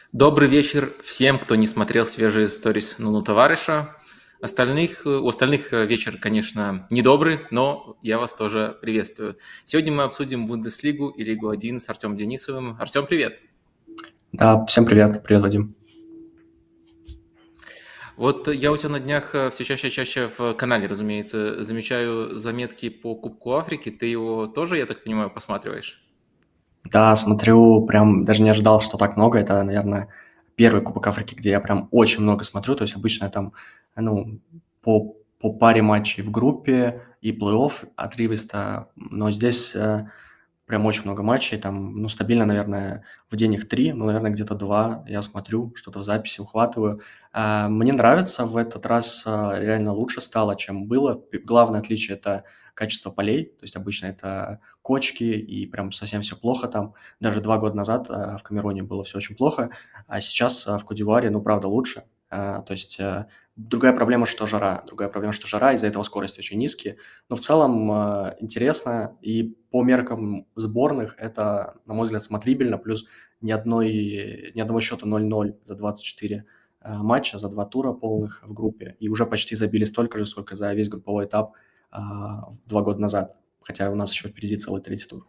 Добрый вечер всем, кто не смотрел свежие сторис Нуну Товарища. У остальных вечер, конечно, недобрый, но я вас тоже приветствую. Сегодня мы обсудим Бундеслигу и Лигу 1 с Артемом Денисовым. Артем, привет! Да, всем привет. Привет, Вадим. Вот я у тебя на днях все чаще и чаще в канале, разумеется, замечаю заметки по Кубку Африки. Ты его тоже, я так понимаю, посматриваешь? Да, смотрю, прям даже не ожидал, что так много. Это, наверное, первый Кубок Африки, где я прям очень много смотрю. То есть обычно я там, ну, по паре матчей в группе и плей-офф отрывисто, но здесь прям очень много матчей. Там, ну, стабильно, наверное, в день их 3, ну, наверное, где-то 2. Я смотрю, что-то в записи ухватываю. Мне нравится, в этот раз реально лучше стало, чем было. Главное отличие – это качество полей. То есть обычно это кочки и прям совсем все плохо там. Даже 2 года назад в Камеруне было все очень плохо, а сейчас в Кот-д'Ивуаре, ну, правда, лучше. То есть другая проблема, что жара. Другая проблема, что жара, из-за этого скорости очень низкие. Но в целом интересно, и по меркам сборных это, на мой взгляд, смотрибельно, плюс ни одного счета 0-0 за 24 матча, за 2 тура полных в группе, и уже почти забили столько же, сколько за весь групповой этап 2 года назад, хотя у нас еще впереди целый третий тур.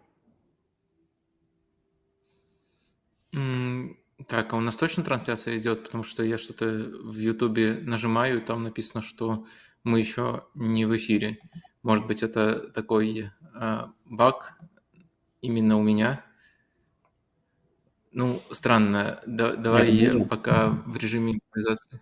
М, Так, а у нас точно трансляция идет? Потому что я что-то в Ютубе нажимаю, и там написано, что мы еще не в эфире. Может быть, это такой баг именно у меня? Ну, странно. Нет, Давай будем. пока в режиме импровизации.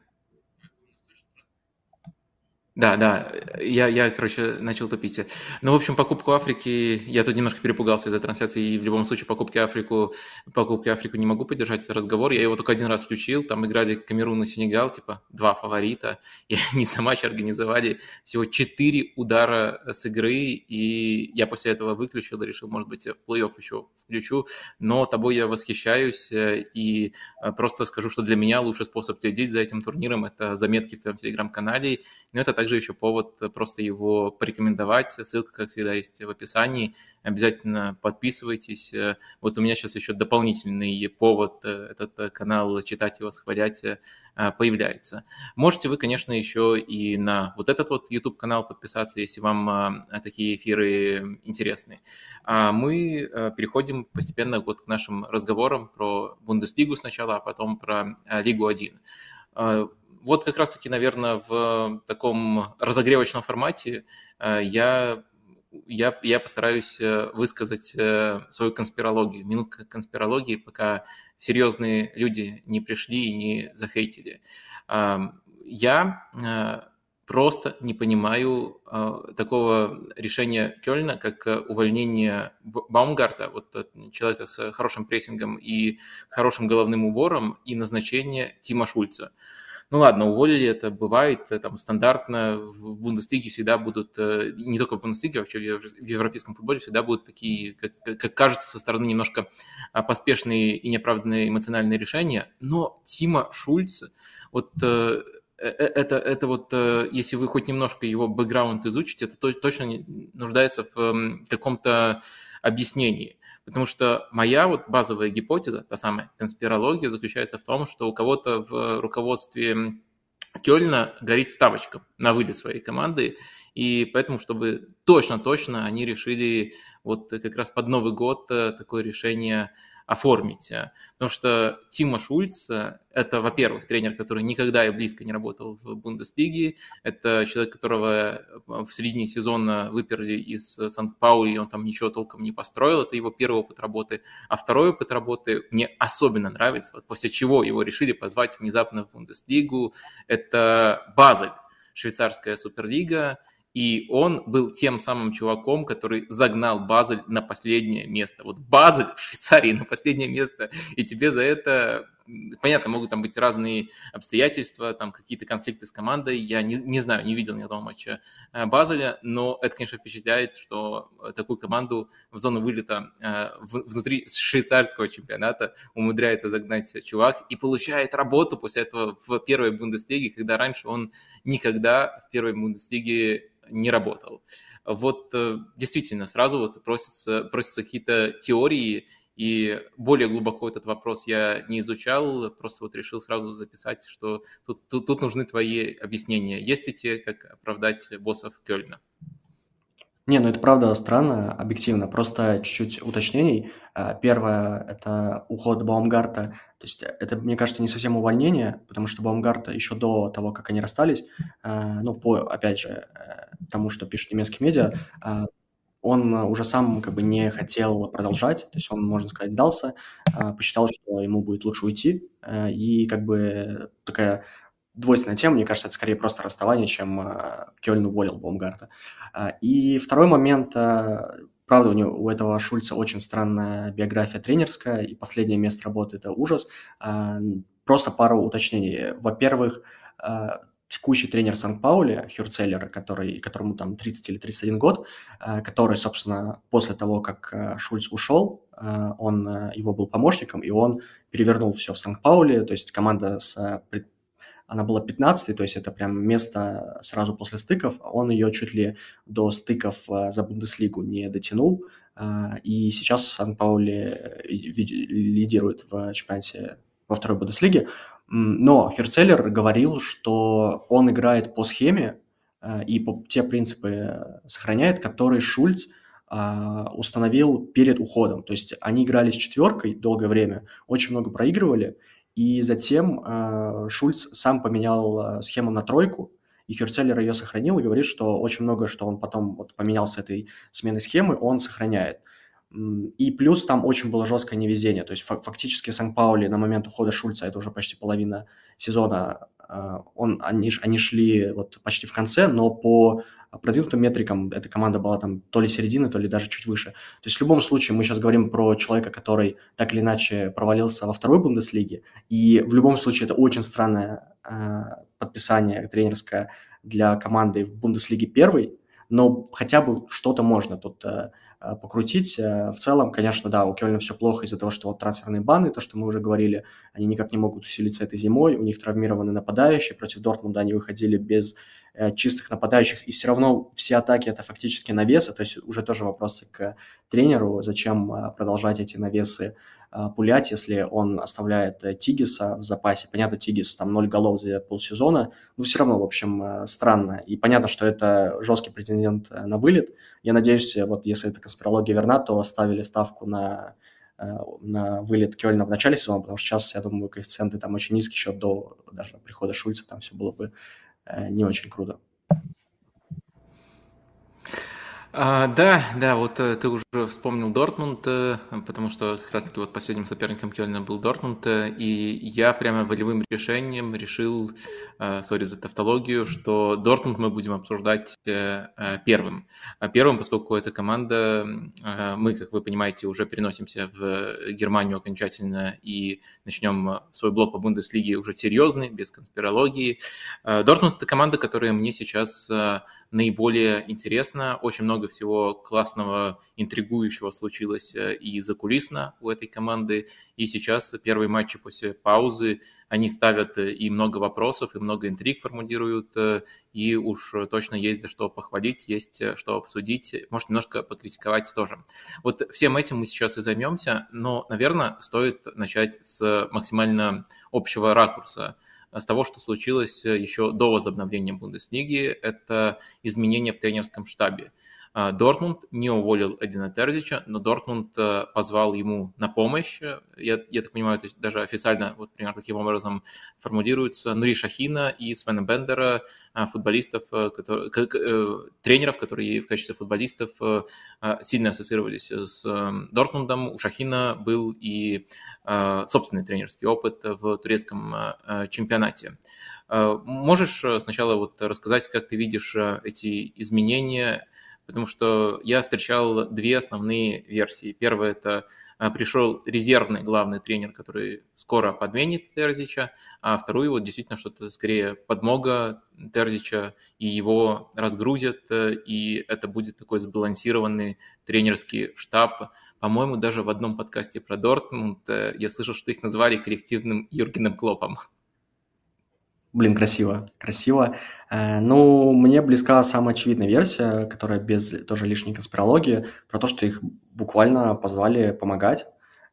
Да, да, я, короче, начал тупить. Ну, в общем, покупку Африки, я тут немножко перепугался из-за трансляции, и в любом случае покупки Африку не могу поддержать этот разговор. Я его только один раз включил, там играли Камерун и Сенегал, типа, два фаворита, и они за матч организовали всего 4 удара с игры, и я после этого выключил и решил, может быть, в плей-офф еще включу, но тобой я восхищаюсь, и просто скажу, что для меня лучший способ следить за этим турниром – это заметки в твоем телеграм-канале, но это также еще повод просто его порекомендовать. Ссылка, как всегда, есть в описании. Обязательно подписывайтесь. Вот у меня сейчас еще дополнительный повод этот канал читать и восхвалять появляется. Можете вы, конечно, еще и на вот этот вот YouTube-канал подписаться, если вам такие эфиры интересны. А мы переходим постепенно вот к нашим разговорам про Бундеслигу сначала, а потом про Лигу 1. Вот как раз-таки, наверное, в таком разогревочном формате я постараюсь высказать свою конспирологию. Минутка конспирологии, пока серьезные люди не пришли и не захейтили. Я просто не понимаю такого решения Кёльна, как увольнение Баумгарта, вот человека с хорошим прессингом и хорошим головным убором, и назначение Тима Шульца. Ну ладно, уволили, это бывает, там стандартно в Бундеслиге всегда будут, не только в Бундеслиге, вообще в европейском футболе всегда будут такие, как кажется, со стороны немножко поспешные и неоправданные эмоциональные решения, но Тима Шульца, вот это вот, если вы хоть немножко его бэкграунд изучите, это точно нуждается в каком-то объяснении. Потому что моя вот базовая гипотеза, та самая конспирология, заключается в том, что у кого-то в руководстве Кёльна горит ставочка на вылет своей команды, и поэтому, чтобы точно-точно они решили вот как раз под Новый год такое решение оформить. Потому что Тимо Шульц – это, во-первых, тренер, который никогда и близко не работал в Бундеслиге, это человек, которого в середине сезона выперли из Сан-Паули, и он там ничего толком не построил, это его первый опыт работы. А второй опыт работы мне особенно нравится, вот после чего его решили позвать внезапно в Бундеслигу, это Базель, швейцарская суперлига, и он был тем самым чуваком, который загнал Базель на последнее место. Вот Базель в Швейцарии на последнее место, и тебе за это, понятно, могут там быть разные обстоятельства, там какие-то конфликты с командой, я не знаю, не видел ни одного матча Базеля, но это, конечно, впечатляет, что такую команду в зону вылета внутри швейцарского чемпионата умудряется загнать чувак и получает работу после этого в первой Бундеслиге, когда раньше он никогда в первой Бундеслиге не работал. Вот действительно, сразу вот просятся какие-то теории, и более глубоко этот вопрос я не изучал, просто вот решил сразу записать, что тут нужны твои объяснения. Есть ли тебе, как оправдать боссов Кёльна? Не, ну это правда странно, объективно. Просто чуть-чуть уточнений. Первое– это уход Баумгарта. То есть это, мне кажется, не совсем увольнение, потому что Баумгарта еще до того, как они расстались, ну, опять же, тому, что пишут немецкие медиа, он уже сам как бы не хотел продолжать, то есть он, можно сказать, сдался, посчитал, что ему будет лучше уйти, и как бы такая двойственная тема. Мне кажется, это скорее просто расставание, чем Кёльн уволил Баумгарта. И второй момент, правда, у этого Шульца очень странная биография тренерская, и последнее место работы– это ужас. Просто пару уточнений. Во-первых, текущий тренер Сан-Паули, Хюрцеллер, которому там 30 или 31 год, который, собственно, после того, как Шульц ушел, он его был помощником, и он перевернул все в Сан-Паули, то есть команда она была 15-й, то есть это прям место сразу после стыков. Он ее чуть ли до стыков за Бундеслигу не дотянул. И сейчас Сан-Паули лидирует в чемпионате во второй Бундеслиге. Но Херцеллер говорил, что он играет по схеме и те принципы сохраняет, которые Шульц установил перед уходом. То есть они играли с четверкой долгое время, очень много проигрывали, и затем Шульц сам поменял схему на тройку, и Хюрцеллер ее сохранил и говорит, что очень много, что он потом вот поменял с этой сменой схемы, он сохраняет. И плюс там очень было жесткое невезение. То есть фактически Сан-Паули на момент ухода Шульца, это уже почти половина сезона, они шли вот почти в конце, но по продвинутым метрикам эта команда была там то ли середина, то ли даже чуть выше. То есть в любом случае мы сейчас говорим про человека, который так или иначе провалился во второй Бундеслиге, и в любом случае это очень странное подписание тренерское для команды в Бундеслиге первой, но хотя бы что-то можно тут покрутить. В целом, конечно, да, у Кёльна все плохо из-за того, что вот трансферные баны, то, что мы уже говорили, они никак не могут усилиться этой зимой, у них травмированы нападающие, против Дортмунда они выходили без чистых нападающих, и все равно все атаки – это фактически навесы, то есть уже тоже вопросы к тренеру, зачем продолжать эти навесы пулять, если он оставляет Тигиса в запасе. Понятно, Тигис там 0 голов за полсезона, но все равно, в общем, странно. И понятно, что это жесткий претендент на вылет. Я надеюсь, вот если эта конспирология верна, то ставили ставку на вылет Кёльна в начале сезона, потому что сейчас, я думаю, коэффициенты там очень низкие, еще до даже прихода Шульца, там все было бы не очень круто. Да, вот ты уже вспомнил Дортмунд, потому что как раз-таки вот последним соперником Кёльна был Дортмунд, и я прямо волевым решением решил, сори за тавтологию, что Дортмунд мы будем обсуждать первым. Первым, поскольку эта команда, мы, как вы понимаете, уже переносимся в Германию окончательно и начнем свой блок по Бундеслиге уже серьезный, без конспирологии. Дортмунд – это команда, которая мне сейчас наиболее интересна. Очень много всего классного, интригующего случилось и закулисно у этой команды. И сейчас первые матчи после паузы, они ставят и много вопросов, и много интриг формулируют, и уж точно есть за что похвалить, есть что обсудить, может, немножко покритиковать тоже. Вот всем этим мы сейчас и займемся, но, наверное, стоит начать с максимально общего ракурса, с того, что случилось еще до возобновления Бундеслиги, это изменения в тренерском штабе. Дортмунд не уволил Эдина Терзича, но Дортмунд позвал ему на помощь. Я так понимаю, это даже официально вот примерно таким образом формулируется. Нури Шахина и Свена Бендера, футболистов, тренеров, которые в качестве футболистов сильно ассоциировались с Дортмундом. У Шахина был и собственный тренерский опыт в турецком чемпионате. Можешь сначала вот рассказать, как ты видишь эти изменения? Потому что я встречал две основные версии. Первая – это пришел резервный главный тренер, который скоро подменит Терзича, а вторую вот действительно что-то скорее подмога Терзича, и его разгрузят, и это будет такой сбалансированный тренерский штаб. По-моему, даже в одном подкасте про Дортмунд я слышал, что их назвали коллективным Юргеном Клопом. Блин, красиво, красиво. Ну, мне близка самая очевидная версия, которая без тоже лишней конспирологии, про то, что их буквально позвали помогать.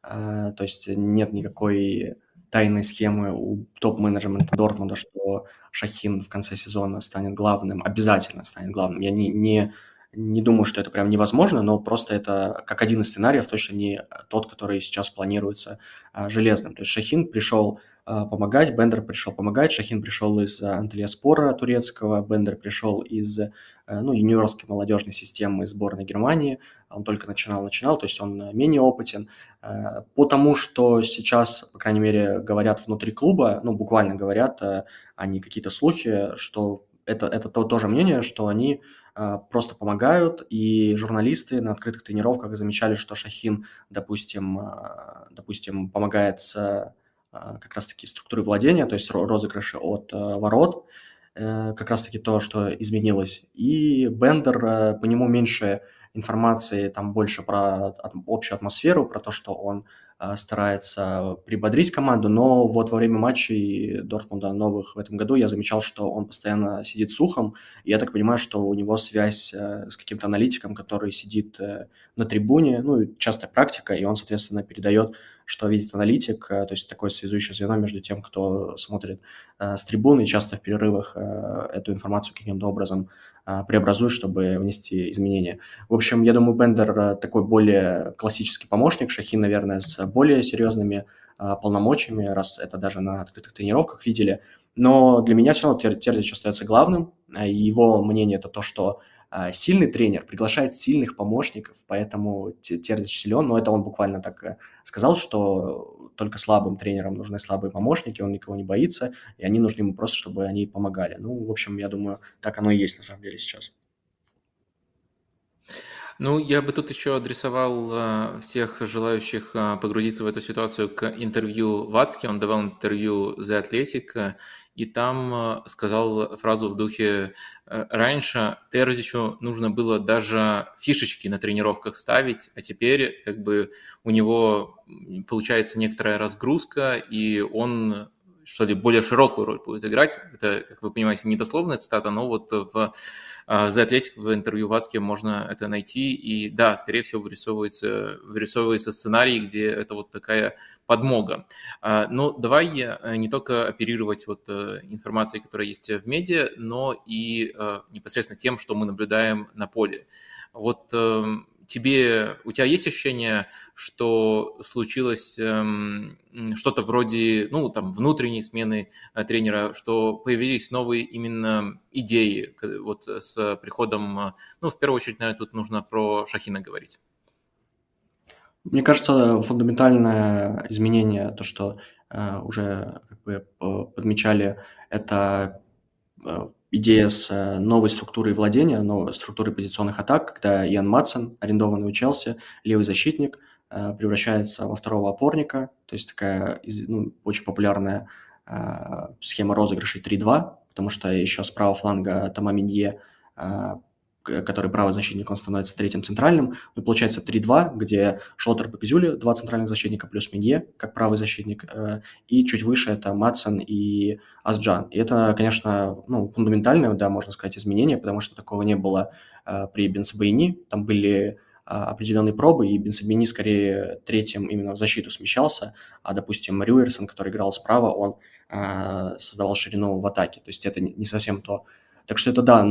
То есть нет никакой тайной схемы у топ-менеджмента Дортмунда, что Шахин в конце сезона станет главным, обязательно станет главным. Я не думаю, что это прям невозможно, но просто это как один из сценариев, точно не тот, который сейчас планируется железным. То есть Шахин пришел помогать, Бендер пришел помогать, Шахин пришел из Анталияспора турецкого, Бендер пришел из юниорской молодежной системы сборной Германии, он только начинал, то есть он менее опытен. По тому, что сейчас, по крайней мере, говорят внутри клуба, буквально говорят, а не какие-то слухи, что это тоже мнение, что они просто помогают, и журналисты на открытых тренировках замечали, что Шахин, допустим, помогает с как раз-таки структурой владения, то есть розыгрыши от ворот, как раз-таки то, что изменилось. И Бендер, по нему меньше информации, там больше про общую атмосферу, про то, что он старается прибодрить команду, но вот во время матчей Дортмунда новых в этом году я замечал, что он постоянно сидит с ухом, и я так понимаю, что у него связь с каким-то аналитиком, который сидит на трибуне, частая практика, и он, соответственно, передает, что видит аналитик, то есть такое связующее звено между тем, кто смотрит с трибуны, и часто в перерывах эту информацию каким-то образом преобразует, чтобы внести изменения. В общем, я думаю, Бендер такой более классический помощник, Шахин, наверное, с более серьезными полномочиями, раз это даже на открытых тренировках видели. Но для меня все равно Терзич остается главным. Его мнение – это то, что сильный тренер приглашает сильных помощников, поэтому Терзич силен, но это он буквально так сказал, что только слабым тренерам нужны слабые помощники, он никого не боится, и они нужны ему просто, чтобы они помогали. В общем, я думаю, так оно и есть на самом деле сейчас. Я бы тут еще адресовал всех желающих погрузиться в эту ситуацию к интервью Вацке. Он давал интервью The Athletic, и там сказал фразу в духе: раньше Терзичу нужно было даже фишечки на тренировках ставить, а теперь у него получается некоторая разгрузка, и он что ли более широкую роль будет играть. Это, как вы понимаете, не дословная цитата, но вот в The Athletic в интервью Вацке можно это найти, и да, скорее всего, вырисовывается сценарий, где это вот такая подмога. Но давай не только оперировать информацией, которая есть в медиа, но и непосредственно тем, что мы наблюдаем на поле. У тебя есть ощущение, что случилось что-то вроде, внутренней смены тренера, что появились новые именно идеи с приходом, в первую очередь, наверное, тут нужно про Шахина говорить. Мне кажется, фундаментальное изменение, то, что уже подмечали, это идея с новой структурой владения, новой структурой позиционных атак, когда Иан Матсон, арендованный у Челси, левый защитник, превращается во второго опорника, то есть такая очень популярная схема розыгрышей 3-2, потому что еще с правого фланга Тома Минье, который правый защитник, он становится третьим центральным. Получается 3-2, где Шлоттербек и Зюли, два центральных защитника, плюс Минье, как правый защитник, и чуть выше это Матсон и Асджан. И это, конечно, фундаментальное, да, можно сказать, изменение, потому что такого не было при Бенсебаини. Там были определенные пробы, и Бенсебаини скорее третьим именно в защиту смещался, а, допустим, Рюерсон, который играл справа, он создавал ширину в атаке. То есть это не совсем то. Так что это, да,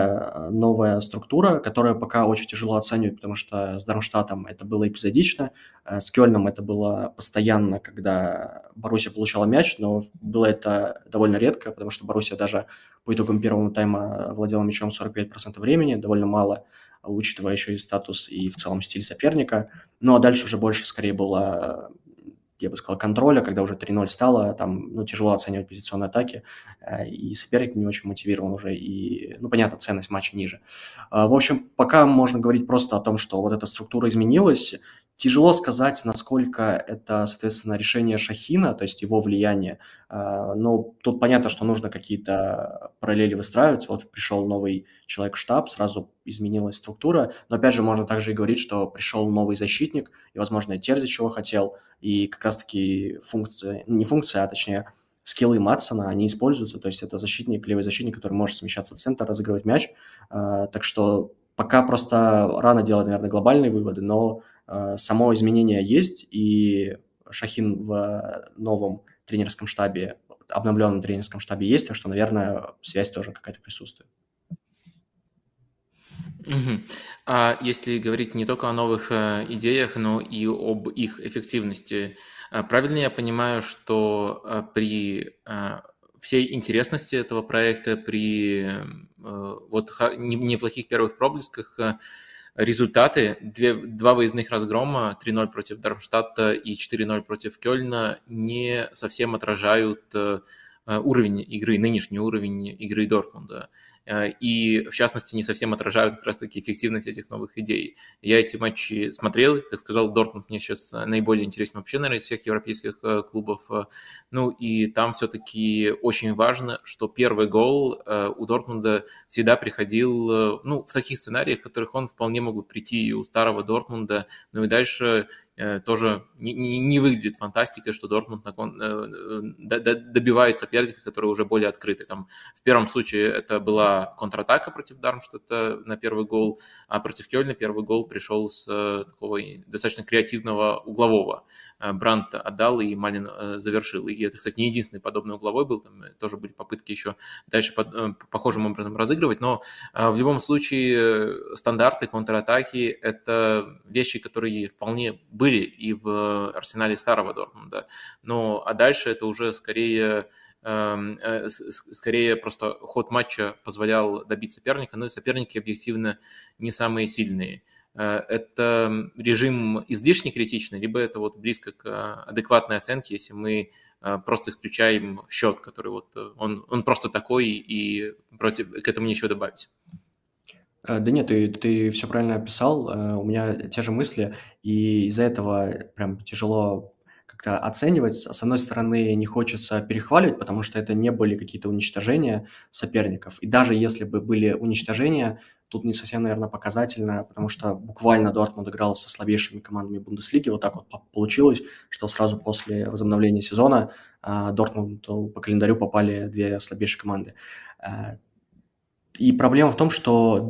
новая структура, которую пока очень тяжело оценивать, потому что с Дармштадтом это было эпизодично, с Кёльном это было постоянно, когда Боруссия получала мяч, но было это довольно редко, потому что Боруссия даже по итогам первого тайма владела мячом 45% времени, довольно мало, учитывая еще и статус и в целом стиль соперника. А дальше уже больше скорее было, я бы сказал, контроля, когда уже 3-0 стало, там, тяжело оценивать позиционные атаки, и соперник не очень мотивирован уже, и, понятно, ценность матча ниже. В общем, пока можно говорить просто о том, что вот эта структура изменилась. Тяжело сказать, насколько это, соответственно, решение Шахина, то есть его влияние. Но тут понятно, что нужно какие-то параллели выстраивать. Вот пришел новый человек в штаб, сразу изменилась структура. Но опять же, можно также и говорить, что пришел новый защитник, и, возможно, Терзич чего хотел, и как раз-таки точнее, скиллы Матсона, они используются, то есть это левый защитник, который может смещаться в центр, разыгрывать мяч, так что пока просто рано делать, наверное, глобальные выводы, но само изменение есть, и Шахин в новом тренерском штабе, обновленном тренерском штабе есть, так что, наверное, связь тоже какая-то присутствует. Мгм. А если говорить не только о новых идеях, но и об их эффективности, правильно я понимаю, что при всей интересности этого проекта, при вот неплохих первых проблесках, результаты, два выездных разгрома, 3-0 против Дармштадта и 4-0 против Кёльна, не совсем отражают уровень игры, нынешний уровень игры Дортмунда. И, в частности, не совсем отражают как раз-таки эффективность этих новых идей. Я эти матчи смотрел, как сказал, Дортмунд мне сейчас наиболее интересен вообще, наверное, из всех европейских клубов. Ну и там все-таки очень важно, что первый гол у Дортмунда всегда приходил, ну, в таких сценариях, в которых он вполне мог бы прийти и у старого Дортмунда, ну и дальше тоже не выглядит фантастикой, что Дортмунд добивает соперника, который уже более открытый. Там, в первом случае это была контратака против Дармштадта на первый гол, а против Кёльна первый гол пришел с такого достаточно креативного углового. Брандт отдал, и Малин завершил. И это, кстати, не единственный подобный угловой был, там тоже были попытки еще дальше похожим образом разыгрывать, но в любом случае стандарты, контратаки – это вещи, которые вполне были и в арсенале старого Дортмунда. Ну, а дальше это уже скорее просто ход матча позволял добить соперника, но и соперники объективно не самые сильные. Это режим излишне критичный, либо это вот близко к адекватной оценке, если мы просто исключаем счет, который вот он просто такой, и к этому нечего добавить. Да нет, ты все правильно описал, у меня те же мысли, и из-за этого прям тяжело как-то оценивать. С одной стороны, не хочется перехваливать, потому что это не были какие-то уничтожения соперников. И даже если бы были уничтожения, тут не совсем, наверное, показательно, потому что буквально Дортмунд играл со слабейшими командами Бундеслиги. Вот так вот получилось, что сразу после возобновления сезона Дортмунду по календарю попали две слабейшие команды. И проблема в том, что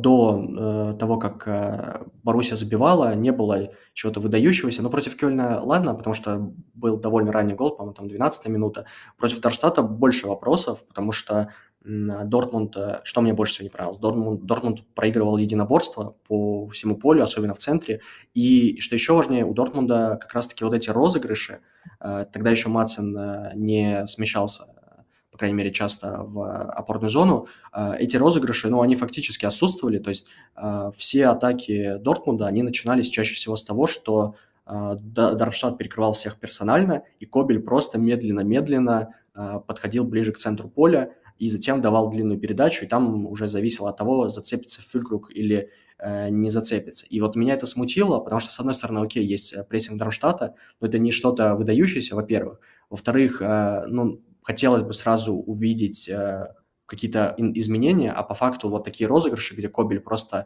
до того, как Боруссия забивала, не было чего-то выдающегося. Но против Кёльна ладно, потому что был довольно ранний гол, по-моему, там 12-я минута. Против Дармштадта больше вопросов, потому что Дортмунд, что мне больше всего не понравилось, Дортмунд проигрывал единоборство по всему полю, особенно в центре. И что еще важнее, у Дортмунда как раз-таки вот эти розыгрыши, тогда еще Мадсен не смещался, по крайней мере, часто в опорную зону, эти розыгрыши, ну, они фактически отсутствовали, то есть все атаки Дортмунда, они начинались чаще всего с того, что Дармштадт перекрывал всех персонально, и Кобель просто медленно-медленно подходил ближе к центру поля и затем давал длинную передачу, и там уже зависело от того, зацепится Фюлькруг или не зацепится. И вот меня это смутило, потому что, с одной стороны, окей, есть прессинг Дармштадта, но это не что-то выдающееся, во-первых. Во-вторых, ну, хотелось бы сразу увидеть какие-то изменения, а по факту вот такие розыгрыши, где Кобель просто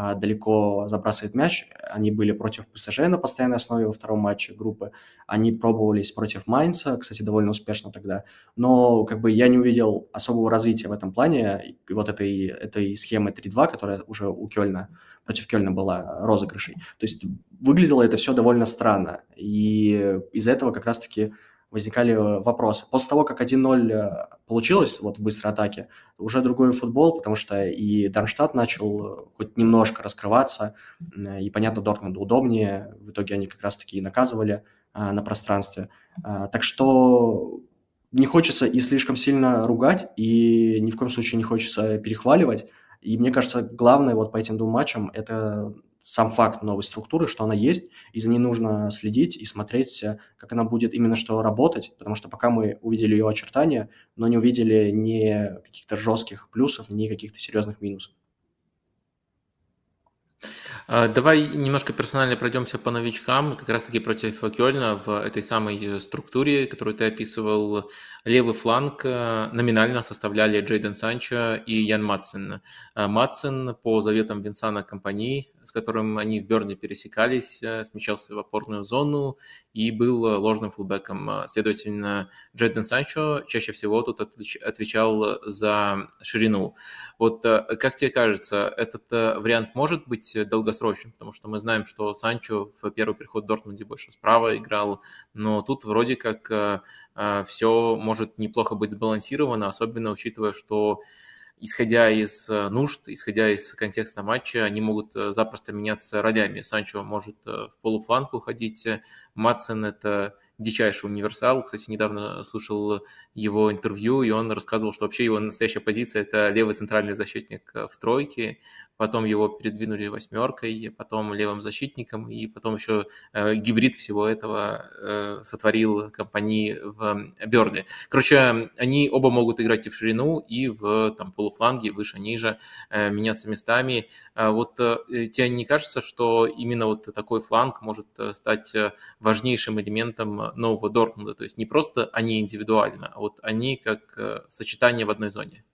далеко забрасывает мяч, они были против ПСЖ на постоянной основе во втором матче группы, они пробовались против Майнца, кстати, довольно успешно тогда, но как бы я не увидел особого развития в этом плане, вот этой схемы 3-2, которая уже у Кёльна, против Кёльна была розыгрышей. То есть выглядело это все довольно странно, и из-за этого как раз-таки возникали вопросы. После того, как 1-0 получилось вот в быстрой атаке, уже другой футбол, потому что и Дармштадт начал хоть немножко раскрываться, и, понятно, Дортмунду удобнее, в итоге они как раз-таки и наказывали на пространстве. Так что не хочется и слишком сильно ругать, и ни в коем случае не хочется перехваливать. И мне кажется, главное вот по этим двум матчам – это сам факт новой структуры, что она есть, и за ней нужно следить и смотреть, как она будет именно что работать, потому что пока мы увидели ее очертания, но не увидели ни каких-то жестких плюсов, ни каких-то серьезных минусов. Давай немножко персонально пройдемся по новичкам, как раз-таки против Кёльна в этой самой структуре, которую ты описывал. Левый фланг номинально составляли Джейден Санчо и Ян Мадсен. Мадсен по заветам Винсана Компани с которым они в Бернли пересекались, смещался в опорную зону и был ложным фулбеком. Следовательно, Джейден Санчо чаще всего тут отвечал за ширину. Вот как тебе кажется, этот вариант может быть долгосрочным? Потому что мы знаем, что Санчо в первый приход в Дортмунде больше справа играл, но тут вроде как все может неплохо быть сбалансировано, особенно учитывая, что исходя из нужд, исходя из контекста матча, они могут запросто меняться ролями. Санчо может в полуфланг уходить, Матсен – это дичайший универсал. Кстати, недавно слушал его интервью, и он рассказывал, что вообще его настоящая позиция – это левый центральный защитник в тройке, потом его передвинули восьмеркой, потом левым защитником, и потом еще гибрид всего этого сотворил Компани в Бернли. Короче, они оба могут играть и в ширину, и в там, полуфланге, выше-ниже, меняться местами. Вот тебе не кажется, что именно вот такой фланг может стать важнейшим элементом нового Дортмунда? То есть не просто они индивидуально, а вот они как сочетание в одной зоне.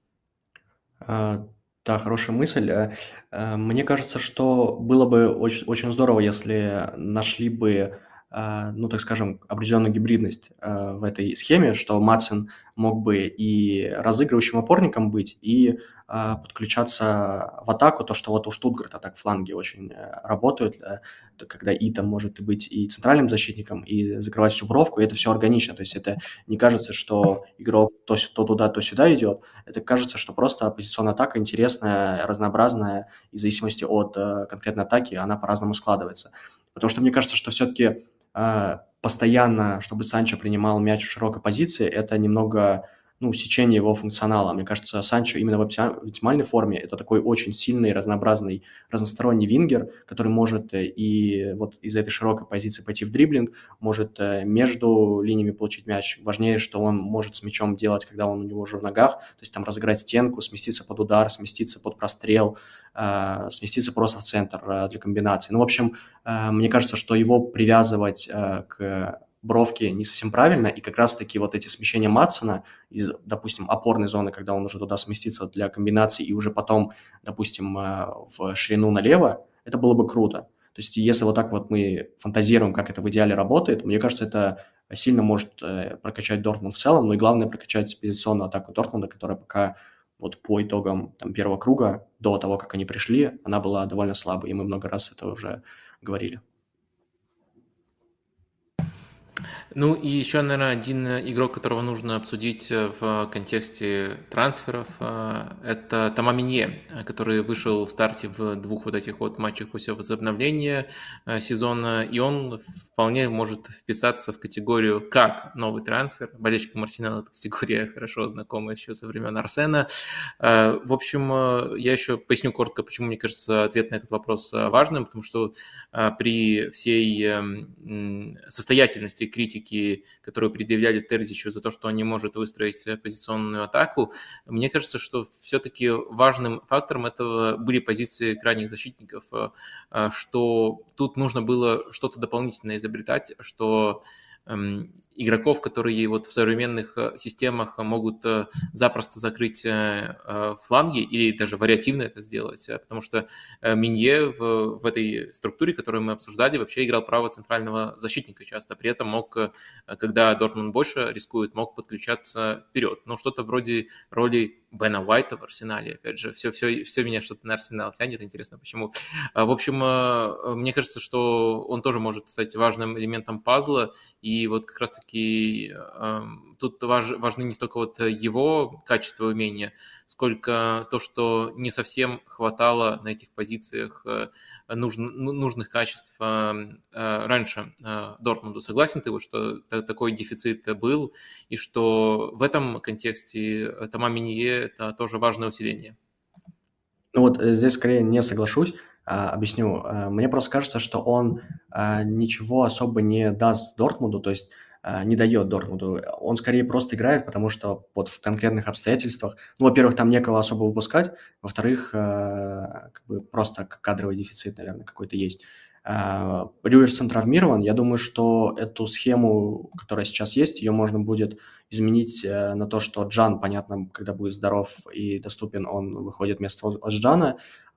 Да, хорошая мысль. Мне кажется, что было бы очень, очень здорово, если нашли бы, ну, так скажем, определенную гибридность в этой схеме, что Матсен мог бы и разыгрывающим опорником быть, и подключаться в атаку, то, что вот у Штутгарта так фланги очень работают, когда Ита может быть и центральным защитником, и закрывать всю бровку, и это все органично, то есть это не кажется, что игрок то туда, то сюда идет, это кажется, что просто позиционная атака интересная, разнообразная, и в зависимости от конкретной атаки она по-разному складывается. Потому что мне кажется, что все-таки постоянно, чтобы Санчо принимал мяч в широкой позиции, это немного, ну, сечение его функционала. Мне кажется, Санчо именно в оптимальной форме это такой очень сильный, разнообразный, разносторонний вингер, который может и вот из этой широкой позиции пойти в дриблинг, может между линиями получить мяч. Важнее, что он может с мячом делать, когда он у него уже в ногах, то есть там разыграть стенку, сместиться под удар, сместиться под прострел, сместиться просто в центр для комбинации. Ну, в общем, мне кажется, что его привязывать к бровке не совсем правильно, и как раз-таки вот эти смещения Матсона из, допустим, опорной зоны, когда он уже туда сместится для комбинации, и уже потом, допустим, в ширину налево, это было бы круто. То есть если вот так вот мы фантазируем, как это в идеале работает, мне кажется, это сильно может прокачать Дортмунд в целом, но и главное прокачать позиционную атаку Дортмунда, которая пока вот по итогам там, первого круга, до того, как они пришли, она была довольно слабой, и мы много раз это уже говорили. Ну и еще, наверное, один игрок, которого нужно обсудить в контексте трансферов, это Тома Минье, который вышел в старте в двух вот этих вот матчах после возобновления сезона, и он вполне может вписаться в категорию как новый трансфер. Болельщикам Арсенала эта категория хорошо знакома еще со времен Арсена. В общем, я еще поясню коротко, почему, мне кажется, ответ на этот вопрос важным, потому что при всей состоятельности критики, которую предъявляли Терзичу за то, что он не может выстроить позиционную атаку, мне кажется, что все-таки важным фактором этого были позиции крайних защитников, что тут нужно было что-то дополнительное изобретать, что игроков, которые вот в современных системах могут запросто закрыть фланги или даже вариативно это сделать, потому что Минье в этой структуре, которую мы обсуждали, вообще играл право центрального защитника часто, при этом мог, когда Дортмунд больше рискует, мог подключаться вперед. Ну, что-то вроде роли Бена Уайта в Арсенале, опять же, все меня что-то на Арсенал тянет, интересно почему. В общем, мне кажется, что он тоже может стать важным элементом пазла, и вот как раз-таки тут важны не столько вот его качество и умения, сколько то, что не совсем хватало на этих позициях нужных качеств раньше Дортмунду. Согласен ты, вот, что такой дефицит был, и что в этом контексте Тома Минье – это тоже важное усиление? Ну вот здесь скорее не соглашусь, объясню. Мне просто кажется, что он ничего особо не даст Дортмунду, то есть не дает Дортмунду. Он скорее просто играет, потому что вот в конкретных обстоятельствах, ну, во-первых, там некого особо выпускать, во-вторых, как бы просто кадровый дефицит, наверное, какой-то есть. Рюерсон травмирован. Я думаю, что эту схему, которая сейчас есть, ее можно будет изменить на то, что Джан, понятно, когда будет здоров и доступен, он выходит вместо Джана,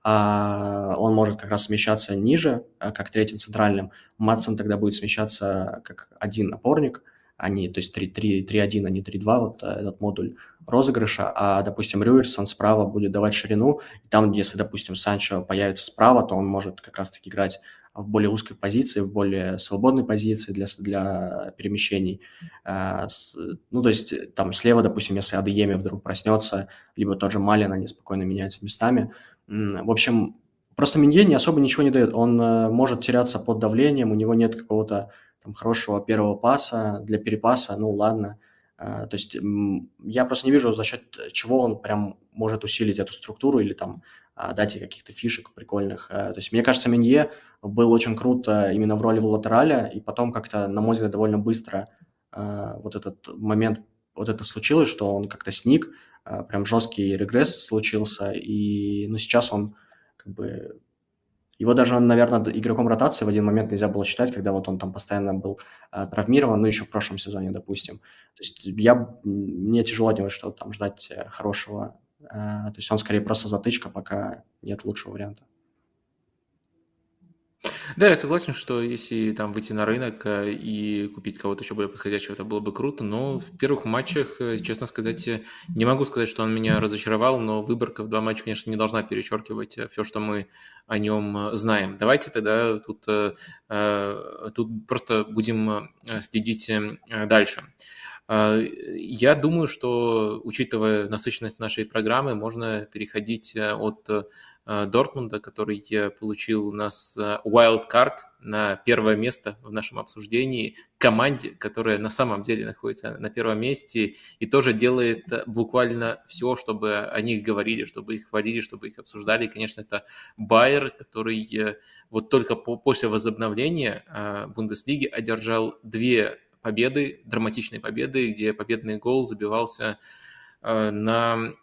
он может как раз смещаться ниже, как третьим центральным. Матсон тогда будет смещаться как один опорник, то есть 3-1, а не 3-2, вот этот модуль розыгрыша, а, допустим, Рюерсон справа будет давать ширину, и там, если, допустим, Санчо появится справа, то он может как раз-таки играть в более узкой позиции, в более свободной позиции для перемещений. То есть там слева, допустим, если Адееми вдруг проснется, либо тот же Малин, они спокойно меняются местами. В общем, просто Менье не особо ничего не дает. Он может теряться под давлением, у него нет какого-то там хорошего первого паса для перепаса, ну ладно. То есть я просто не вижу, за счет чего он прям может усилить эту структуру или там дать ей каких-то фишек прикольных. То есть мне кажется, Менье был очень круто именно в роли латераля, и потом как-то, на мой взгляд, довольно быстро вот этот момент, вот это случилось, что он как-то сник, прям жесткий регресс случился, и сейчас он как бы... Его даже, наверное, игроком ротации в один момент нельзя было считать, когда вот он там постоянно был травмирован, еще в прошлом сезоне, допустим. То есть мне тяжело от него что-то там ждать хорошего. То есть он скорее просто затычка, пока нет лучшего варианта. Да, я согласен, что если там выйти на рынок и купить кого-то еще более подходящего, это было бы круто, но в первых матчах, честно сказать, не могу сказать, что он меня разочаровал, но выборка в 2 матча, конечно, не должна перечеркивать все, что мы о нем знаем. Давайте тогда тут просто будем следить дальше. Я думаю, что, учитывая насыщенность нашей программы, можно переходить от Дортмунда, который получил у нас wildcard на первое место в нашем обсуждении, команде, которая на самом деле находится на первом месте и тоже делает буквально все, чтобы о них говорили, чтобы их хвалили, чтобы их обсуждали. И, конечно, это Байер, который вот только после возобновления Бундеслиги одержал 2 победы, драматичные победы, где победный гол забивался на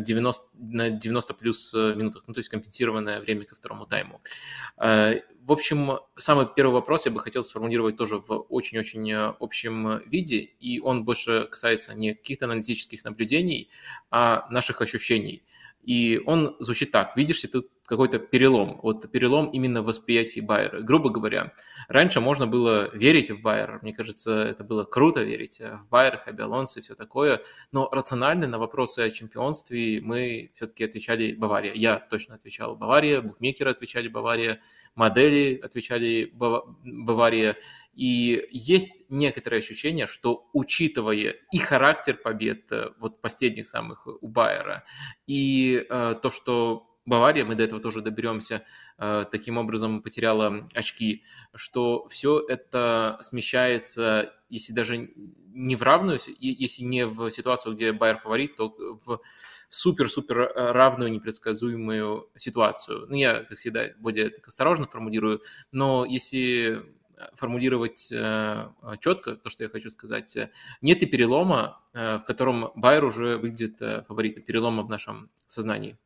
90 плюс минутах, то есть компенсированное время ко второму тайму. В общем, самый первый вопрос я бы хотел сформулировать тоже в очень-очень общем виде, и он больше касается не каких-то аналитических наблюдений, а наших ощущений. И он звучит так: видишь ли тут какой-то перелом, вот перелом именно в восприятии Байера. Грубо говоря, раньше можно было верить в Байер, мне кажется, это было круто верить в Байер, Хаби Алонсо и все такое, но рационально на вопросы о чемпионстве мы все-таки отвечали Бавария. Я точно отвечал Бавария, букмекеры отвечали Бавария, модели отвечали Бавария. И есть некоторое ощущение, что, учитывая и характер побед, вот последних самых у Байера, и то, что Бавария, мы до этого тоже доберемся, таким образом потеряла очки, что все это смещается, если даже не в равную, если не в ситуацию, где Байер фаворит, то в супер-супер равную непредсказуемую ситуацию. Ну, я, как всегда, более так осторожно формулирую, но если формулировать четко то, что я хочу сказать, нет и перелома, в котором Байер уже выглядит фаворитом, перелома в нашем сознании.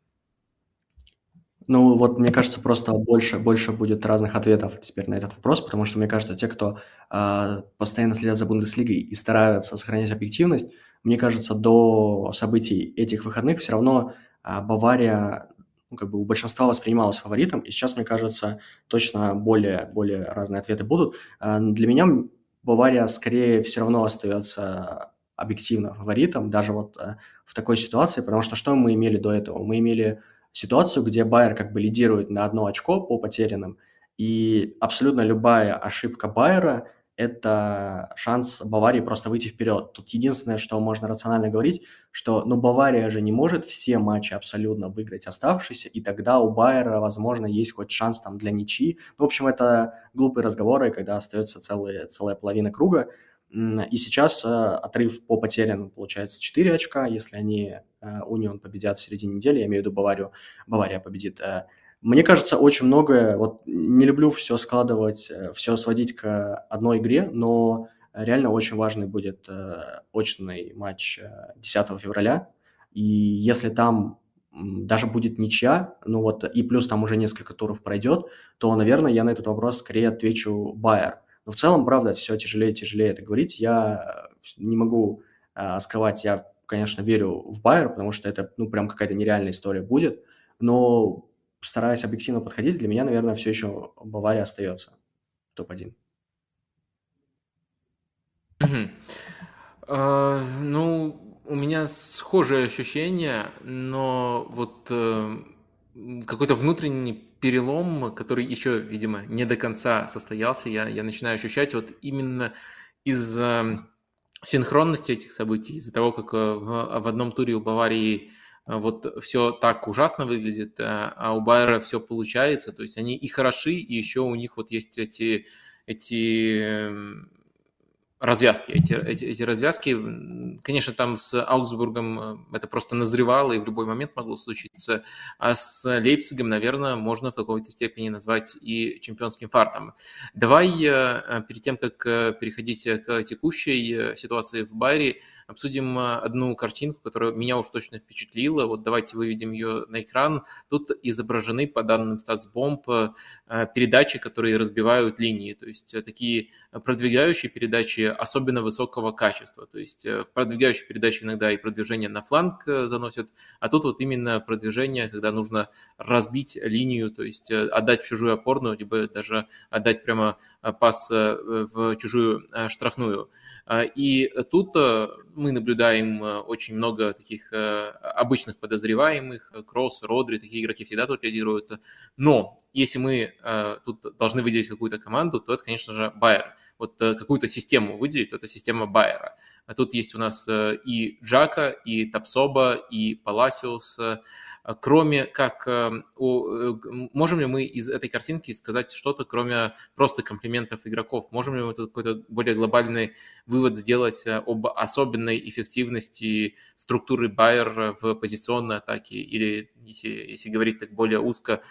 Ну, вот мне кажется, просто больше будет разных ответов теперь на этот вопрос, потому что, мне кажется, те, кто постоянно следят за Бундеслигой и стараются сохранять объективность, мне кажется, до событий этих выходных все равно Бавария, как бы у большинства воспринималась фаворитом, и сейчас, мне кажется, точно более разные ответы будут. Для меня Бавария скорее все равно остается объективно фаворитом, даже вот в такой ситуации, потому что мы имели до этого? Мы имели ситуацию, где Байер как бы лидирует на 1 очко по потерянным, и абсолютно любая ошибка Байера – это шанс Баварии просто выйти вперед. Тут единственное, что можно рационально говорить, что Бавария же не может все матчи абсолютно выиграть оставшиеся, и тогда у Байера, возможно, есть хоть шанс там для ничьи. В общем, это глупые разговоры, когда остается целая половина круга. И сейчас отрыв по потерянным получается 4 очка, если они Унион победят в середине недели, я имею в виду Бавария победит. Мне кажется, очень многое, вот не люблю все складывать, все сводить к одной игре, но реально очень важный будет очный матч 10 февраля, и если там даже будет ничья, и плюс там уже несколько туров пройдет, то, наверное, я на этот вопрос скорее отвечу Байер. Но в целом, правда, все тяжелее и тяжелее это говорить. Я не могу скрывать, я, конечно, верю в Байер, потому что это, прям какая-то нереальная история будет. Но стараясь объективно подходить, для меня, наверное, все еще Бавария остается топ-1. Мгм. Ну, у меня схожие ощущения, но вот какой-то внутренний перелом, который еще, видимо, не до конца состоялся, я начинаю ощущать вот именно из-за синхронности этих событий, из-за того, как в одном туре у Баварии вот все так ужасно выглядит, а у Байера все получается, то есть они и хороши, и еще у них вот есть эти развязки. Эти развязки, конечно, там с Аугсбургом это просто назревало и в любой момент могло случиться, а с Лейпцигом, наверное, можно в какой-то степени назвать и чемпионским фартом. Давай перед тем, как переходить к текущей ситуации в Байере, обсудим одну картинку, которая меня уж точно впечатлила. Вот давайте выведем ее на экран. Тут изображены, по данным Статсбомб, передачи, которые разбивают линии, то есть такие продвигающие передачи особенно высокого качества. То есть в продвигающей передаче иногда и продвижение на фланг заносят, а тут вот именно продвижение, когда нужно разбить линию, то есть отдать в чужую опорную, либо даже отдать прямо пас в чужую штрафную. И тут мы наблюдаем очень много таких обычных подозреваемых, Кросс, Родри, такие игроки всегда тут лидируют. Но если мы тут должны выделить какую-то команду, то это, конечно же, Байер. Вот какую-то систему выделить, то это система Байера. А тут есть у нас и Джака, и Тапсоба, и Паласиус. Кроме как, можем ли мы из этой картинки сказать что-то, кроме просто комплиментов игроков? Можем ли мы тут какой-то более глобальный вывод сделать об особенной эффективности структуры Байер в позиционной атаке? Или, если говорить так более узко,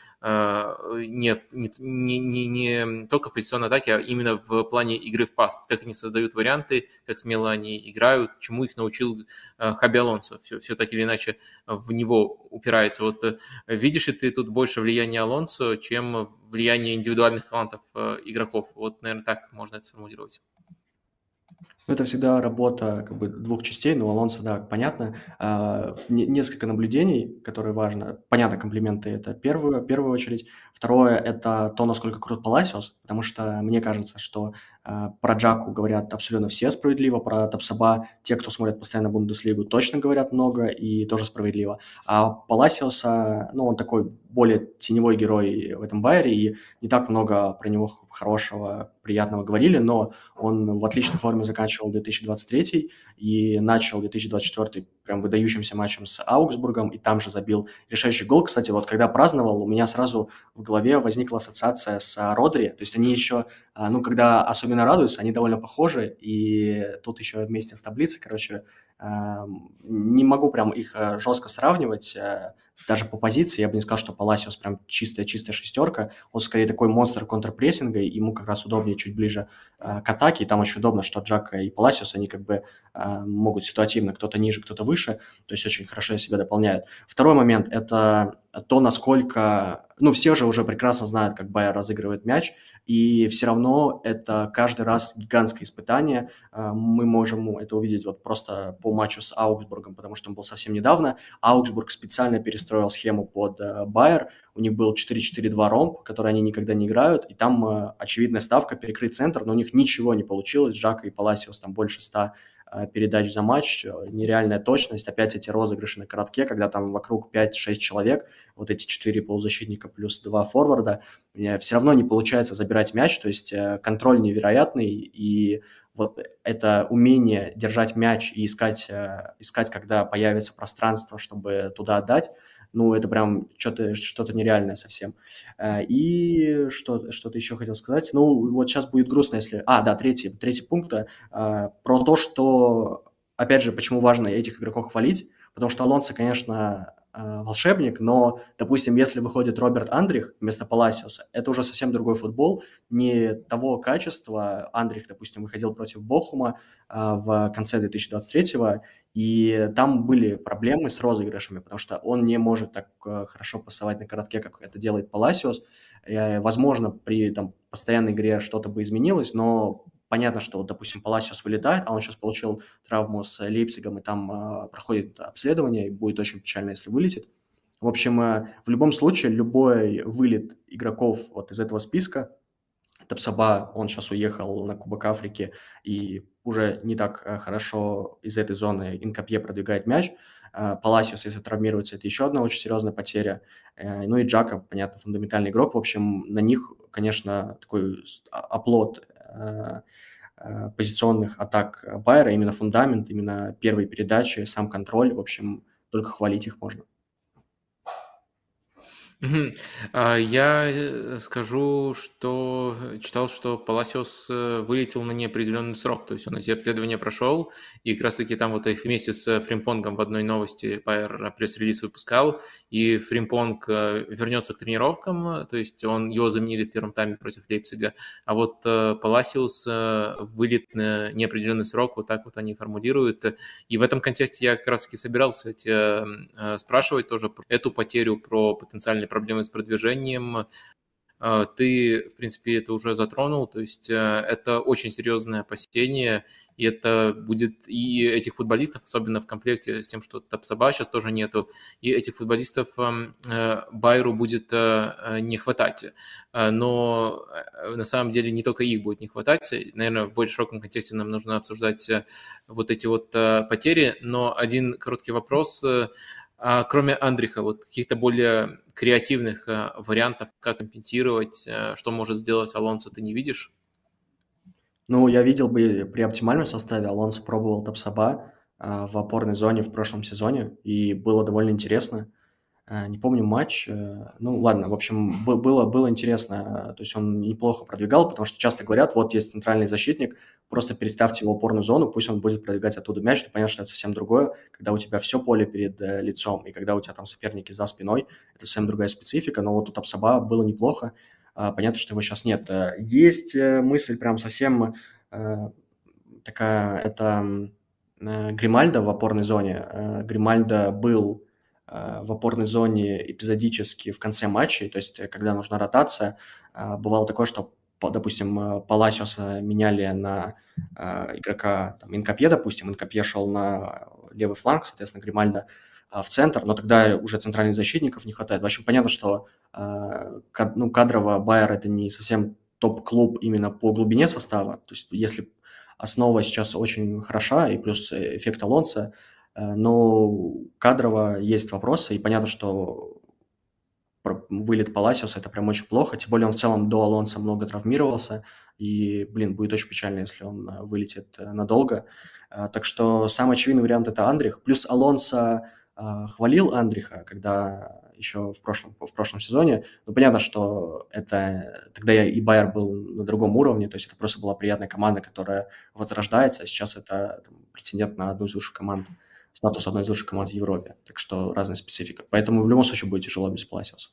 не только в позиционной атаке, а именно в плане игры в пас. Как они создают варианты, как смело они играют, чему их научил Хаби Алонсо. Все так или иначе в него упирается. Вот видишь ли ты тут больше влияния Алонсо, чем влияние индивидуальных талантов игроков? Вот, наверное, так можно это сформулировать. Ну, это всегда работа как бы двух частей, но у Алонсо, да, понятно. Несколько наблюдений, которые важно. Понятно, комплименты – это первую очередь. Второе – это то, насколько крут Паласиос, потому что мне кажется, что про Джаку говорят абсолютно все справедливо, про Тапсаба те, кто смотрит постоянно Бундеслигу, точно говорят много и тоже справедливо. А Паласиоса, ну, он такой более теневой герой в этом Байере, и не так много про него хорошего, приятного говорили, но он в отличной форме заканчивал 2023 и начал 2024 прям выдающимся матчем с Аугсбургом, и там же забил решающий гол. Кстати, вот когда праздновал, у меня сразу в голове возникла ассоциация с Родри, то есть они еще, ну, когда особенно радуются, они довольно похожи, и тут еще вместе в таблице, короче, не могу прям их жестко сравнивать, даже по позиции, я бы не сказал, что Паласиос прям чистая-чистая шестерка, он скорее такой монстр контрпрессинга, ему как раз удобнее чуть ближе к атаке, и там очень удобно, что Джака и Паласиос, они как бы могут ситуативно, кто-то ниже, кто-то выше, то есть очень хорошо себя дополняют. Второй момент – это то, насколько… Ну, все же уже прекрасно знают, как Байер разыгрывает мяч, и все равно это каждый раз гигантское испытание. Мы можем это увидеть вот просто по матчу с Аугсбургом, потому что он был совсем недавно. Аугсбург специально перестроил схему под Байер. У них был 4-4-2 ромб, который они никогда не играют, и там очевидная ставка перекрыть центр, но у них ничего не получилось. Джака и Паласиос там больше 100 передач за матч, нереальная точность, опять эти розыгрыши на коротке, когда там вокруг 5-6 человек, вот эти 4 полузащитника плюс 2 форварда, все равно не получается забирать мяч, то есть контроль невероятный, и вот это умение держать мяч и искать, когда появится пространство, чтобы туда отдать, ну, это прям что-то нереальное совсем. И что-то еще хотел сказать. Ну, вот сейчас будет грустно, если… да, третий пункт про то, что, опять же, почему важно этих игроков хвалить, потому что Алонсо, конечно, волшебник, но, допустим, если выходит Роберт Андрих вместо Паласиоса, это уже совсем другой футбол, не того качества. Андрих, допустим, выходил против Бохума в конце 2023-го, и там были проблемы с розыгрышами, потому что он не может так хорошо пасовать на коротке, как это делает Паласиос. Возможно, при там, постоянной игре что-то бы изменилось, но понятно, что, допустим, Паласиос вылетает, а он сейчас получил травму с Лейпцигом, и там проходит обследование, и будет очень печально, если вылетит. В общем, в любом случае, любой вылет игроков вот из этого списка, Тапсаба, он сейчас уехал на Кубок Африки и уже не так хорошо из этой зоны Инкапье продвигает мяч. Паласиос, если травмируется, это еще одна очень серьезная потеря. Ну и Джака, понятно, фундаментальный игрок. В общем, на них, конечно, такой оплот позиционных атак Байера, именно фундамент, именно первые передачи, сам контроль. В общем, только хвалить их можно. Мгм. Я скажу, что читал, что Паласиос вылетел на неопределенный срок, то есть он эти обследования прошел, и как раз-таки там вот их вместе с Фримпонгом в одной новости Байер пресс-релиз выпускал, и Фримпонг вернется к тренировкам, то есть его заменили в первом тайме против Лейпцига, а вот Паласиос вылет на неопределенный срок, вот так вот они формулируют, и в этом контексте я как раз-таки собирался спрашивать тоже про эту потерю, про потенциальные проблемы с продвижением. Ты, в принципе, это уже затронул, то есть это очень серьезное опасение, и это будет и этих футболистов, особенно в комплекте с тем, что Тапсаба сейчас тоже нету, и этих футболистов Байеру будет не хватать. Но на самом деле не только их будет не хватать, наверное, в более широком контексте нам нужно обсуждать вот эти вот потери, но один короткий вопрос. Кроме Андриха, вот каких-то более креативных вариантов, как компенсировать, что может сделать Алонсо, ты не видишь? Ну, я видел бы при оптимальном составе, Алонсо пробовал Тапсаба в опорной зоне в прошлом сезоне, и было довольно интересно. Не помню матч. Ну, ладно, в общем, было интересно. То есть он неплохо продвигал, потому что часто говорят, вот есть центральный защитник, просто переставьте его в опорную зону, пусть он будет продвигать оттуда мяч. Но понятно, что это совсем другое, когда у тебя все поле перед лицом, и когда у тебя там соперники за спиной, это совсем другая специфика. Но вот у Тапсаба было неплохо. Понятно, что его сейчас нет. Есть мысль прям совсем такая, это Гримальдо в опорной зоне. Гримальдо был в опорной зоне эпизодически в конце матчей, то есть когда нужна ротация. Бывало такое, что, допустим, Паласиоса меняли на игрока там, Инкапье, допустим, Инкапье шел на левый фланг, соответственно, Гримальдо в центр, но тогда уже центральных защитников не хватает. В общем, понятно, что кадрово Байер это не совсем топ-клуб именно по глубине состава. То есть если основа сейчас очень хороша, и плюс эффект Алонсо, но кадрово есть вопросы, и понятно, что вылет Паласиоса – это прям очень плохо, тем более он в целом до Алонсо много травмировался, и, будет очень печально, если он вылетит надолго. Так что самый очевидный вариант – это Андрих, плюс Алонсо хвалил Андриха, когда еще в прошлом сезоне, но понятно, что это тогда и Байер был на другом уровне, то есть это просто была приятная команда, которая возрождается, а сейчас это претендент на одну из лучших команд, статус одной из лучших команд в Европе, так что разная специфика. Поэтому в любом случае будет тяжело без Паласиоса.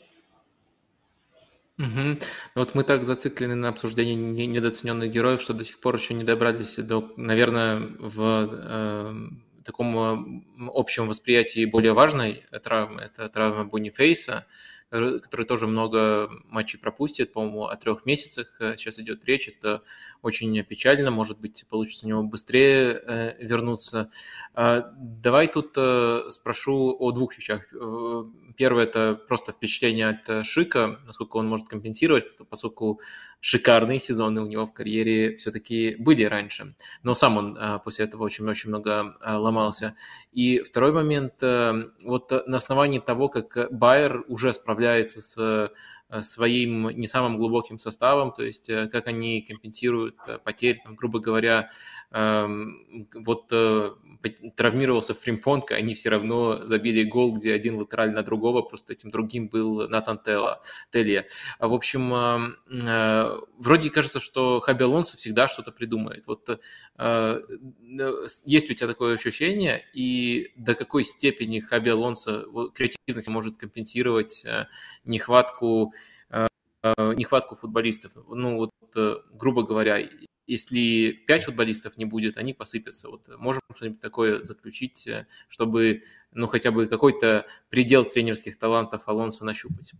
Мгм. Вот мы так зациклены на обсуждении недооцененных героев, что до сих пор еще не добрались до, наверное, в таком общем восприятии более важной травмы. Это травма Бонифейса, который тоже много матчей пропустит, по-моему, о 3 месяцах сейчас идет речь. Это очень печально, может быть, получится у него быстрее вернуться. Давай тут спрошу о двух вещах. Первое – это просто впечатление от Шика, насколько он может компенсировать, поскольку шикарные сезоны у него в карьере все-таки были раньше. Но сам он после этого очень-очень много ломался. И второй момент, вот на основании того, как Байер уже справляется с своим не самым глубоким составом, то есть как они компенсируют потери, там, грубо говоря, вот травмировался Фримпонг, они все равно забили гол, где один латераль на другого, просто этим другим был Натан Телия. В общем, вроде кажется, что Хаби Алонсо всегда что-то придумает. Вот есть у тебя такое ощущение, и до какой степени Хаби Алонсо креативность может компенсировать нехватку футболистов? Ну вот, грубо говоря, если 5 футболистов не будет, они посыпятся. Вот можем что-нибудь такое заключить, чтобы, ну, хотя бы какой-то предел тренерских талантов Алонсо нащупать?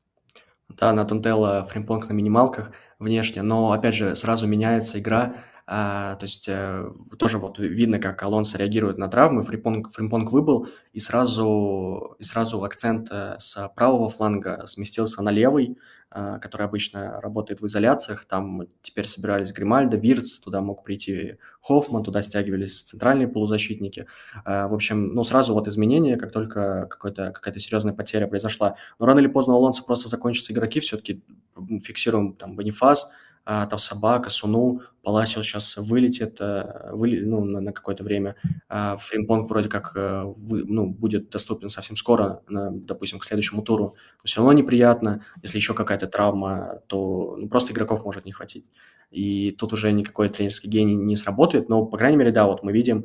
Да, Натан Телла, Фримпонг на минималках внешне, но, опять же, сразу меняется игра. То есть тоже вот видно, как Алонсо реагирует на травмы. Фримпонг выбыл, и сразу акцент с правого фланга сместился на левый, который обычно работает в изоляциях. Там теперь собирались Гримальдо, Виртс, туда мог прийти Хоффман, туда стягивались центральные полузащитники. В общем, ну, сразу вот изменения, как только какая-то серьезная потеря произошла. Но рано или поздно у Алонсо просто закончатся игроки, все-таки фиксируем там Бонифас, Тавсаба, Касуну, Паласио сейчас вылетит ну, на какое-то время. Фримпонг вроде как будет доступен совсем скоро, допустим, к следующему туру. Но все равно неприятно. Если еще какая-то травма, то просто игроков может не хватить. И тут уже никакой тренерский гений не сработает. Но, по крайней мере, да, вот мы видим,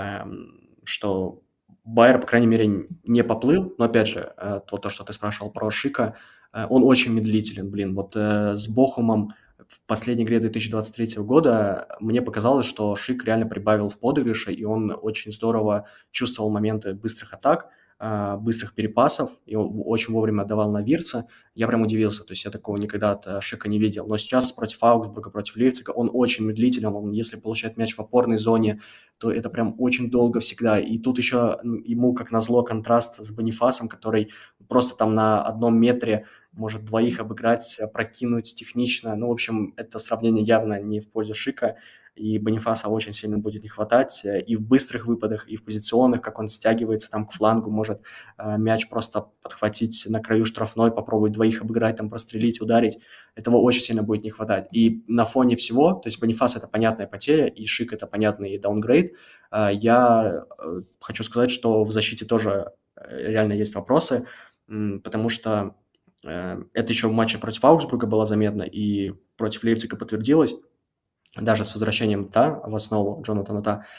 что Байер, по крайней мере, не поплыл. Но, опять же, то, что ты спрашивал про Шика, он очень медлителен, блин. Вот с Бохумом в последней игре 2023 года мне показалось, что Шик реально прибавил в подыгрыше, и он очень здорово чувствовал моменты быстрых атак, быстрых перепасов, и он очень вовремя отдавал на Вирца. Я прям удивился, то есть я такого никогда от Шика не видел. Но сейчас против Аугсбурга, против Лейпцига он очень медлителен, он если получает мяч в опорной зоне, то это прям очень долго всегда. И тут еще ему, как назло, контраст с Бонифасом, который просто там на 1 метре может двоих обыграть, прокинуть технично. Ну, в общем, это сравнение явно не в пользу Шика, и Бонифаса очень сильно будет не хватать и в быстрых выпадах, и в позиционных, как он стягивается там к флангу, может мяч просто подхватить на краю штрафной, попробовать двоих обыграть, там прострелить, ударить. Этого очень сильно будет не хватать. И на фоне всего, то есть Бонифас – это понятная потеря, и Шик – это понятный даунгрейд, я хочу сказать, что в защите тоже реально есть вопросы, потому что это еще в матче против Аугсбурга было заметно, и против Лейпцига подтвердилось, даже с возвращением в основу Джонатана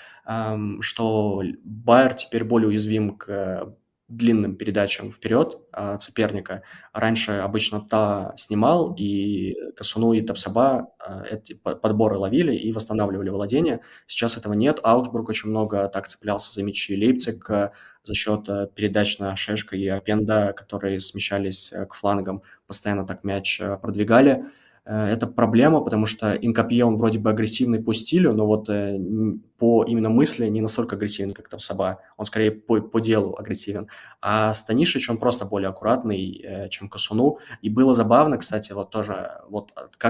что Байер теперь более уязвим к длинным передачам вперед от соперника. Раньше обычно снимал, и Касуну и Тапсаба эти подборы ловили и восстанавливали владение. Сейчас этого нет. Аугсбург очень много так цеплялся за мячи. Лейпциг за счет передач на Шешка и Апенда, которые смещались к флангам, постоянно так мяч продвигали. Это проблема, потому что Инкапье, он вроде бы агрессивный по стилю, но вот по именно мысли не настолько агрессивен, как Тавсаба. Он скорее по делу агрессивен. А Станишич, он просто более аккуратный, чем Касуну. И было забавно, кстати, вот тоже, вот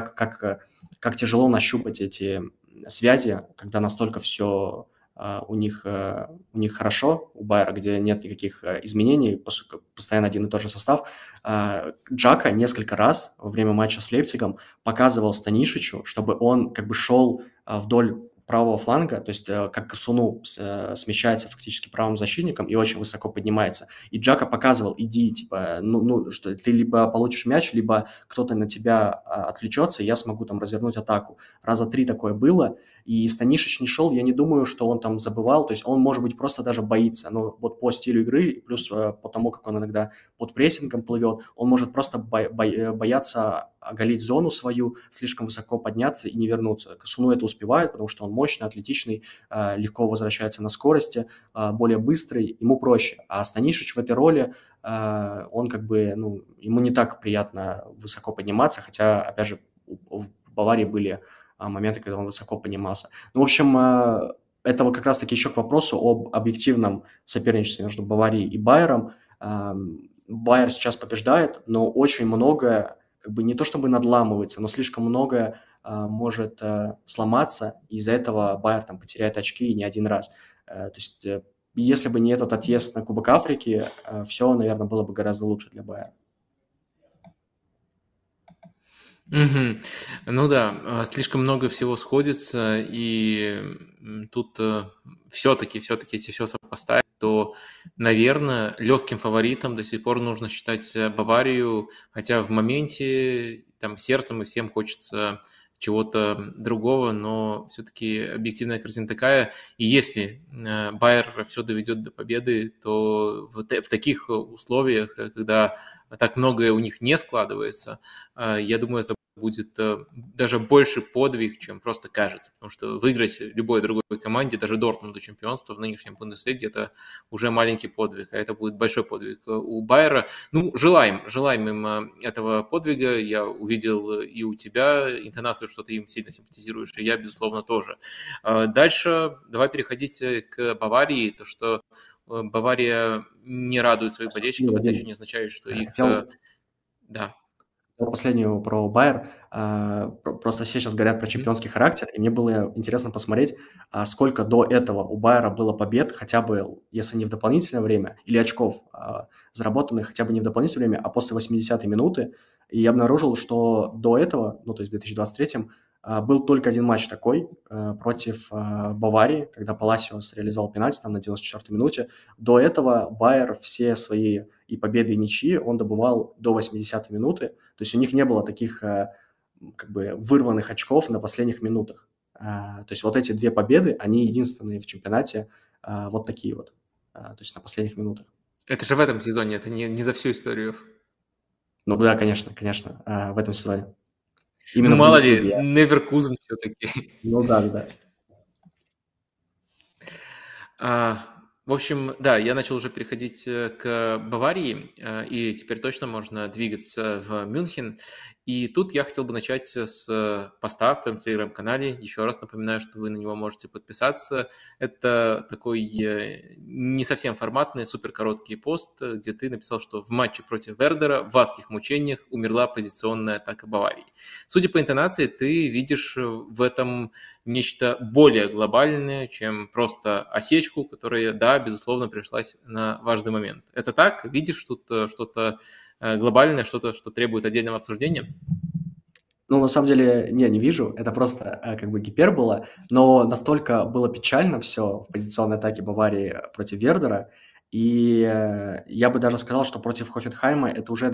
как тяжело нащупать эти связи, когда настолько все у них хорошо, у Байера, где нет никаких изменений, постоянно один и тот же состав. Джака несколько раз во время матча с Лейпцигом показывал Станишичу, чтобы он как бы шел вдоль правого фланга, то есть как Касуну смещается фактически правым защитником и очень высоко поднимается. И Джака показывал, иди, типа, что ты либо получишь мяч, либо кто-то на тебя отвлечется, и я смогу там развернуть атаку. Раза 3 такое было, и Станишич не шел, я не думаю, что он там забывал, то есть он, может быть, просто даже боится, но вот по стилю игры, плюс по тому, как он иногда под прессингом плывет, он может просто бояться оголить зону свою, слишком высоко подняться и не вернуться. Касуну это успевает, потому что он мощный, атлетичный, легко возвращается на скорости, более быстрый, ему проще. А Станишич в этой роли, он как бы, ему не так приятно высоко подниматься, хотя, опять же, в Баварии были моменты, когда он высоко поднимался. В общем, это как раз-таки еще к вопросу об объективном соперничестве между Баварией и Байером. Байер сейчас побеждает, но очень многое, как бы не то чтобы надламывается, но слишком многое может сломаться, и из-за этого Байер там потеряет очки и не один раз. То есть, если бы не этот отъезд на Кубок Африки, все, наверное, было бы гораздо лучше для Байера. Угу. Ну да, слишком много всего сходится, и тут все-таки, если все сопоставить, то, наверное, легким фаворитом до сих пор нужно считать Баварию, хотя в моменте там сердцем и всем хочется чего-то другого, но все-таки объективная картина такая. И если Байер все доведет до победы, то в таких условиях, когда так многое у них не складывается, я думаю, это будет даже больше подвиг, чем просто кажется. Потому что выиграть любой другой команде, даже Дортмунду чемпионство в нынешнем Бундеслиге, это уже маленький подвиг, а это будет большой подвиг у Байера. Ну, желаем им этого подвига. Я увидел и у тебя интонацию, что ты им сильно симпатизируешь, и я, безусловно, тоже. Дальше давай переходить к Баварии. То, что Бавария не радует своих болельщиков, это еще не означает, что их... Хотел Да. последнюю про Байер. Просто все сейчас говорят про чемпионский характер, и мне было интересно посмотреть, сколько до этого у Байера было побед, хотя бы, если не в дополнительное время, или очков, заработанных хотя бы не в дополнительное время, а после 80-й минуты. И я обнаружил, что до этого, ну, то есть в 2023-м, был только один матч такой против Баварии, когда Паласиос реализовал пенальти там на 94-й минуте. До этого Байер все свои и победы, и ничьи он добывал до 80-й минуты. То есть у них не было таких как бы вырванных очков на последних минутах. То есть вот эти две победы, они единственные в чемпионате вот такие вот, то есть на последних минутах. Это же в этом сезоне, это не за всю историю. Ну да, конечно, в этом сезоне. Именно Ну, в мало ли, Бундеслиге. Неверкузен все-таки. Ну да. В общем, да, я начал уже переходить к Баварии, и теперь точно можно двигаться в Мюнхен. И тут я хотел бы начать с поста в твоем телеграм-канале. Еще раз напоминаю, что вы на него можете подписаться. Это такой не совсем форматный, суперкороткий пост, где ты написал, что в матче против Вердера в адских мучениях умерла позиционная атака Баварии. Судя по интонации, ты видишь в этом нечто более глобальное, чем просто осечку, которая, да, безусловно, пришлась на важный момент. Это так? Видишь тут что-то глобальное, что-то, что требует отдельного обсуждения? Ну, на самом деле, не вижу. Это просто как бы гипербола. Но настолько было печально все в позиционной атаке Баварии против Вердера. И я бы даже сказал, что против Хофенхайма это уже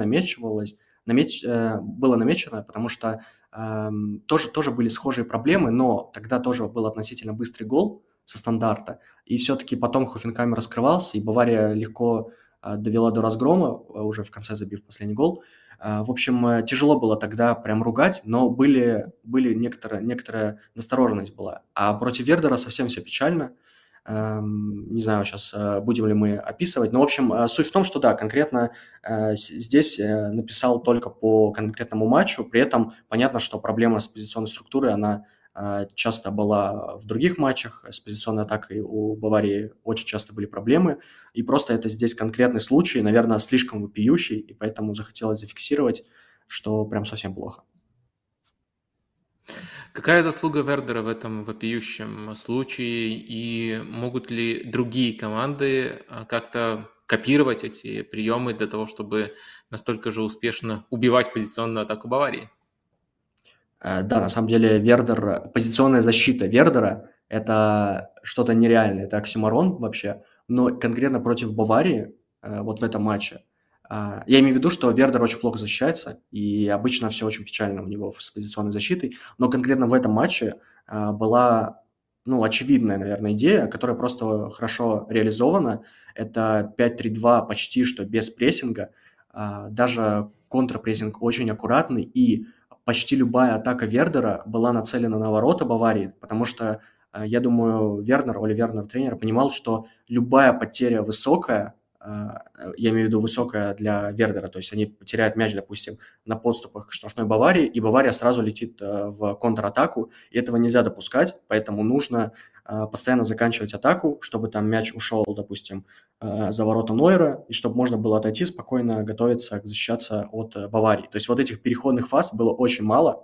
было намечено, потому что тоже были схожие проблемы, но тогда тоже был относительно быстрый гол со стандарта. И все-таки потом Хофенхайм раскрывался, и Бавария легко довела до разгрома, уже в конце забив последний гол. В общем, тяжело было тогда прям ругать, но были некоторая настороженность была. А против Вердера совсем все печально. Не знаю сейчас, будем ли мы описывать. Но, в общем, суть в том, что да, конкретно здесь написал только по конкретному матчу. При этом понятно, что проблема с позиционной структурой, она часто была в других матчах. С позиционной атакой у Баварии очень часто были проблемы. И просто это здесь конкретный случай, наверное, слишком вопиющий, и поэтому захотелось зафиксировать, что прям совсем плохо. Какая заслуга Вердера в этом вопиющем случае, и могут ли другие команды как-то копировать эти приемы для того, чтобы настолько же успешно убивать позиционную атаку Баварии? Да, на самом деле позиционная защита Вердера – это что-то нереальное, это оксюморон вообще. Но конкретно против Баварии, вот в этом матче, я имею в виду, что Вердер очень плохо защищается, и обычно все очень печально у него с позиционной защитой. Но конкретно в этом матче была, ну, очевидная, наверное, идея, которая просто хорошо реализована. Это 5-3-2 почти что без прессинга. Даже контрпрессинг очень аккуратный, и почти любая атака Вердера была нацелена на ворота Баварии, потому что, я думаю, Оли Вернер, тренер, понимал, что любая потеря высокая, я имею в виду высокая для Вердера, то есть они потеряют мяч, допустим, на подступах к штрафной Баварии, и Бавария сразу летит в контратаку, и этого нельзя допускать, поэтому нужно постоянно заканчивать атаку, чтобы там мяч ушел, допустим, за ворота Нойера, и чтобы можно было отойти спокойно, готовиться защищаться от Баварии. То есть вот этих переходных фаз было очень мало.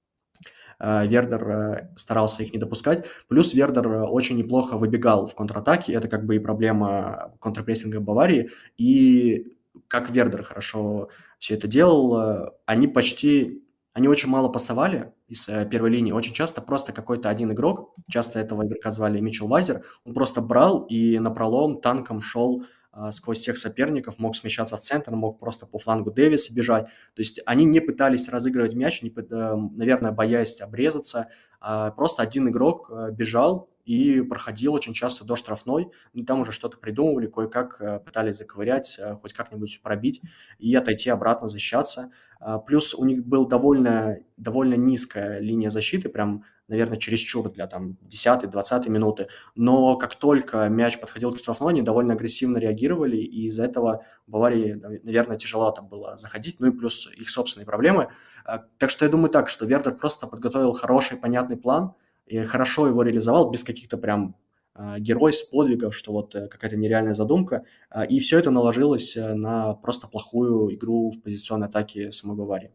Вердер старался их не допускать. Плюс Вердер очень неплохо выбегал в контратаке. Это как бы и проблема контрпрессинга Баварии. И как Вердер хорошо все это делал, они очень мало пасовали из первой линии. Очень часто просто какой-то один игрок, часто этого игрока звали Митчел Вайзер, он просто брал и напролом танком шел сквозь всех соперников, мог смещаться в центр, мог просто по флангу Дэвиса бежать. То есть они не пытались разыгрывать мяч, наверное, боясь обрезаться. Просто один игрок бежал, и проходил очень часто до штрафной, и там уже что-то придумывали, кое-как пытались заковырять, хоть как-нибудь пробить и отойти обратно, защищаться. Плюс у них была довольно низкая линия защиты, прям, наверное, чересчур для там 10-20 минуты, но как только мяч подходил к штрафной, они довольно агрессивно реагировали, и из-за этого Баварии, наверное, тяжело там было заходить, ну и плюс их собственные проблемы. Так что я думаю так, что Вердер просто подготовил хороший, понятный план, и хорошо его реализовал, без каких-то прям геройств, подвигов, что вот какая-то нереальная задумка, и все это наложилось на просто плохую игру в позиционной атаке самой Баварии.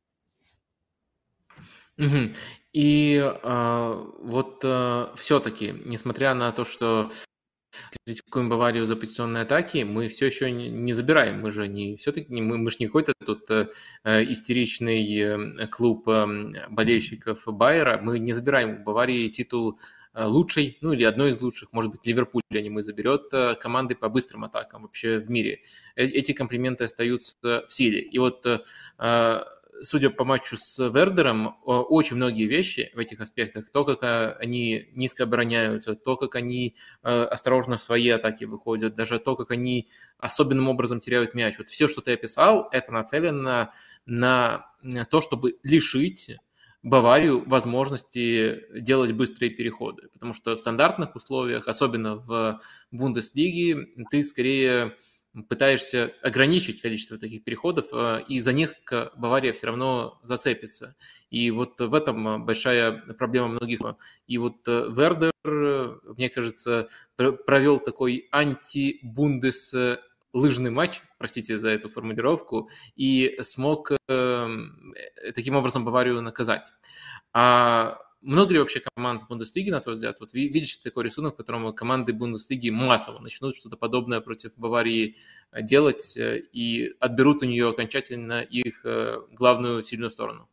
Мгм. И вот все-таки, несмотря на то, что критикуем Баварию за позиционные атаки, мы все еще не забираем. Мы же не все-таки мы же не какой-то тут истеричный клуб болельщиков Байера. Мы не забираем у Баварии титул лучшей, ну или одной из лучших, может быть, Ливерпуль не заберет команды по быстрым атакам вообще в мире. Эти комплименты остаются в силе. И вот судя по матчу с Вердером, очень многие вещи в этих аспектах, то, как они низко обороняются, то, как они осторожно в свои атаки выходят, даже то, как они особенным образом теряют мяч. Вот все, что ты описал, это нацелено на то, чтобы лишить Баварию возможности делать быстрые переходы. Потому что в стандартных условиях, особенно в Бундеслиге, ты скорее пытаешься ограничить количество таких переходов, и за несколько Бавария все равно зацепится. И вот в этом большая проблема многих. И вот Вердер, мне кажется, провел такой анти-бундес лыжный матч, простите за эту формулировку, и смог таким образом Баварию наказать. А много ли вообще команд Бундеслиги, на твой взгляд? Вот видишь такой рисунок, в котором команды Бундеслиги массово начнут что-то подобное против Баварии делать и отберут у нее окончательно их главную сильную сторону?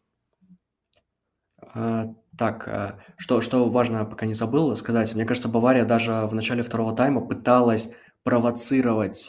Что важно, пока не забыл сказать, мне кажется, Бавария даже в начале второго тайма пыталась провоцировать,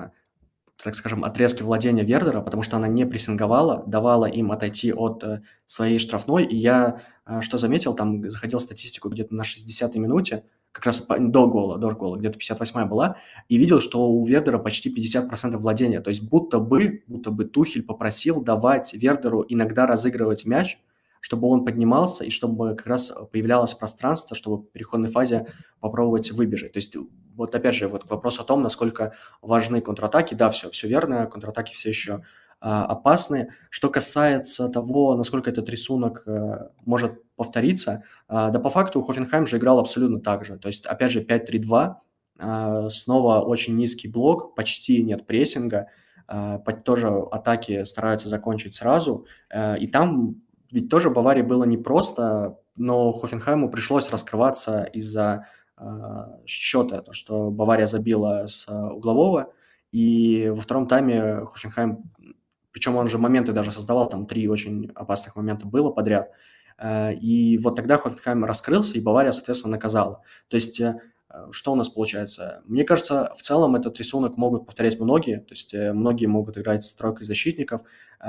так скажем, отрезки владения Вердера, потому что она не прессинговала, давала им отойти от своей штрафной. И я что заметил, там заходил статистику где-то на 60-й минуте, как раз до гола, где-то 58-я была, и видел, что у Вердера почти 50% владения. То есть будто бы Тухель попросил давать Вердеру иногда разыгрывать мяч, чтобы он поднимался и чтобы как раз появлялось пространство, чтобы в переходной фазе попробовать выбежать. То есть вот опять же вот вопрос о том, насколько важны контратаки. Да, все верно, контратаки все еще опасны. Что касается того, насколько этот рисунок может повториться, да по факту Хофенхайм же играл абсолютно так же. То есть опять же 5-3-2, снова очень низкий блок, почти нет прессинга, тоже атаки стараются закончить сразу, и там ведь тоже Баварии было непросто, но Хофенхайму пришлось раскрываться из-за счета, то, что Бавария забила с углового, и во втором тайме Хофенхайм, причем он же моменты даже создавал, там 3 очень опасных момента было подряд, и вот тогда Хофенхайм раскрылся, и Бавария, соответственно, наказала. То есть что у нас получается? Мне кажется, в целом этот рисунок могут повторять многие, то есть многие могут играть с тройкой защитников.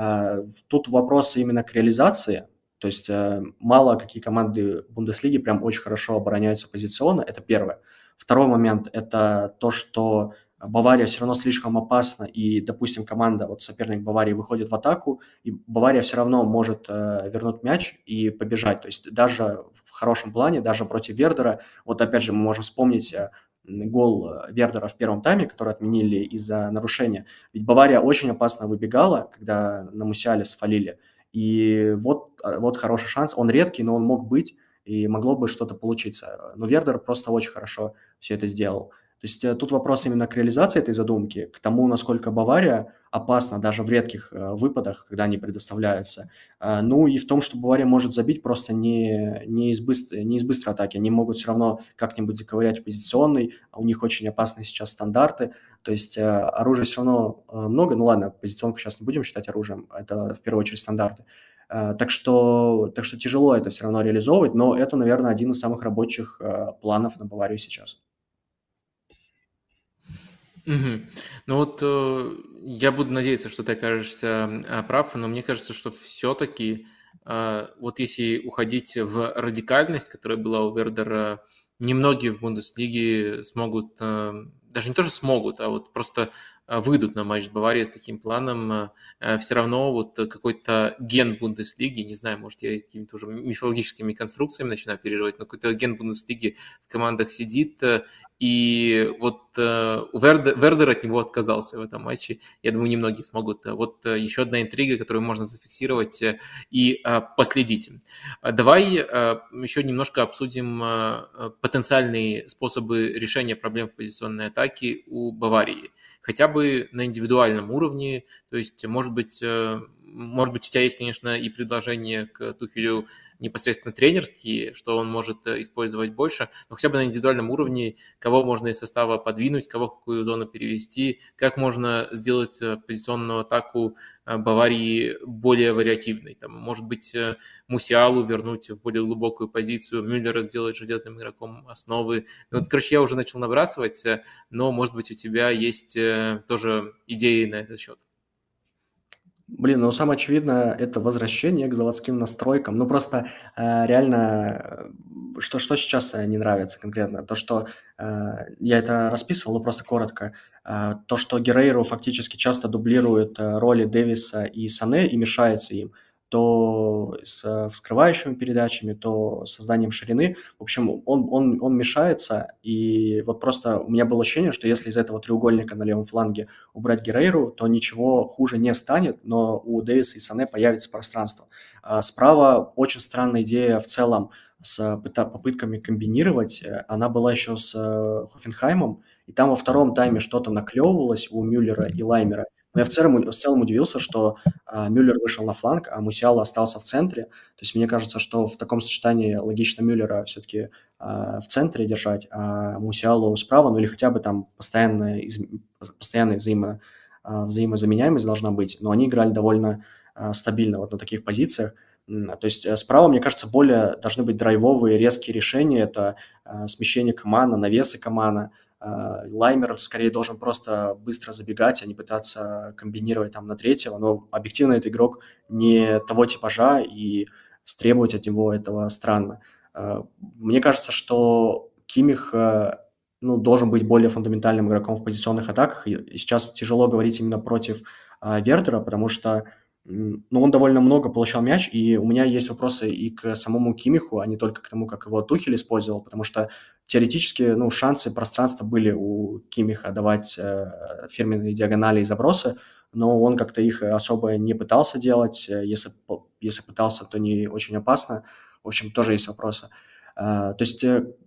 Тут вопрос именно к реализации, то есть мало какие команды Бундеслиги прям очень хорошо обороняются позиционно, это первое. Второй момент – это то, что Бавария все равно слишком опасна, и, допустим, команда, вот соперник Баварии выходит в атаку, и Бавария все равно может вернуть мяч и побежать. То есть даже в хорошем плане, даже против Вердера, вот опять же мы можем вспомнить гол Вердера в первом тайме, который отменили из-за нарушения. Ведь Бавария очень опасно выбегала, когда на Мусиале сфалили. И вот хороший шанс, он редкий, но он мог быть, и могло бы что-то получиться. Но Вердер просто очень хорошо все это сделал. То есть тут вопрос именно к реализации этой задумки, к тому, насколько Бавария опасна даже в редких выпадах, когда они предоставляются. Ну и в том, что Бавария может забить просто не из быстрой атаки. Они могут все равно как-нибудь заковырять в позиционный, а у них очень опасные сейчас стандарты. То есть оружия все равно много. Ну ладно, позиционку сейчас не будем считать оружием, это в первую очередь стандарты. Так что тяжело это все равно реализовывать, но это, наверное, один из самых рабочих планов на Баварию сейчас. Мгм. Ну вот я буду надеяться, что ты окажешься прав, но мне кажется, что все-таки вот если уходить в радикальность, которая была у Вердера немногие в Бундеслиге смогут, даже не то, что смогут, а вот просто выйдут на матч с Баварией с таким планом. Все равно вот какой-то ген Бундеслиги, не знаю, может, я какими-то уже мифологическими конструкциями начинаю оперировать, но какой-то ген Бундеслиги в командах сидит, и вот Вердер от него отказался в этом матче. Я думаю, немногие смогут. Вот еще одна интрига, которую можно зафиксировать и последить. Давай еще немножко обсудим потенциальные способы решения проблем в позиционной атаке у Баварии. Хотя бы на индивидуальном уровне. То есть, может быть, у тебя есть, конечно, и предложения к Тухелю непосредственно тренерские, что он может использовать больше, но хотя бы на индивидуальном уровне, кого можно из состава подвинуть, кого в какую зону перевести, как можно сделать позиционную атаку Баварии более вариативной. Там, может быть, Мусиалу вернуть в более глубокую позицию, Мюллера сделать железным игроком основы. Ну, вот, короче, я уже начал набрасывать, но, может быть, у тебя есть тоже идеи на этот счет. Блин, ну самое очевидное – это возвращение к заводским настройкам. Ну просто реально, что сейчас не нравится конкретно? То, что я это расписывал, но просто коротко. То, что Геррейру фактически часто дублирует роли Дэвиса и Сане и мешается им. То с вскрывающими передачами, то с созданием ширины. В общем, он мешается. И вот просто у меня было ощущение, что если из этого треугольника на левом фланге убрать Геррейру, то ничего хуже не станет, но у Дэвиса и Сане появится пространство. Справа очень странная идея в целом с попытками комбинировать. Она была еще с Хофенхаймом, и там во втором тайме что-то наклевывалось у Мюллера и Лаймера. Но я в целом удивился, что Мюллер вышел на фланг, а Мусиала остался в центре. То есть мне кажется, что в таком сочетании логично Мюллера все-таки в центре держать, а Мусиалу справа, ну или хотя бы там постоянная взаимозаменяемость должна быть, но они играли довольно стабильно вот на таких позициях. То есть справа, мне кажется, более должны быть драйвовые, резкие решения. Это смещение Комана, навесы Комана. Лаймер скорее должен просто быстро забегать, а не пытаться комбинировать там на третьего. Но объективно это игрок не того типажа, и требовать от него этого странно. Мне кажется, что Кимих должен быть более фундаментальным игроком в позиционных атаках. И сейчас тяжело говорить именно против Вердера, потому что он довольно много получал мяч, и у меня есть вопросы и к самому Кимиху, а не только к тому, как его Тухель использовал, потому что теоретически шансы, пространства были у Кимиха давать фирменные диагонали и забросы, но он как-то их особо не пытался делать. Если пытался, то не очень опасно. В общем, тоже есть вопросы. То есть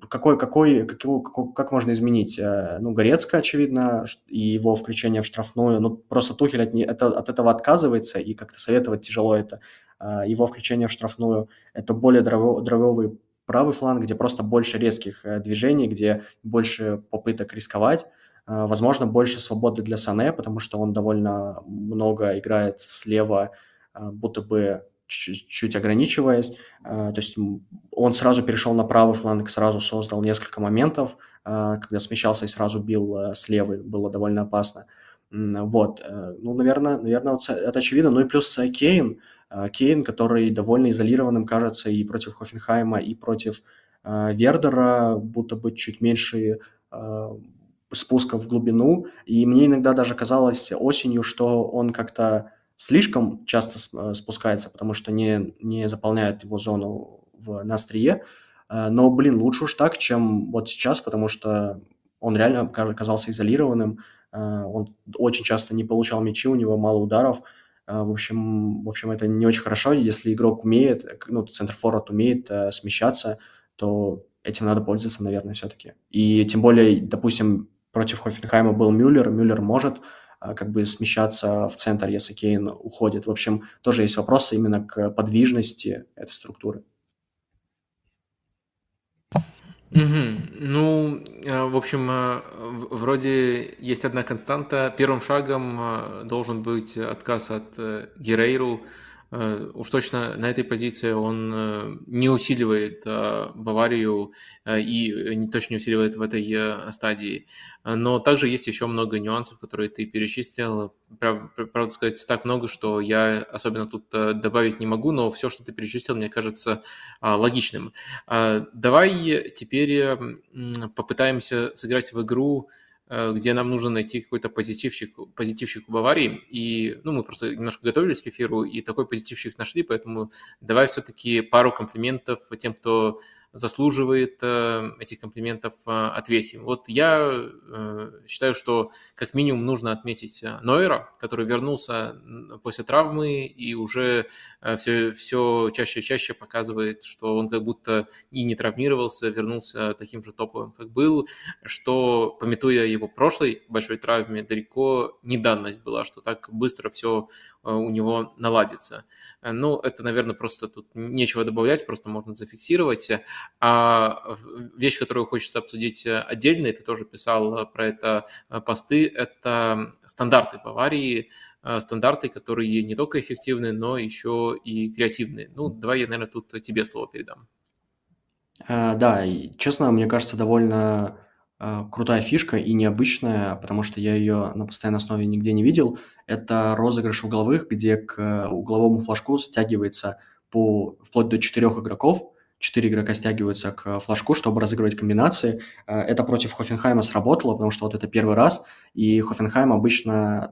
как можно изменить? Горецко, очевидно, и его включение в штрафную. Просто Тухель от этого отказывается, и как-то советовать тяжело это. Его включение в штрафную – это более драйвовый правый фланг, где просто больше резких движений, где больше попыток рисковать. Возможно, больше свободы для Сане, потому что он довольно много играет слева, будто бы чуть-чуть ограничиваясь. То есть он сразу перешел на правый фланг, сразу создал несколько моментов, когда смещался и сразу бил с левой, было довольно опасно. Вот, наверное, это очевидно. Ну и плюс Кейн, который довольно изолированным кажется и против Хофенхайма, и против Вердера, будто бы чуть меньше спусков в глубину. И мне иногда даже казалось осенью, что он как-то слишком часто спускается, потому что не заполняет его зону на острие. Но, лучше уж так, чем вот сейчас, потому что он реально казался изолированным. Он очень часто не получал мячи, у него мало ударов. В общем, это не очень хорошо. Если игрок умеет, центр-форвард умеет смещаться, то этим надо пользоваться, наверное, все-таки. И тем более, допустим, против Хофенхайма был Мюллер. Мюллер может смещаться в центр, если Кейн уходит. В общем, тоже есть вопросы именно к подвижности этой структуры. В общем, вроде есть одна константа. Первым шагом должен быть отказ от Геррейру. Уж точно на этой позиции он не усиливает Баварию и точно не усиливает в этой стадии. Но также есть еще много нюансов, которые ты перечислил. Правда сказать, так много, что я особенно тут добавить не могу, но все, что ты перечислил, мне кажется логичным. Давай теперь попытаемся сыграть в игру, где нам нужно найти какой-то позитивчик у Баварии. И, мы просто немножко готовились к эфиру, и такой позитивчик нашли, поэтому давай все-таки пару комплиментов тем, кто заслуживает этих комплиментов, отвесим. Вот я считаю, что как минимум нужно отметить Нойера, который вернулся после травмы и уже все чаще и чаще показывает, что он как будто и не травмировался, вернулся таким же топовым, как был, что, памятуя его прошлой большой травме, далеко не данность была, что так быстро все у него наладится. Это, наверное, просто тут нечего добавлять, просто можно зафиксировать. А вещь, которую хочется обсудить отдельно, и ты тоже писал про это посты, это стандарты Баварии, стандарты, которые не только эффективны, но еще и креативны. Давай я, наверное, тут тебе слово передам. Да, и честно, мне кажется, довольно крутая фишка и необычная, потому что я ее на постоянной основе нигде не видел. Это розыгрыш угловых, где к угловому флажку стягивается вплоть до 4 игроков. 4 игрока стягиваются к флажку, чтобы разыгрывать комбинации. Это против Хофенхайма сработало, потому что вот это первый раз, и Хофенхайм обычно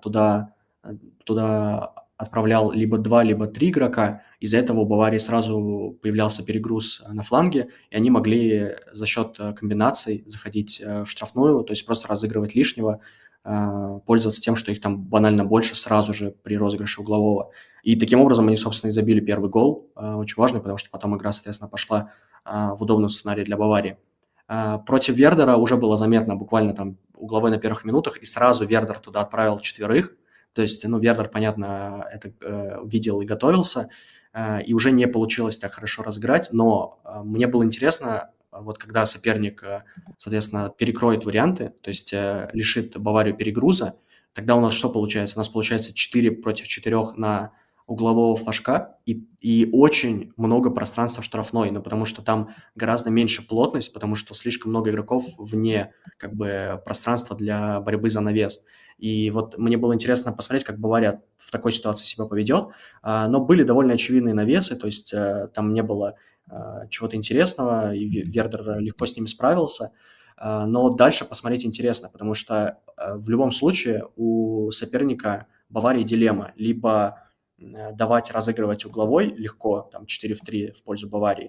туда отправлял либо 2, либо 3 игрока. Из-за этого у Баварии сразу появлялся перегруз на фланге, и они могли за счет комбинаций заходить в штрафную, то есть просто разыгрывать лишнего, пользоваться тем, что их там банально больше сразу же при розыгрыше углового. И таким образом они, собственно, и забили первый гол, очень важный, потому что потом игра, соответственно, пошла в удобном сценарии для Баварии. Против Вердера уже было заметно буквально там угловой на первых минутах, и сразу Вердер туда отправил 4. То есть, Вердер, понятно, это видел и готовился, и уже не получилось так хорошо разыграть, но мне было интересно, вот когда соперник, соответственно, перекроет варианты, то есть лишит Баварию перегруза, тогда у нас что получается? У нас получается 4 против 4 на углового флажка и очень много пространства в штрафной, потому что там гораздо меньше плотность, потому что слишком много игроков вне пространства для борьбы за навес. И вот мне было интересно посмотреть, как Бавария в такой ситуации себя поведет, но были довольно очевидные навесы, то есть там не было чего-то интересного, и Вердер легко с ними справился. Но дальше посмотреть интересно, потому что в любом случае у соперника Баварии дилемма: либо давать разыгрывать угловой легко, там 4-3 в пользу Баварии,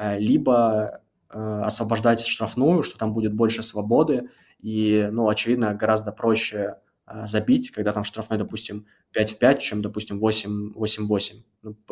либо освобождать штрафную, что там будет больше свободы, и, очевидно, гораздо проще забить, когда там штрафной, допустим, 5-5, чем, допустим, 8-8.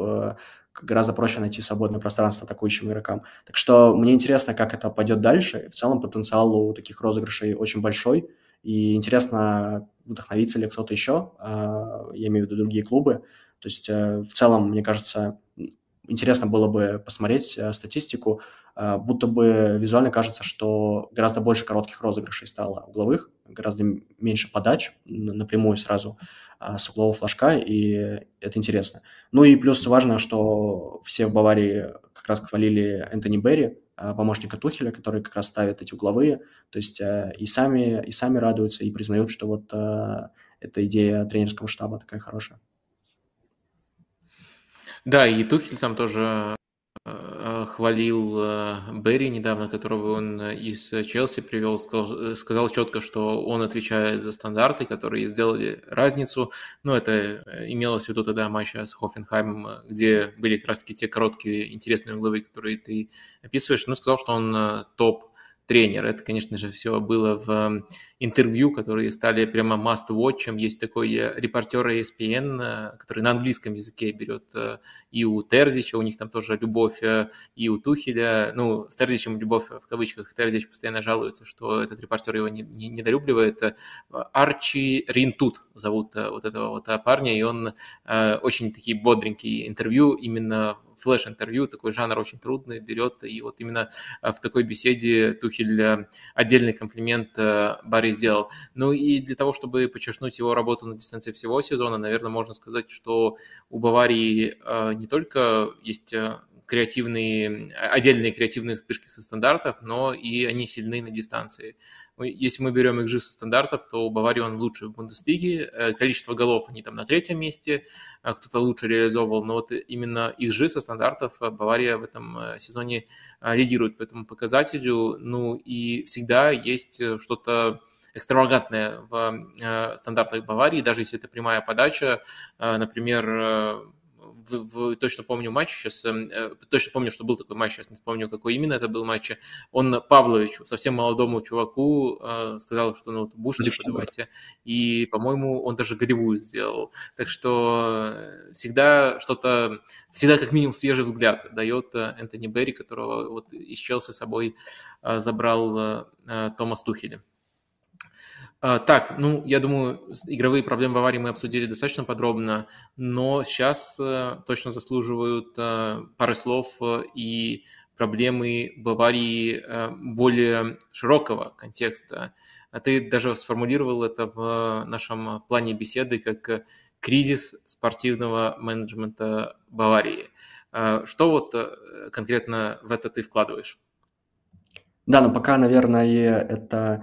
Гораздо проще найти свободное пространство атакующим игрокам. Так что мне интересно, как это пойдет дальше. В целом потенциал у таких розыгрышей очень большой, и интересно, вдохновится ли кто-то еще, я имею в виду другие клубы. То есть в целом, мне кажется, интересно было бы посмотреть статистику, будто бы визуально кажется, что гораздо больше коротких розыгрышей стало угловых, гораздо меньше подач напрямую сразу с углового флажка, и это интересно. И плюс важно, что все в Баварии как раз хвалили Энтони Берри, помощника Тухеля, который как раз ставит эти угловые, то есть и сами радуются, и признают, что вот эта идея тренерского штаба такая хорошая. Да, и Тухель сам тоже хвалил Берри недавно, которого он из Челси привел, сказал четко, что он отвечает за стандарты, которые сделали разницу. Это имелось в виду тогда матча с Хофенхаймом, где были как раз-таки те короткие интересные угловые, которые ты описываешь. Сказал, что он топ-тренер. Это, конечно же, все было в интервью, которые стали прямо must-watch. Есть такой репортер ESPN, который на английском языке берет и у Терзича, у них там тоже любовь, и у Тухеля. С Терзичем любовь в кавычках. Терзич постоянно жалуется, что этот репортер его недолюбливает. Арчи Ринтут зовут вот этого вот парня, и он очень такие бодренькие интервью именно флеш-интервью, такой жанр очень трудный, берет, и вот именно в такой беседе Тухель отдельный комплимент Барри сделал. Ну и для того, чтобы подчеркнуть его работу на дистанции всего сезона, наверное, можно сказать, что у Баварии не только есть отдельные креативные вспышки со стандартов, но и они сильны на дистанции. Если мы берем XG со стандартов, то у Баварии он лучше в Бундеслиге. Количество голов они там на 3-м месте, кто-то лучше реализовывал, но вот именно XG со стандартов Бавария в этом сезоне лидирует по этому показателю. Ну и всегда есть что-то экстравагантное в стандартах Баварии, даже если это прямая подача. Например, точно помню матч сейчас, точно помню, что был такой матч, сейчас не вспомню, какой именно это был матч. Он Павловичу, совсем молодому чуваку, сказал, что ну, будешь ты подавать. И, по-моему, он даже голевую сделал. Так что всегда как минимум свежий взгляд дает Энтони Берри, которого вот из Челси с собой забрал Томас Тухель. Так, ну, я думаю, игровые проблемы Баварии мы обсудили достаточно подробно, но сейчас точно заслуживают пары слов и проблемы Баварии более широкого контекста. А ты даже сформулировал это в нашем плане беседы как кризис спортивного менеджмента Баварии. Что вот конкретно в это ты вкладываешь? Да, но пока, наверное, это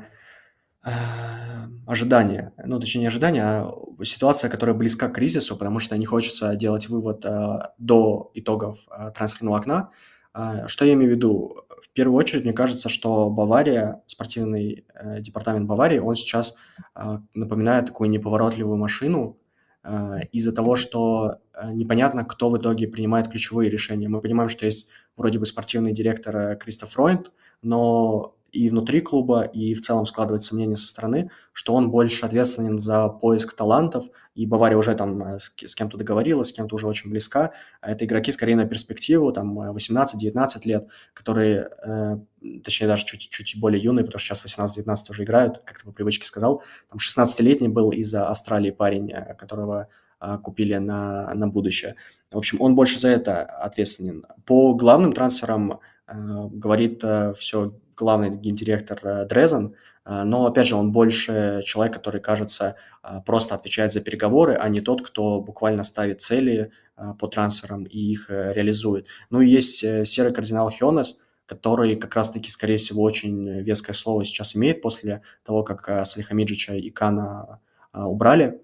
ожидание, ну, точнее, не ожидание, а ситуация, которая близка к кризису, потому что не хочется делать вывод до итогов трансферного окна. Что я имею в виду? В первую очередь, мне кажется, что Бавария, спортивный департамент Баварии, он сейчас напоминает такую неповоротливую машину из-за того, что непонятно, кто в итоге принимает ключевые решения. Мы понимаем, что есть вроде бы спортивный директор Кристоф Фройнд, но и внутри клуба, и в целом складывается мнение со стороны, что он больше ответственен за поиск талантов, и Бавария уже там с кем-то договорилась, с кем-то уже очень близка, а это игроки скорее на перспективу, там 18-19 лет, которые, точнее даже чуть более юные, потому что сейчас 18-19 уже играют, как ты по привычке сказал, там 16-летний был из Австралии парень, которого купили на будущее. В общем, он больше за это ответственен. По главным трансферам говорит все главный гендиректор Дрезен, но, опять же, он больше человек, который, кажется, просто отвечает за переговоры, а не тот, кто буквально ставит цели по трансферам и их реализует. Ну и есть серый кардинал Хёнес, который как раз-таки, скорее всего, очень веское слово сейчас имеет после того, как Салихамиджича и Кана убрали.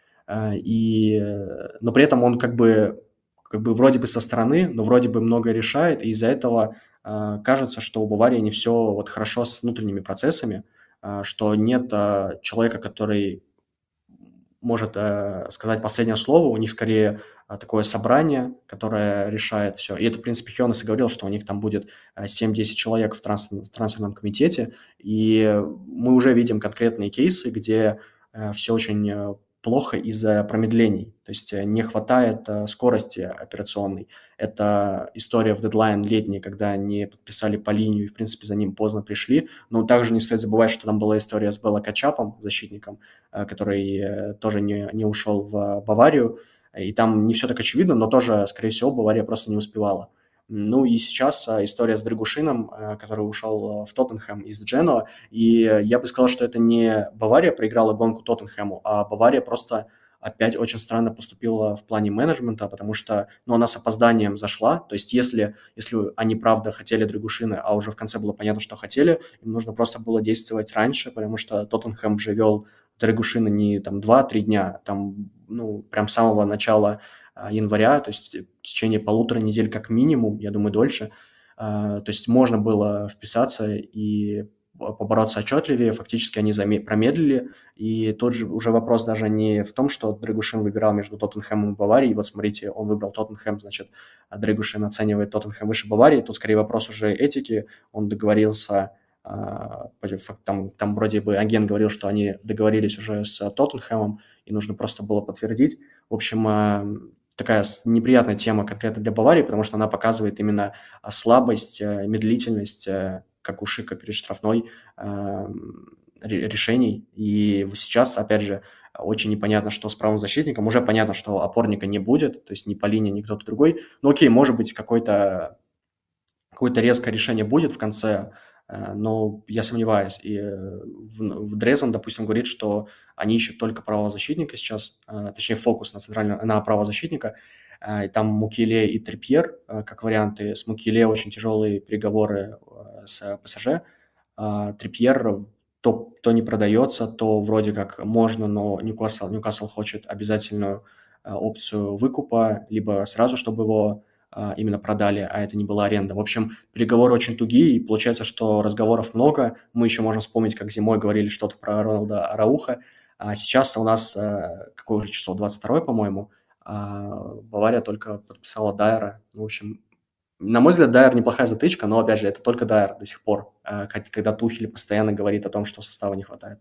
Но при этом он как бы вроде бы со стороны, но вроде бы много решает, и из-за этого кажется, что у Баварии не все вот хорошо с внутренними процессами, что нет человека, который может сказать последнее слово, у них скорее такое собрание, которое решает все. И это, в принципе, Хёнес и говорил, что у них там будет 7-10 человек в трансферном комитете, и мы уже видим конкретные кейсы, где все очень плохо из-за промедлений, то есть не хватает скорости операционной. Это история в дедлайн летний, когда не подписали по линию и, в принципе, за ним поздно пришли, но также не стоит забывать, что там была история с Белло Качапом, защитником, который тоже не ушел в Баварию, и там не все так очевидно, но тоже, скорее всего, Бавария просто не успевала. Ну и сейчас история с Драгушином, который ушел в Тоттенхэм из Дженуа, и я бы сказал, что это не Бавария проиграла гонку Тоттенхэму, а Бавария просто опять очень странно поступила в плане менеджмента, потому что она с опозданием зашла, то есть если они правда хотели Драгушина, а уже в конце было понятно, что хотели, им нужно просто было действовать раньше, потому что Тоттенхэм же вел Драгушина не там 2-3 дня, там прям с самого начала января, то есть в течение 1,5 недель как минимум, я думаю, дольше. То есть можно было вписаться и побороться отчетливее, фактически они промедлили, и тот же уже вопрос даже не в том, что Драгушин выбирал между Тоттенхэмом и Баварией, вот смотрите, он выбрал Тоттенхэм, значит, Драгушин оценивает Тоттенхэм выше Баварии, тут скорее вопрос уже этики, он договорился, там вроде бы агент говорил, что они договорились уже с Тоттенхэмом, и нужно просто было подтвердить. В общем, такая неприятная тема конкретно для Баварии, потому что она показывает именно слабость, медлительность, как у Шика перед штрафной, решений. И сейчас, опять же, очень непонятно, что с правым защитником. Уже понятно, что опорника не будет, то есть ни Полини, ни кто-то другой. Ну окей, может быть, какое-то резкое решение будет в конце, но я сомневаюсь. И в Дрезен, допустим, говорит, что они ищут только правозащитника сейчас, точнее фокус на правозащитника. И там Мукеле и Трипьер как варианты. С Мукеле очень тяжелые переговоры с ПСЖ. Трипьер то не продается, то вроде как можно, но Ньюкасл хочет обязательную опцию выкупа, либо сразу, чтобы его именно продали, а это не была аренда. В общем, переговоры очень тугие, и получается, что разговоров много. Мы еще можем вспомнить, как зимой говорили что-то про Роналда Арауха, а сейчас у нас, какое уже число, 22 по-моему, Бавария только подписала Дайера. В общем, на мой взгляд, Дайер неплохая затычка, но, опять же, это только Дайер до сих пор, когда Тухель постоянно говорит о том, что состава не хватает.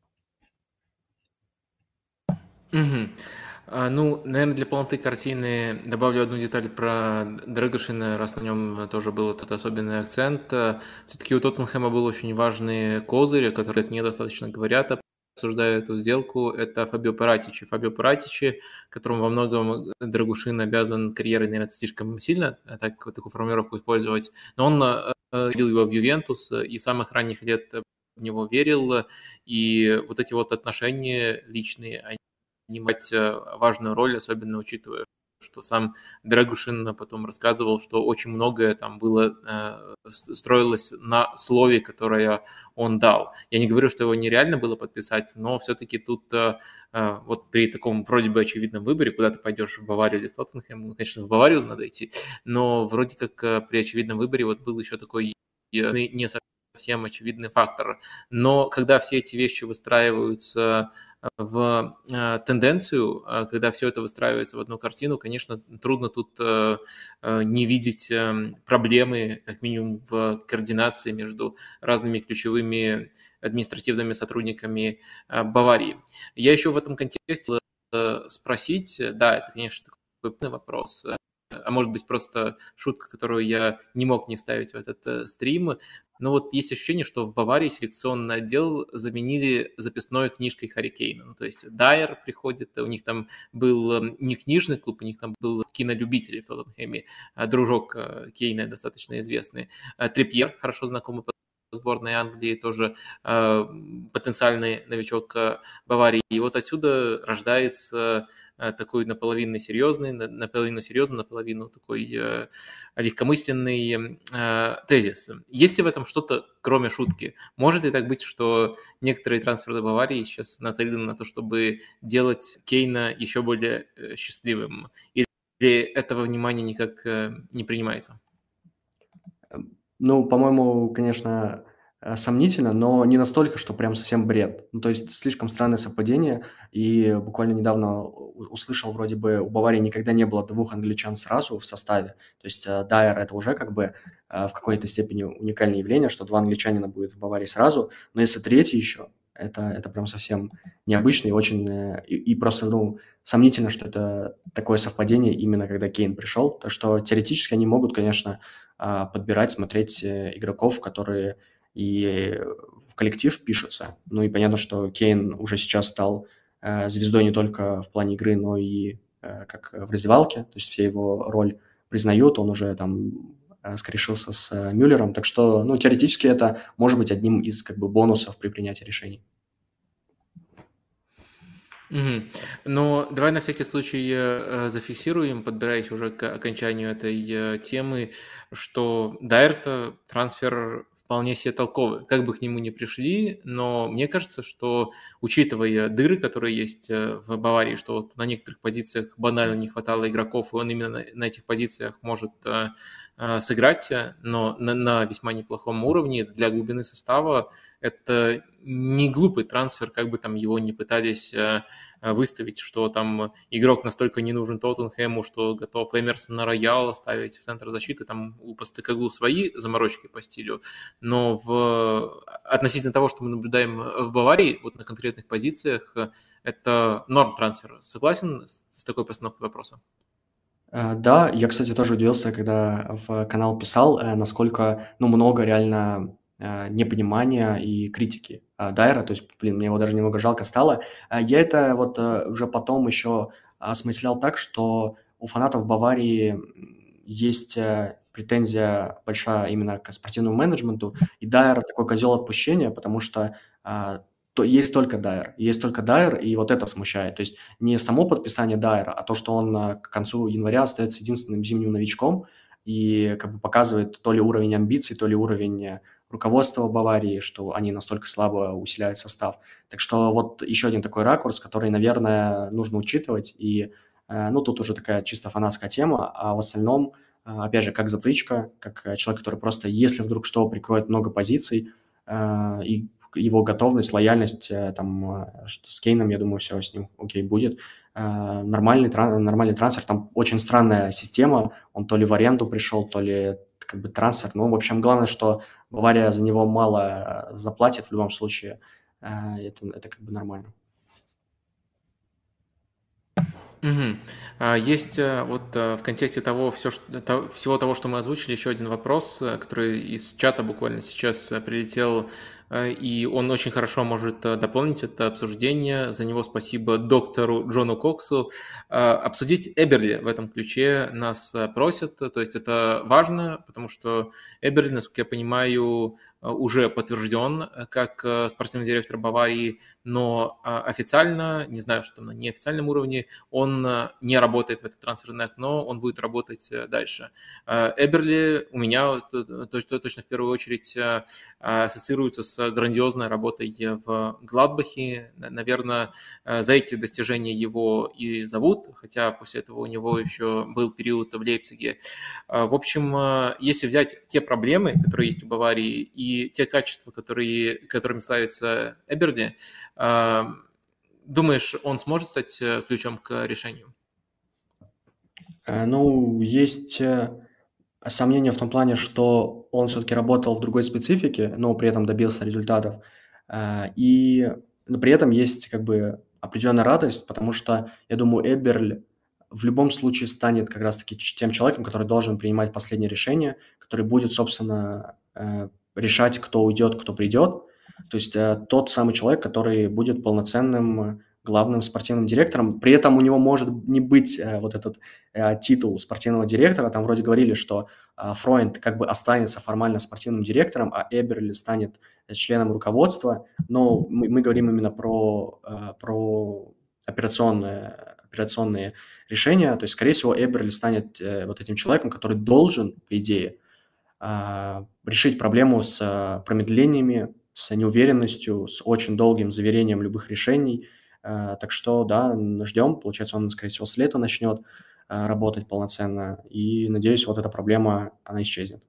Мгм. Ну, наверное, для полноты картины добавлю одну деталь про Дрэгушина, раз на нем тоже был этот особенный акцент. Все-таки у Тоттенхэма был очень важный козырь, о котором недостаточно говорят, обсуждая эту сделку, это Фабио Паратичи. Фабио Паратичи, которому во многом Дрэгушин обязан карьерой, наверное, это слишком сильно такую формулировку использовать, но он видел его в Ювентус и с самых ранних лет в него верил, и вот эти вот отношения личные, принимать важную роль, особенно учитывая, что сам Драгушин потом рассказывал, что очень многое там было, строилось на слове, которое он дал. Я не говорю, что его нереально было подписать, но все-таки тут вот при таком вроде бы очевидном выборе, куда ты пойдешь, в Баварию или в Тоттенхэм, ну, конечно, в Баварию надо идти, но вроде как при очевидном выборе вот был еще такой не совсем очевидный фактор. Но когда все эти вещи выстраиваются в тенденцию, когда все это выстраивается в одну картину, конечно, трудно тут не видеть проблемы, как минимум, в координации между разными ключевыми административными сотрудниками Баварии. Я еще в этом контексте спросить, да, это, конечно, такой вопрос, а может быть, просто шутка, которую я не мог не вставить в этот стрим. Но вот есть ощущение, что в Баварии селекционный отдел заменили записной книжкой Харри Кейна. Ну, то есть Дайер приходит, у них там был не книжный клуб, у них там был кинолюбителей в Тоттенхэме, дружок Кейна достаточно известный. Трипьер, хорошо знакомый по сборной Англии, тоже потенциальный новичок Баварии. И вот отсюда рождается такой наполовину серьезный, наполовину такой легкомысленный тезис. Есть ли в этом что-то, кроме шутки? Может ли так быть, что некоторые трансферы Баварии сейчас нацелены на то, чтобы делать Кейна еще более счастливым? Или этого внимания никак не принимается? Ну, по-моему, конечно, сомнительно, но не настолько, что прям совсем бред. Ну, то есть слишком странное совпадение, и буквально недавно услышал, вроде бы у Баварии никогда не было двух англичан сразу в составе. То есть Дайер – это уже как бы в какой-то степени уникальное явление, что два англичанина будет в Баварии сразу, но если третий еще, это прям совсем необычно и очень, и просто, ну, сомнительно, что это такое совпадение именно когда Кейн пришел. Так что теоретически они могут, конечно, подбирать, смотреть игроков, которые и в коллектив впишутся. Ну и понятно, что Кейн уже сейчас стал звездой не только в плане игры, но и как в раздевалке. То есть все его роль признают, он уже там скорешился с Мюллером. Так что, ну, теоретически это может быть одним из как бы бонусов при принятии решений. Мгм. Но давай на всякий случай зафиксируем, подбираясь уже к окончанию этой темы, что Дайерта трансфер вполне себе толковый. Как бы к нему ни пришли, но мне кажется, что учитывая дыры, которые есть в Баварии, что вот на некоторых позициях банально не хватало игроков, и он именно на этих позициях может сыграть, но на весьма неплохом уровне для глубины состава, это не глупый трансфер, как бы там его не пытались выставить, что там игрок настолько не нужен Тоттенхэму, что готов Эмерсона Рояла ставить в центр защиты. Там у Постекоглу свои заморочки по стилю, но относительно того, что мы наблюдаем в Баварии, вот на конкретных позициях, это норм трансфера. Согласен с такой постановкой вопроса? Да, я, кстати, тоже удивился, когда в канал писал, насколько, ну, много реально непонимания и критики Дайера, то есть, блин, мне его даже немного жалко стало. Я это вот уже потом еще осмыслял так, что у фанатов Баварии есть претензия большая именно к спортивному менеджменту, и Дайер такой козел отпущения, потому что есть только Дайер, и вот это смущает. То есть не само подписание Дайера, а то, что он к концу января остается единственным зимним новичком и как бы показывает то ли уровень амбиций, то ли уровень руководства Баварии, что они настолько слабо усиляют состав. Так что вот еще один такой ракурс, который, наверное, нужно учитывать. И, ну, тут уже такая чисто фанатская тема, а в остальном, опять же, как затычка, как человек, который просто, если вдруг что, прикроет много позиций, и его готовность, лояльность, с Кейном, я думаю, все с ним окей будет. Нормальный трансфер, там очень странная система, он то ли в аренду пришел, то ли как бы трансфер. Ну, в общем, главное, что Бавария за него мало заплатит в любом случае. Это как бы нормально. Мгм. Есть вот в контексте всего того, что мы озвучили, еще один вопрос, который из чата буквально сейчас прилетел, и он очень хорошо может дополнить это обсуждение. За него спасибо доктору Джону Коксу. Обсудить Эберли в этом ключе нас просят, то есть это важно, потому что Эберли, насколько я понимаю, уже подтвержден как спортивный директор Баварии, но официально, не знаю, что там на неофициальном уровне, он не работает в это трансферное окно, он будет работать дальше. Эберли у меня точно в первую очередь ассоциируется с грандиозной работой в Гладбахе. Наверное, за эти достижения его и зовут, хотя после этого у него еще был период в Лейпциге. В общем, если взять те проблемы, которые есть у Баварии, и те качества, которыми славится Эберли, думаешь, он сможет стать ключом к решению? Ну, есть сомнения в том плане, что он все-таки работал в другой специфике, но при этом добился результатов. Но при этом есть как бы определенная радость, потому что, я думаю, Эберль в любом случае станет как раз-таки тем человеком, который должен принимать последнее решение, который будет, собственно, решать, кто уйдет, кто придет. То есть тот самый человек, который будет полноценным главным спортивным директором. При этом у него может не быть вот этот титул спортивного директора. Там вроде говорили, что Фройнд как бы останется формально спортивным директором, а Эберли станет членом руководства. Но мы говорим именно про операционные решения. То есть, скорее всего, Эберли станет вот этим человеком, который должен, по идее, решить проблему с промедлениями, с неуверенностью, с очень долгим заверением любых решений. Так что, да, ждем. Получается, он, скорее всего, с лета начнет работать полноценно. И, надеюсь, вот эта проблема, она исчезнет.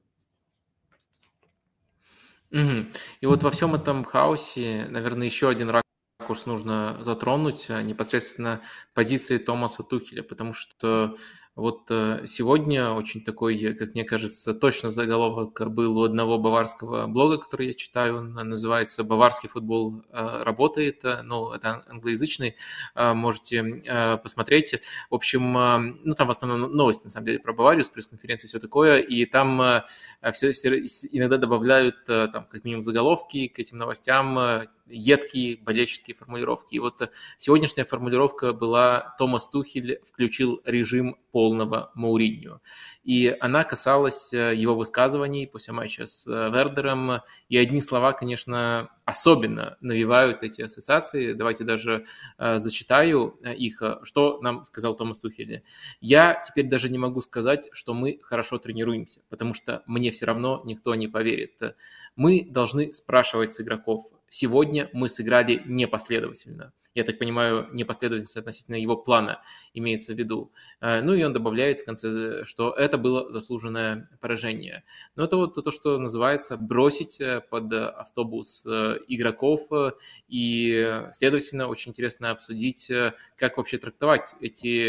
Мгм. И вот во всем этом хаосе, наверное, еще один ракурс нужно затронуть, непосредственно позиции Томаса Тухеля, потому что вот сегодня очень такой, как мне кажется, точно заголовок был у одного баварского блога, который я читаю, он называется «Баварский футбол работает», ну, это англоязычный, можете посмотреть. В общем, ну, там в основном новости, на самом деле, про Баварию, с пресс-конференции и все такое, и там все иногда добавляют там как минимум заголовки к этим новостям, едкие болельческие формулировки. И вот сегодняшняя формулировка была: Томас Тухель включил режим полного Мауриньо. И она касалась его высказываний после матча с Вердером. И одни слова, конечно, особенно навевают эти ассоциации. Давайте даже зачитаю их. Что нам сказал Томас Тухель? Я теперь даже не могу сказать, что мы хорошо тренируемся, потому что мне все равно никто не поверит. Мы должны спрашивать с игроков. Сегодня мы сыграли непоследовательно. Я так понимаю, непоследовательность относительно его плана имеется в виду. Ну и он добавляет в конце, что это было заслуженное поражение. Но это вот то, что называется бросить под автобус игроков. И, следовательно, очень интересно обсудить, как вообще трактовать эти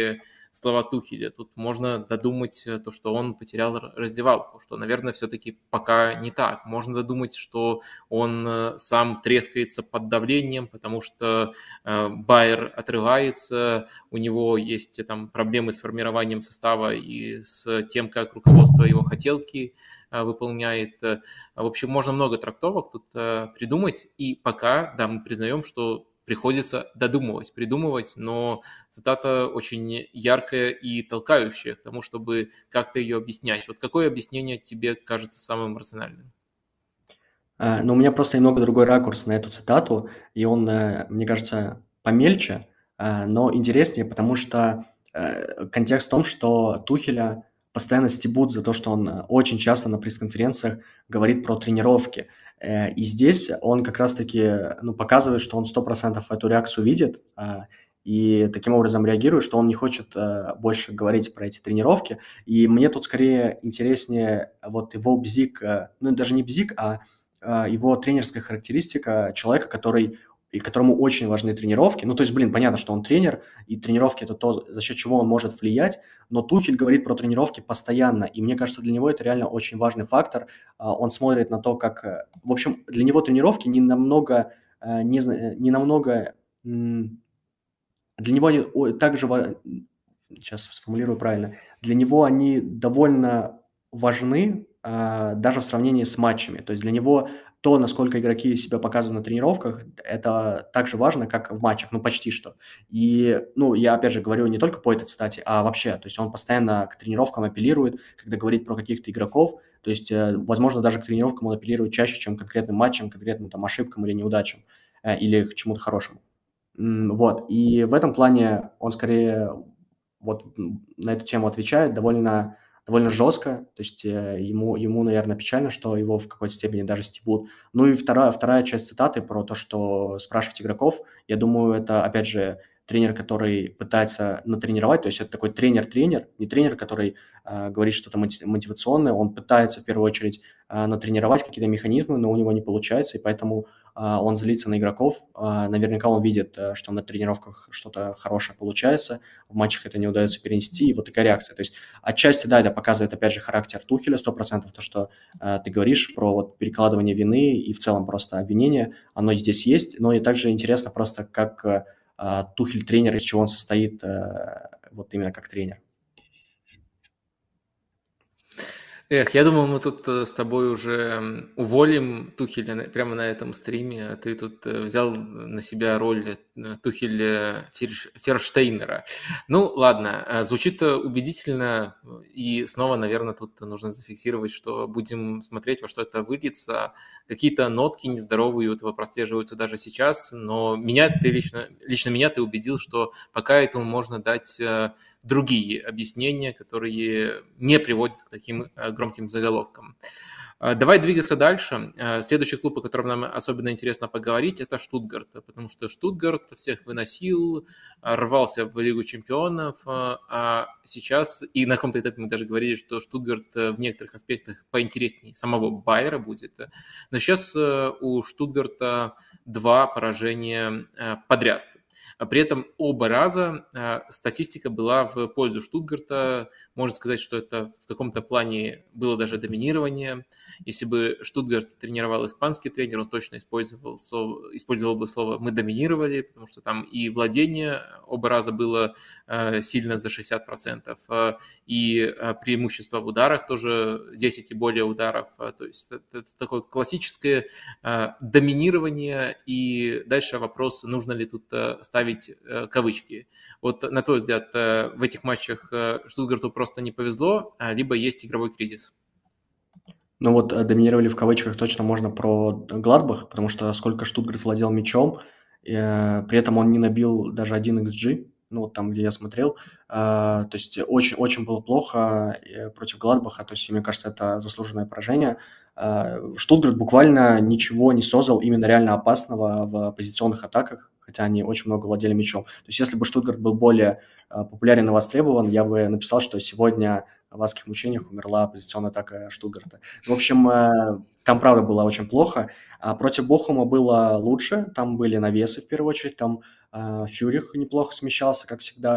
слова Тухеля. Тут можно додумать то, что он потерял раздевалку, что, наверное, все-таки пока не так. Можно додумать, что он сам трескается под давлением, потому что Байер отрывается, у него есть там проблемы с формированием состава и с тем, как руководство его хотелки выполняет. В общем, можно много трактовок тут придумать, и пока, да, мы признаем, что приходится додумывать, придумывать, но цитата очень яркая и толкающая к тому, чтобы как-то ее объяснять. Вот какое объяснение тебе кажется самым рациональным? Но у меня просто немного другой ракурс на эту цитату, и он, мне кажется, помельче, но интереснее, потому что контекст в том, что Тухеля постоянно стебут за то, что он очень часто на пресс-конференциях говорит про тренировки. И здесь он как раз-таки показывает, что он 100% эту реакцию видит, и таким образом реагирует, что он не хочет больше говорить про эти тренировки. И мне тут скорее интереснее вот его бзик, даже не бзик, а его тренерская характеристика человека, которому очень важны тренировки. Ну, то есть, понятно, что он тренер, и тренировки – это то, за счет чего он может влиять, но Тухель говорит про тренировки постоянно, и мне кажется, для него это реально очень важный фактор. Он смотрит на то, как… В общем, для него тренировки не намного… Не намного… Для него они также… Сейчас сформулирую правильно. Для него они довольно важны, даже в сравнении с матчами. То есть для него то, насколько игроки себя показывают на тренировках, это так же важно, как в матчах, почти что. И, я опять же говорю не только по этой цитате, а вообще. То есть он постоянно к тренировкам апеллирует, когда говорит про каких-то игроков. То есть, возможно, даже к тренировкам он апеллирует чаще, чем к конкретным матчам, конкретным там ошибкам или неудачам, или к чему-то хорошему. Вот. И в этом плане он скорее вот на эту тему отвечает довольно жестко. То есть ему, наверное, печально, что его в какой-то степени даже стебут. Ну и вторая часть цитаты про то, что спрашивать игроков, я думаю, это, опять же, тренер, который пытается натренировать, то есть это такой тренер-тренер, не тренер, который говорит что-то мотивационное, он пытается в первую очередь натренировать какие-то механизмы, но у него не получается, и поэтому он злится на игроков. Наверняка он видит, что на тренировках что-то хорошее получается, в матчах это не удается перенести, и вот такая реакция. То есть отчасти, да, это показывает, опять же, характер Тухеля 100%, то, что ты говоришь про вот перекладывание вины и в целом просто обвинение, оно здесь есть, но и также интересно просто, как Тухель тренер, из чего он состоит вот именно как тренер. Эх, я думал, мы тут с тобой уже уволим Тухеля прямо на этом стриме, а ты тут взял на себя роль Тухеля Ферштейнера. Ну, ладно, звучит убедительно, и снова, наверное, тут нужно зафиксировать, что будем смотреть, во что это выльется. Какие-то нотки нездоровые у этого прослеживаются даже сейчас, но лично меня ты убедил, что пока этому можно дать другие объяснения, которые не приводят к таким громким заголовкам. Давай двигаться дальше. Следующий клуб, о котором нам особенно интересно поговорить, это Штутгарт, потому что Штутгарт всех выносил, рвался в Лигу чемпионов, а сейчас, и на каком-то этапе мы даже говорили, что Штутгарт в некоторых аспектах поинтереснее самого Байера будет, но сейчас у Штутгарта 2 поражения подряд. При этом оба раза статистика была в пользу Штутгарта. Можно сказать, что это в каком-то плане было даже доминирование. Если бы Штутгарт тренировал испанский тренер, он точно использовал бы слово «мы доминировали», потому что там и владение оба раза было сильно за 60%, и преимущество в ударах тоже 10 и более ударов. То есть это такое классическое доминирование. И дальше вопрос, нужно ли тут ставить кавычки. Вот на твой взгляд, в этих матчах Штутгарту просто не повезло, либо есть игровой кризис? Ну вот доминировали в кавычках точно можно про Гладбах, потому что сколько Штутгарт владел мячом, при этом он не набил даже 1 XG, ну вот там, где я смотрел, то есть очень было плохо против Гладбаха, то есть мне кажется, это заслуженное поражение. Штутгарт буквально ничего не создал именно реально опасного в позиционных атаках, хотя они очень много владели мячом. То есть если бы Штутгарт был более популярен и востребован, я бы написал, что сегодня в адских мучениях умерла позиционная атака Штутгарта. В общем, там, правда, было очень плохо. А против Бохума было лучше. Там были навесы, в первую очередь. Там Фюрих неплохо смещался, как всегда.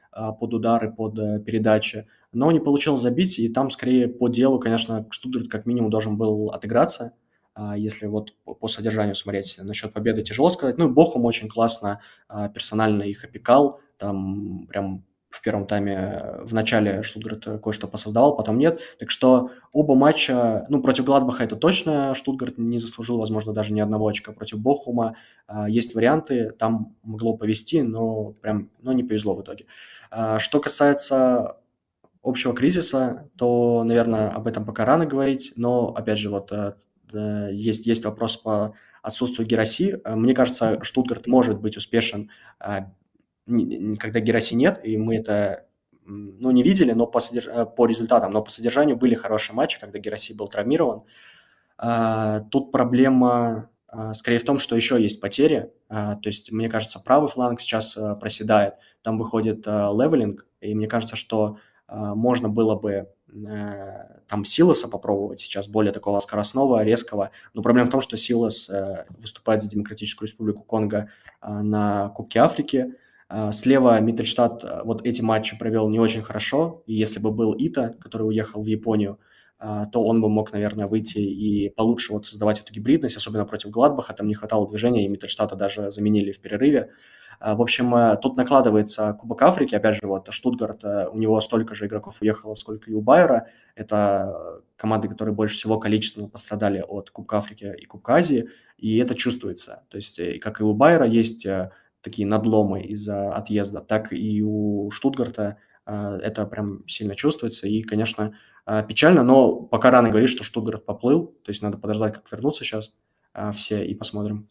под удары, под передачи, но не получилось забить, и там скорее по делу, конечно, Штутгарт как минимум должен был отыграться, если вот по содержанию смотреть. Насчет победы тяжело сказать. Ну, и Бохум очень классно персонально их опекал, там прям в первом тайме в начале Штутгарт кое-что посоздавал, потом нет. Так что оба матча, ну, против Гладбаха это точно Штутгарт не заслужил, возможно, даже ни одного очка. Против Бохума есть варианты, там могло повезти, но прям, ну, не повезло в итоге. Что касается общего кризиса, то, наверное, об этом пока рано говорить, но, опять же, вот есть вопрос по отсутствию Гераси. Мне кажется, Штутгарт может быть успешен, когда Гераси нет, и мы это ну, не видели, но по результатам, но по содержанию были хорошие матчи, когда Гераси был травмирован. Тут проблема скорее в том, что еще есть потери. То есть, мне кажется, правый фланг сейчас проседает. Там выходит левелинг, и мне кажется, что можно было бы там Силоса попробовать сейчас, более такого скоростного, резкого. Но проблема в том, что Силос выступает за Демократическую Республику Конго на Кубке Африки. Слева Миттельштадт вот эти матчи провел не очень хорошо, и если бы был Ита, который уехал в Японию, то он бы мог, наверное, выйти и получше вот создавать эту гибридность, особенно против Гладбаха, там не хватало движения, и Миттельштадта даже заменили в перерыве. В общем, тут накладывается Кубок Африки, опять же, вот Штутгарт, у него столько же игроков уехало, сколько и у Байера, это команды, которые больше всего количественно пострадали от Кубка Африки и Кубка Азии, и это чувствуется, то есть, как и у Байера есть такие надломы из-за отъезда, так и у Штутгарта это прям сильно чувствуется, и, конечно, печально, но пока рано говорить, что Штутгарт поплыл, то есть надо подождать, как вернутся сейчас все, и посмотрим.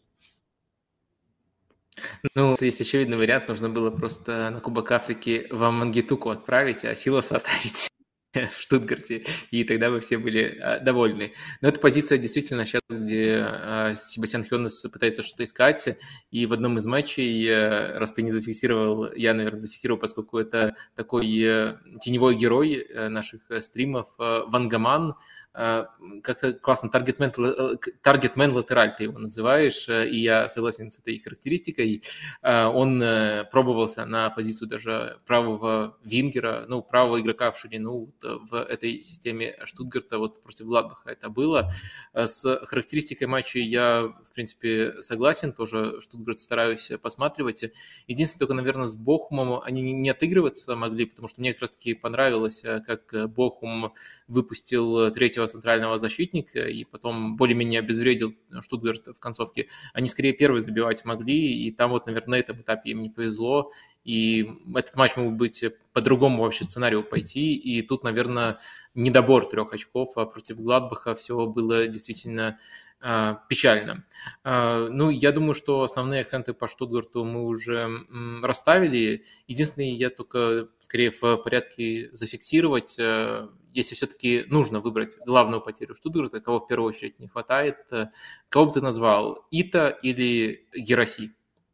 Ну, есть очевидный вариант, нужно было просто на Кубок Африки вам Мангитуку отправить, а Силоса оставить в Штутгарте, и тогда бы все были довольны. Но эта позиция действительно сейчас, где Себастьян Хёнес пытается что-то искать, и в одном из матчей, раз ты не зафиксировал, я, наверное, зафиксировал, поскольку это такой теневой герой наших стримов, Вангаман, как-то классно, таргетмен латераль ты его называешь, и я согласен с этой характеристикой. Он пробовался на позицию даже правого вингера, ну, правого игрока в ширину в этой системе Штутгарта, вот против Гладбаха это было. С характеристикой матча я, в принципе, согласен, тоже Штутгарт стараюсь посматривать. Единственное, только, наверное, с Бохумом они не отыгрываться могли, потому что мне как раз-таки понравилось, как Бохум выпустил третьего центрального защитника и потом более-менее обезвредил Штутгарт в концовке. Они скорее первые забивать могли, и там вот, наверное, на этом этапе им не повезло, и этот матч мог быть по другому вообще сценарию пойти, и тут, наверное, недобор 3 очков, а против Гладбаха все было действительно печально. Ну, я думаю, что основные акценты по Штутгарту мы уже расставили. Единственное, я только скорее в порядке зафиксировать, если все-таки нужно выбрать главную потерю Штутгарта, кого в первую очередь не хватает, кого бы ты назвал, Ита или Гераси?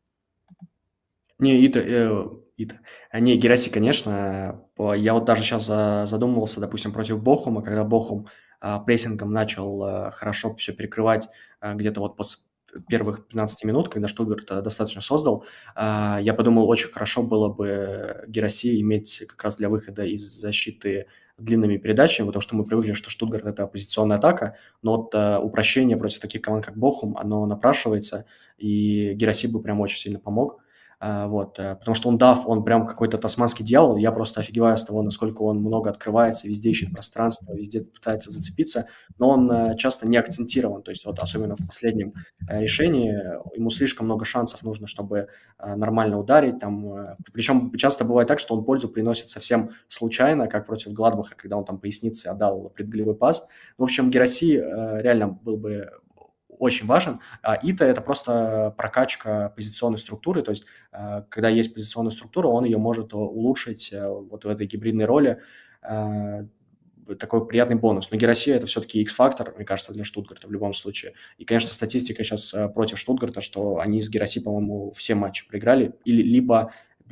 Не, Ита. Не, Гераси, конечно. Я вот даже сейчас задумывался, допустим, против Бохума, когда Бохум прессингом начал хорошо все перекрывать где-то вот после первых 15 минут, когда Штутгарт достаточно создал, я подумал, очень хорошо было бы Гераси иметь как раз для выхода из защиты длинными передачами, потому что мы привыкли, что Штутгарт – это оппозиционная атака, но вот упрощение против таких команд, как Бохум, оно напрашивается, и Гераси бы прям очень сильно помог. Потому что он прям какой-то тасманский дьявол, я просто офигеваю с того, насколько он много открывается, везде ищет пространство, везде пытается зацепиться, но он часто не акцентирован, то есть вот особенно в последнем решении ему слишком много шансов нужно, чтобы нормально ударить, причем часто бывает так, что он пользу приносит совсем случайно, как против Гладбаха, когда он там пояснице отдал предголевой пас. В общем, Гераси реально был бы очень важен. Ита – это просто прокачка позиционной структуры, то есть когда есть позиционная структура, он ее может улучшить вот в этой гибридной роли. Такой приятный бонус. Но Гераси – это все-таки X-фактор, мне кажется, для Штутгарта в любом случае. И, конечно, статистика сейчас против Штутгарта, что они с Гераси, по-моему, все матчи проиграли, или либо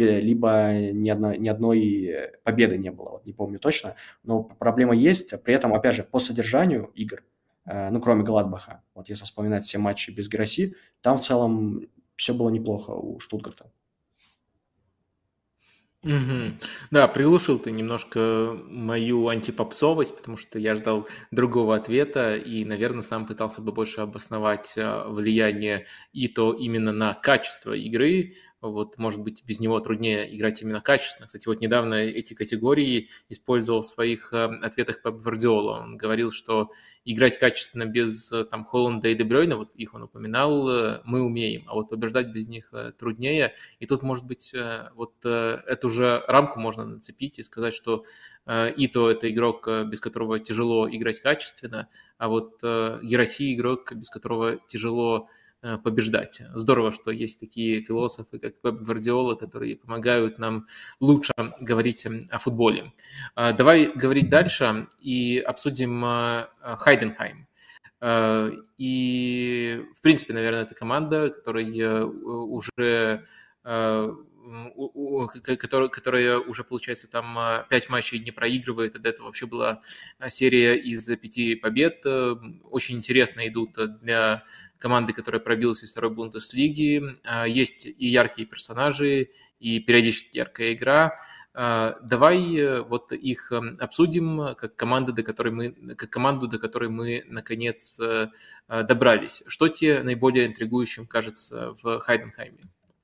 ни одной победы не было, вот не помню точно, но проблема есть. При этом, опять же, по содержанию игр, ну, кроме Гладбаха, вот если вспоминать все матчи без Гераси, там в целом все было неплохо у Штутгарта. Мгм. Да, приглушил ты немножко мою антипопсовость, потому что я ждал другого ответа и, наверное, сам пытался бы больше обосновать влияние и то именно на качество игры. Вот, может быть, без него труднее играть именно качественно. Кстати, вот недавно эти категории использовал в своих ответах Пеп Гвардиола. Он говорил, что играть качественно без там Холланда и Де Брёйна, вот их он упоминал, мы умеем, а вот побеждать без них труднее. И тут, может быть, вот эту же рамку можно нацепить и сказать, что Ито – это игрок, без которого тяжело играть качественно, а вот Гераси – игрок, без которого тяжело побеждать. Здорово, что есть такие философы, как Пеп Гвардиола, которые помогают нам лучше говорить о футболе. Давай говорить дальше и обсудим Хайденхайм. И, в принципе, наверное, это команда, которая уже которая уже, получается, там 5 матчей не проигрывает. До этого вообще была серия из 5 побед. Очень интересно идут для команды, которая пробилась из второй Бундеслиги. Есть и яркие персонажи, и периодически яркая игра. Давай вот их обсудим как команду, до которой мы наконец добрались. Что тебе наиболее интригующим кажется в Хайденхайме?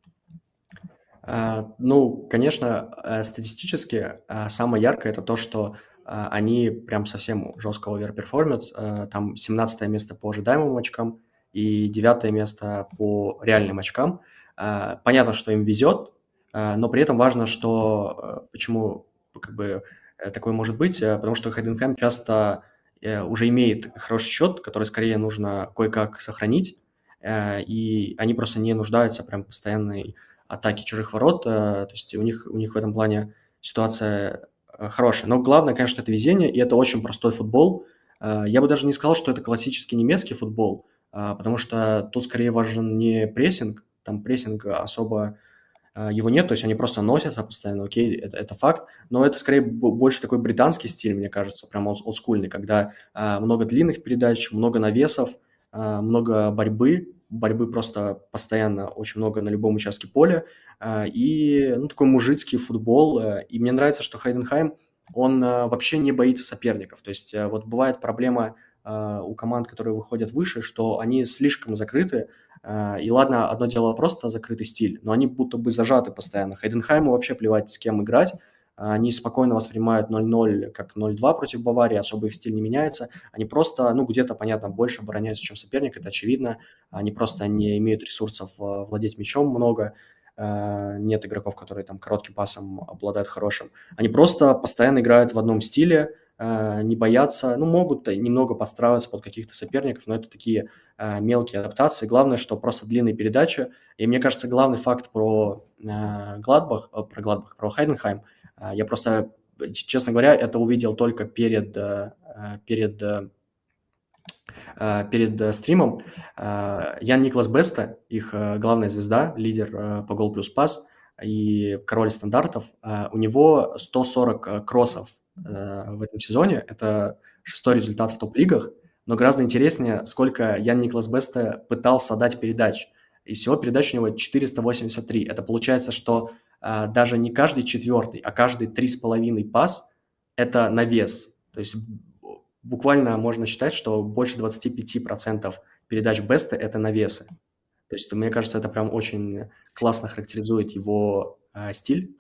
Ну, конечно, статистически самое яркое это то, что они прям совсем жестко оверперформят. Там 17 место по ожидаемым очкам и 9 место по реальным очкам. Понятно, что им везет, но при этом важно, что почему как бы такое может быть, потому что Хайденхайм часто уже имеет хороший счет, который скорее нужно кое-как сохранить, и они просто не нуждаются прям в постоянной атаки чужих ворот, то есть у них в этом плане ситуация хорошая. Но главное, конечно, это везение, и это очень простой футбол. Я бы даже не сказал, что это классический немецкий футбол, потому что тут скорее важен не прессинг, там прессинг особо его нет, то есть они просто носятся постоянно, окей, это факт, но это скорее больше такой британский стиль, мне кажется, прям олдскульный, когда много длинных передач, много навесов, много борьбы просто постоянно очень много на любом участке поля, и ну, такой мужицкий футбол, и мне нравится, что Хайденхайм, он вообще не боится соперников, то есть вот бывает проблема у команд, которые выходят выше, что они слишком закрыты. И ладно, одно дело просто закрытый стиль, но они будто бы зажаты постоянно. Хайденхайму вообще плевать, с кем играть. Они спокойно воспринимают 0-0 как 0-2 против Баварии, особо их стиль не меняется. Они просто, ну, где-то, понятно, больше обороняются, чем соперник, это очевидно. Они просто не имеют ресурсов владеть мячом много. Нет игроков, которые там коротким пасом обладают хорошим. Они просто постоянно играют в одном стиле, не боятся, ну, могут немного подстраиваться под каких-то соперников, но это такие мелкие адаптации. Главное, что просто длинные передачи. И мне кажется, главный факт про про Хайденхайм, я просто, честно говоря, это увидел только перед стримом. Ян Никлас Беста, их главная звезда, лидер по гол плюс пас и король стандартов, у него 140 кроссов в этом сезоне. Это шестой результат в топ-лигах. Но гораздо интереснее, сколько Ян Никлас Беста пытался дать передач. И всего передач у него 483. Это получается, что даже не каждый четвертый, а каждый 3,5 пас – это навес. То есть буквально можно считать, что больше 25% передач Беста – это навесы. То есть, мне кажется, это прям очень классно характеризует его стиль.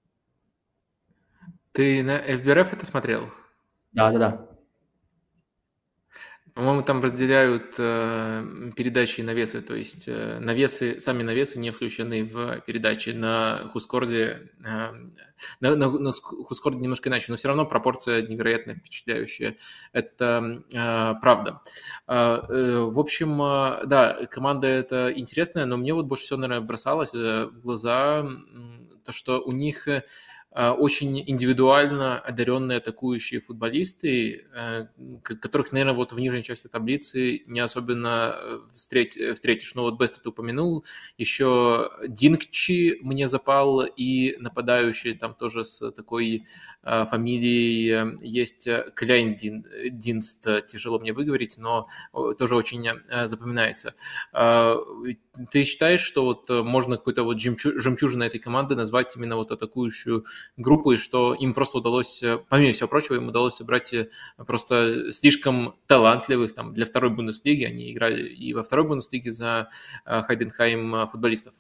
Ты на FBRF это смотрел? Да-да-да. По-моему, там разделяют передачи и навесы, то есть сами навесы не включены в передачи. На Хускорде, на Хускорде немножко иначе, но все равно пропорция невероятно впечатляющая. Это правда. В общем, да, команда эта интересная, но мне вот больше всего, наверное, бросалось в глаза то, что у них очень индивидуально одаренные атакующие футболисты, которых, наверное, вот в нижней части таблицы не особенно встретишь. Ну вот Беста ты упомянул, еще Дингчи мне запал, и нападающий там тоже с такой фамилией есть Кляйндинст, тяжело мне выговорить, но тоже очень запоминается. Ты считаешь, что вот можно какой-то вот жемчужиной этой команды назвать именно вот атакующую группу, и что им просто удалось, помимо всего прочего, им удалось собрать просто слишком талантливых, там, для второй Бундеслиги, они играли и во второй Бундеслиге за Хайденхайм футболистов?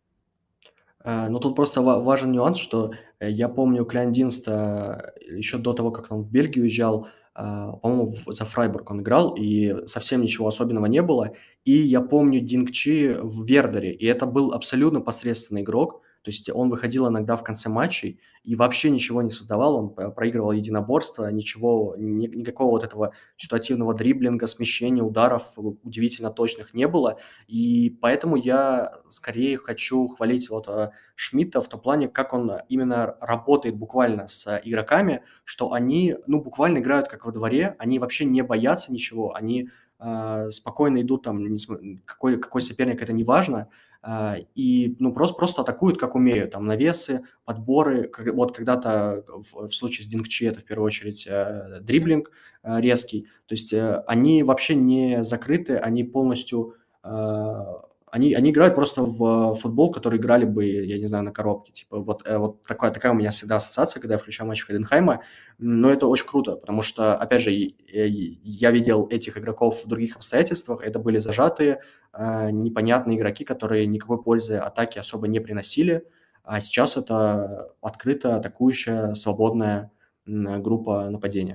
Ну, тут просто важен нюанс, что я помню Кляйн-Динста еще до того, как он в Бельгию уезжал, по-моему, за Фрайбург он играл, и совсем ничего особенного не было. И я помню Дингчи в Вердере, и это был абсолютно посредственный игрок, то есть он выходил иногда в конце матчей и вообще ничего не создавал, он проигрывал единоборство, ничего, никакого вот этого ситуативного дриблинга, смещения, ударов удивительно точных не было, и поэтому я скорее хочу хвалить вот Шмидта в том плане, как он именно работает буквально с игроками, что они, ну, буквально играют как во дворе, они вообще не боятся ничего, они спокойно идут там, какой соперник, это не важно, и, ну, просто атакуют, как умеют, там, навесы, подборы, вот когда-то в случае с Дингчи это в первую очередь дриблинг резкий, то есть они вообще не закрыты, они полностью они играют просто в футбол, который играли бы, я не знаю, на коробке. Типа вот такая у меня всегда ассоциация, когда я включаю матч Хайденхайма. Но это очень круто, потому что, опять же, я видел этих игроков в других обстоятельствах. Это были зажатые, непонятные игроки, которые никакой пользы атаке особо не приносили. А сейчас это открыто атакующая, свободная группа нападения.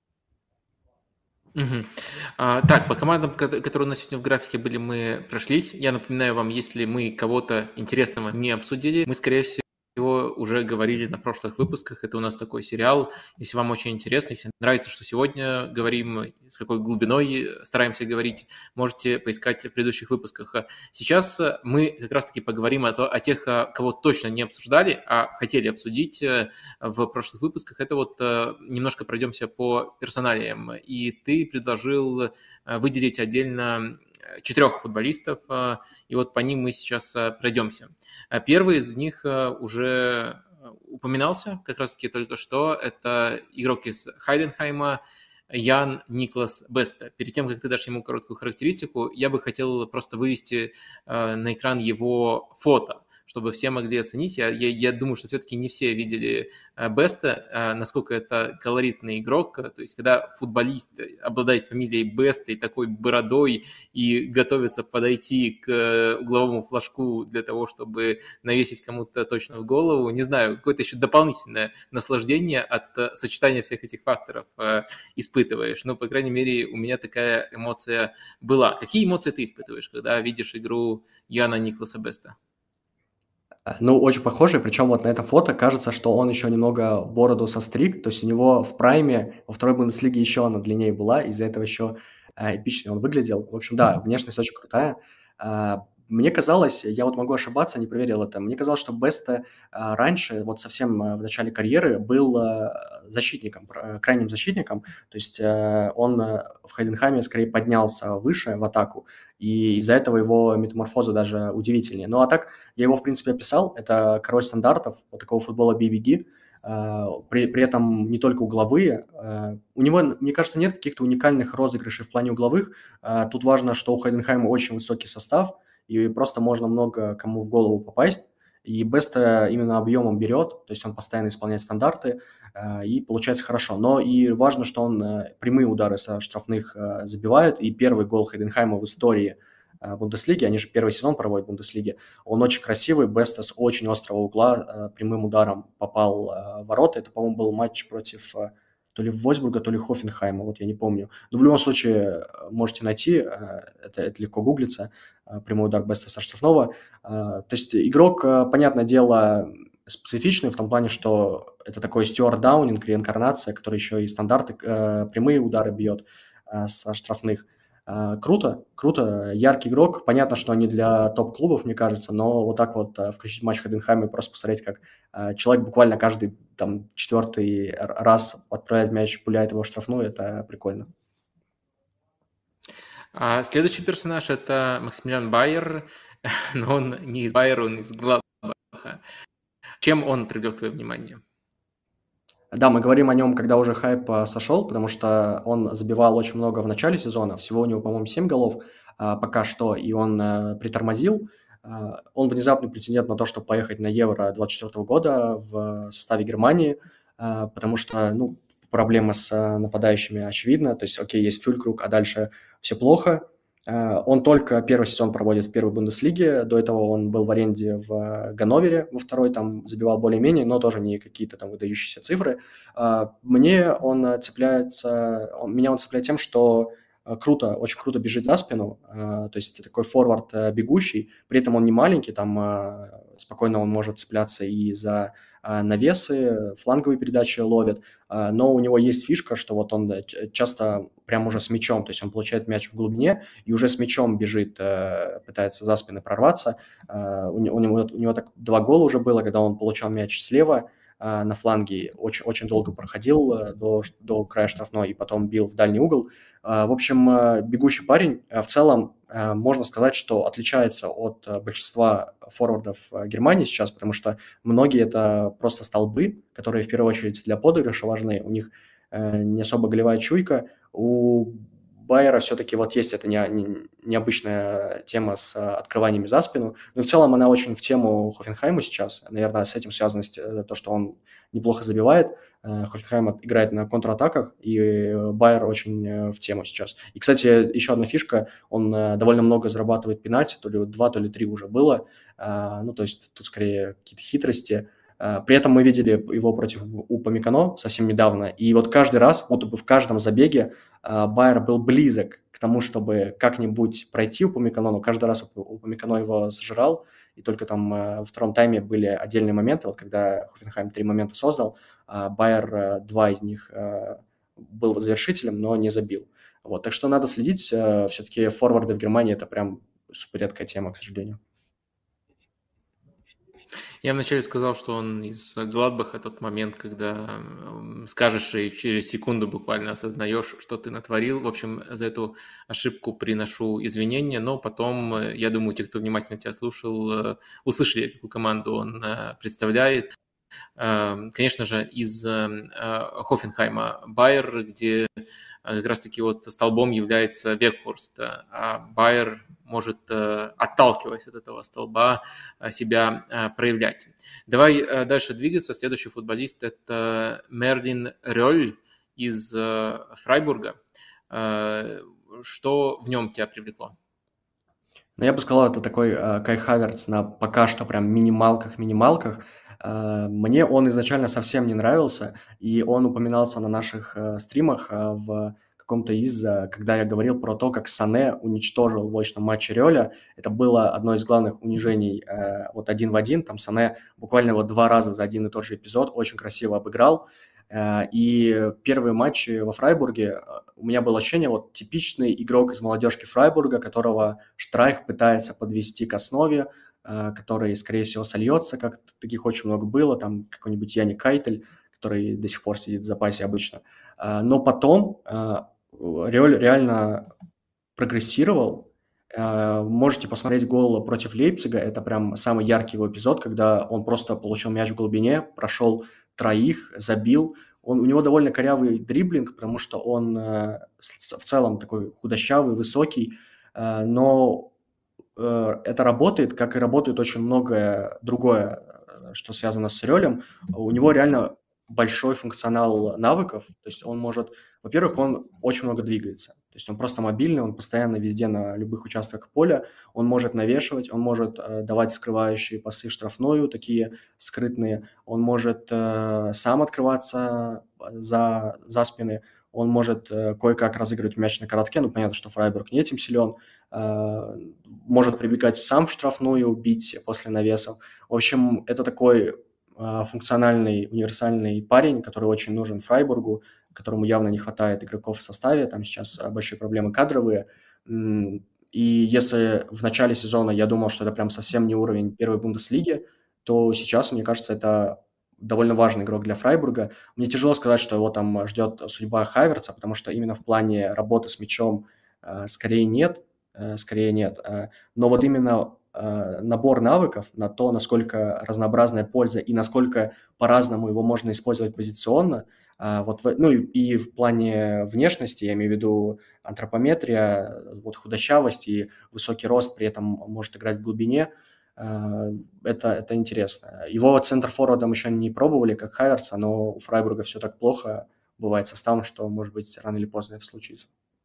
Мгм. Так, по командам, которые у нас сегодня в графике были, мы прошлись. Я напоминаю вам, если мы кого-то интересного не обсудили, мы, скорее всего, уже говорили на прошлых выпусках. Это у нас такой сериал. Если вам очень интересно, если нравится, что сегодня говорим, с какой глубиной стараемся говорить, можете поискать в предыдущих выпусках. Сейчас мы как раз-таки поговорим о тех, кого точно не обсуждали, а хотели обсудить в прошлых выпусках. Это вот немножко пройдемся по персоналиям. И ты предложил выделить отдельно 4 футболистов, и вот по ним мы сейчас пройдемся. Первый из них уже упоминался как раз-таки только что. Это игрок из Хайденхайма Ян Никлас Беста. Перед тем, как ты дашь ему короткую характеристику, я бы хотел просто вывести на экран его фото, чтобы все могли оценить. Я думаю, что все-таки не все видели Беста, насколько это колоритный игрок. То есть, когда футболист обладает фамилией Беста и такой бородой и готовится подойти к угловому флажку для того, чтобы навесить кому-то точно в голову, не знаю, какое-то еще дополнительное наслаждение от сочетания всех этих факторов испытываешь. Ну, по крайней мере, у меня такая эмоция была. Какие эмоции ты испытываешь, когда видишь игру Яна Никласа Беста? Ну, очень похоже, причем вот на это фото кажется, что он еще немного бороду состриг, то есть у него в прайме во второй Бундеслиге еще она длиннее была, из-за этого еще эпичнее он выглядел. В общем, да, внешность очень крутая. Мне казалось, я вот могу ошибаться, не проверил это, мне казалось, что Беста раньше, вот совсем в начале карьеры, был защитником, крайним защитником, то есть он в Хайденхайме скорее поднялся выше в атаку, и из-за этого его метаморфоза даже удивительнее. Ну а так, я его, в принципе, описал. Это король стандартов, вот такого футбола BBG. При этом не только угловые. У него, мне кажется, нет каких-то уникальных розыгрышей в плане угловых. Тут важно, что у Хайденхайма очень высокий состав, и просто можно много кому в голову попасть. И Беста именно объемом берет, то есть он постоянно исполняет стандарты, и получается хорошо. Но и важно, что он прямые удары со штрафных забивает, и первый гол Хайденхайма в истории Бундеслиги, они же первый сезон проводят в Бундеслиге, он очень красивый, Беста с очень острого угла прямым ударом попал в ворота. Это, по-моему, был матч против то ли Вольсбурга, то ли Хофенхайма, вот я не помню. Но в любом случае можете найти, это легко гуглится, прямой удар Беста со штрафного. То есть игрок, понятное дело, специфичный в том плане, что это такой Стюарт Даунинг, реинкарнация, который еще и стандарты, прямые удары бьет со штрафных. Круто, круто, яркий игрок. Понятно, что не для топ-клубов, мне кажется, но вот так вот включить матч Heidenheim и просто посмотреть, как человек буквально каждый там четвертый раз отправляет мяч, пуляет его в штрафную, это прикольно. А следующий персонаж – это Максимилиан Байер, но он не из Байера, он из Гладбаха. Чем он привлек твое внимание? Да, мы говорим о нем, когда уже хайп сошел, потому что он забивал очень много в начале сезона, всего у него, по-моему, 7 голов пока что, и он притормозил. Он внезапный претендент на то, чтобы поехать на Евро 2024 года в составе Германии, потому что, ну, проблема с нападающими очевидна, то есть, окей, есть Фюлькруг, а дальше все плохо. Он только первый сезон проводит в первой Бундеслиге, до этого он был в аренде в Ганновере, во второй там забивал более-менее, но тоже не какие-то там выдающиеся цифры. Меня он цепляет тем, что круто, очень круто бежит за спину, то есть такой форвард бегущий, при этом он не маленький, там спокойно он может цепляться и за навесы, фланговые передачи ловит, но у него есть фишка, что вот он часто прям уже с мячом, то есть он получает мяч в глубине и уже с мячом бежит, пытается за спины прорваться. У него так 2 гола уже было, когда он получал мяч слева на фланге, очень, очень долго проходил до края штрафной и потом бил в дальний угол. В общем, бегущий парень в целом, можно сказать, что отличается от большинства форвардов Германии сейчас, потому что многие это просто столбы, которые в первую очередь для подыгрыша важны. У них не особо голевая чуйка. У Байера все-таки вот есть эта необычная тема с открываниями за спину. Но в целом она очень в тему Хофенхайма сейчас. Наверное, с этим связано то, что он неплохо забивает. Хофенхайм играет на контратаках, и Байер очень в тему сейчас. И, кстати, еще одна фишка, он довольно много зарабатывает пенальти, то ли 2, то ли 3 уже было. Ну, то есть тут скорее какие-то хитрости. При этом мы видели его против Упамекано совсем недавно, и вот каждый раз, вот в каждом забеге Байер был близок к тому, чтобы как-нибудь пройти Упамекано, но каждый раз Упамекано его сжирал, и только там во втором тайме были отдельные моменты, вот когда Хофенхайм 3 момента создал, Байер 2 из них был завершителем, но не забил. Вот, так что надо следить, все-таки форварды в Германии – это прям супер редкая тема, к сожалению. Я вначале сказал, что он из Гладбаха, тот момент, когда скажешь и через секунду буквально осознаешь, что ты натворил. В общем, за эту ошибку приношу извинения, но потом, я думаю, те, кто внимательно тебя слушал, услышали, какую команду он представляет. Конечно же, из Хофенхайма Байер, где как раз-таки вот столбом является Веххорст, а Байер может, отталкиваясь от этого столба, себя проявлять. Давай дальше двигаться. Следующий футболист – это Мерлин Рёль из Фрайбурга. Что в нем тебя привлекло? Ну, я бы сказал, это такой Кай Хаверц на пока что прям минималках. Мне он изначально совсем не нравился, и он упоминался на наших стримах в каком-то когда я говорил про то, как Сане уничтожил в очном матче Рёля. Это было одно из главных унижений вот 1 в 1. Там Сане буквально вот 2 раза за один и тот же эпизод очень красиво обыграл. И первые матчи во Фрайбурге у меня было ощущение, вот типичный игрок из молодежки Фрайбурга, которого Штрайх пытается подвести к основе, который, скорее всего, сольется, как таких очень много было, там какой-нибудь Яни Кайтель, который до сих пор сидит в запасе обычно. Но потом Рёль реально прогрессировал. Можете посмотреть гол против Лейпцига, это прям самый яркий его эпизод, когда он просто получил мяч в глубине, прошел троих, забил. У него довольно корявый дриблинг, потому что он в целом такой худощавый, высокий, но это работает, как и работает очень многое другое, что связано с Рёлем. У него реально большой функционал навыков, то есть он может, во-первых, он очень много двигается, то есть он просто мобильный, он постоянно везде на любых участках поля, он может навешивать, он может давать скрывающие пасы в штрафную, такие скрытные, он может сам открываться за спины, он может кое-как разыгрывать мяч на коротке, ну, понятно, что Фрайбург не этим силен, может прибегать сам в штрафную, убить после навесов. В общем, это такой функциональный, универсальный парень, который очень нужен Фрайбургу, которому явно не хватает игроков в составе, там сейчас большие проблемы кадровые, И если в начале сезона я думал, что это прям совсем не уровень первой Бундеслиги, то сейчас, мне кажется, это довольно важный игрок для Фрайбурга. Мне тяжело сказать, что его там ждет судьба Хаверца, потому что именно в плане работы с мячом скорее нет, скорее нет. Но вот именно набор навыков на то, насколько разнообразная польза и насколько по-разному его можно использовать позиционно, ну и в плане внешности, я имею в виду антропометрия, вот худощавость и высокий рост при этом может играть в глубине, это интересно. Его центр-форвардом еще не пробовали, как Хаверца, но у Фрайбурга все так плохо бывает составом, что, может быть, рано или поздно это случится.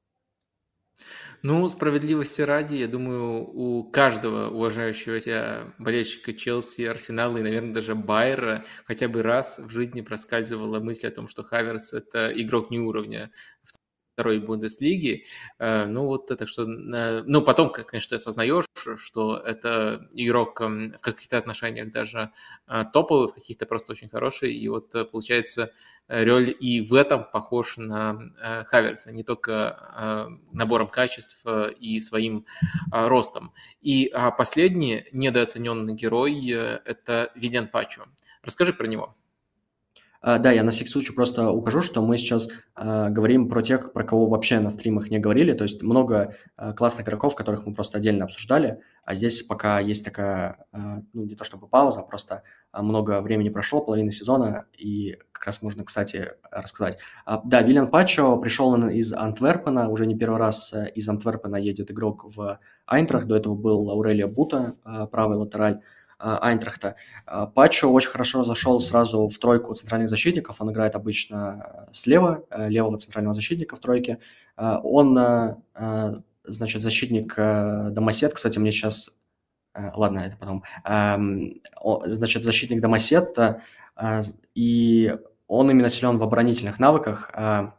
Ну, справедливости ради, я думаю, у каждого уважающего себя болельщика Челси, Арсенала и, наверное, даже Байера хотя бы раз в жизни проскальзывала мысль о том, что Хаверс – это игрок не уровня второй Бундеслиги. Ну, вот так что... Ну, потом, конечно, ты осознаешь, что это игрок в каких-то отношениях даже топовый, в каких-то просто очень хороший. И вот получается, Рёль и в этом похож на Хаверца, не только набором качеств и своим ростом. И последний недооцененный герой – это Вилен Пачо. Расскажи про него. Да, я на всякий случай просто укажу, что мы сейчас говорим про тех, про кого вообще на стримах не говорили. То есть много классных игроков, которых мы просто отдельно обсуждали. А здесь пока есть такая, ну, не то чтобы пауза, а просто много времени прошло, половина сезона, и как раз можно, кстати, рассказать. Да, Вилен Пачо пришел из Антверпена, уже не первый раз из Антверпена едет игрок в Айнтрахт. До этого был Аурелио Бута, правый латераль Айнтрахта. Пачо очень хорошо зашел сразу в тройку центральных защитников. Он играет обычно слева, левого центрального защитника в тройке. Он, значит, защитник Домосед. Кстати, мне сейчас... Ладно, это потом. Значит, защитник Домосед. И он именно силен в оборонительных навыках.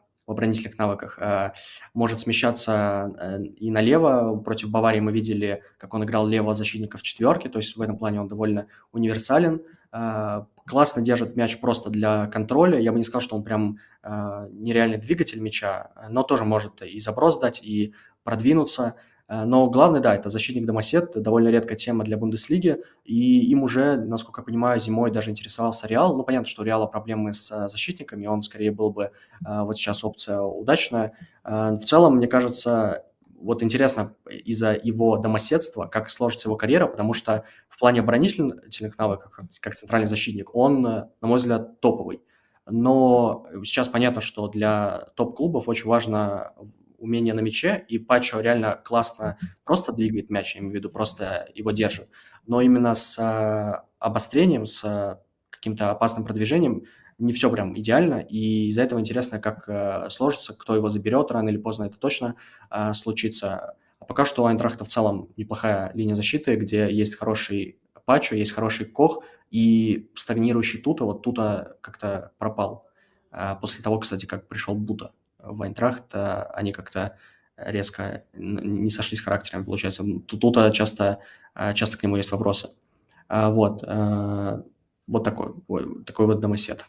Может смещаться и налево. Против Баварии мы видели, как он играл левого защитника в четверке, то есть в этом плане он довольно универсален. Классно держит мяч просто для контроля. Я бы не сказал, что он прям нереальный двигатель мяча, но тоже может и заброс дать, и продвинуться. Но главное, да, это защитник Домосед, довольно редкая тема для Бундеслиги, и им уже, насколько я понимаю, зимой даже интересовался Реал. Ну, понятно, что у Реала проблемы с защитниками, он скорее был бы вот сейчас опция удачная. В целом, мне кажется, вот интересно из-за его домоседства, как сложится его карьера, потому что в плане оборонительных навыков, как центральный защитник, он, на мой взгляд, топовый. Но сейчас понятно, что для топ-клубов очень важно умение на мяче, и Пачо реально классно просто двигает мяч, я имею в виду, просто его держит. Но именно с обострением, с каким-то опасным продвижением не все прям идеально, и из-за этого интересно, как сложится, кто его заберет, рано или поздно это точно случится. А пока что у Айнтрахта в целом неплохая линия защиты, где есть хороший Пачо, есть хороший Кох, и стагнирующий Тута, вот Тута как-то пропал. После того, кстати, как пришел Бута в Айнтрахт, они как-то резко не сошлись характерами, получается. Тут часто к нему есть вопросы. Вот такой вот домосед.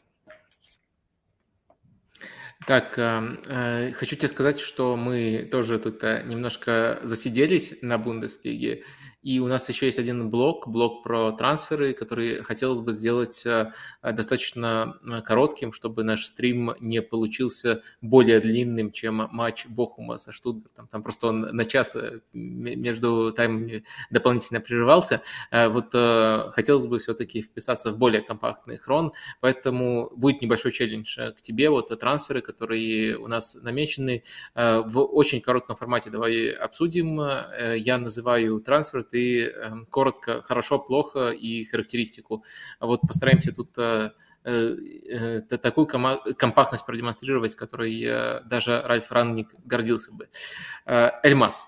Так, хочу тебе сказать, что мы тоже тут немножко засиделись на Бундеслиге, и у нас еще есть один блок про трансферы, который хотелось бы сделать достаточно коротким, чтобы наш стрим не получился более длинным, чем матч Бохума со Штутгартом. Там просто он на час между таймами дополнительно прерывался. Вот хотелось бы все-таки вписаться в более компактный хрон, поэтому будет небольшой челлендж к тебе. Вот трансферы, которые у нас намечены в очень коротком формате. Давай обсудим. Я называю трансфер, ты коротко, хорошо, плохо и характеристику. Вот постараемся тут такую компактность продемонстрировать, которой даже Ральф Рангник гордился бы. Эльмас.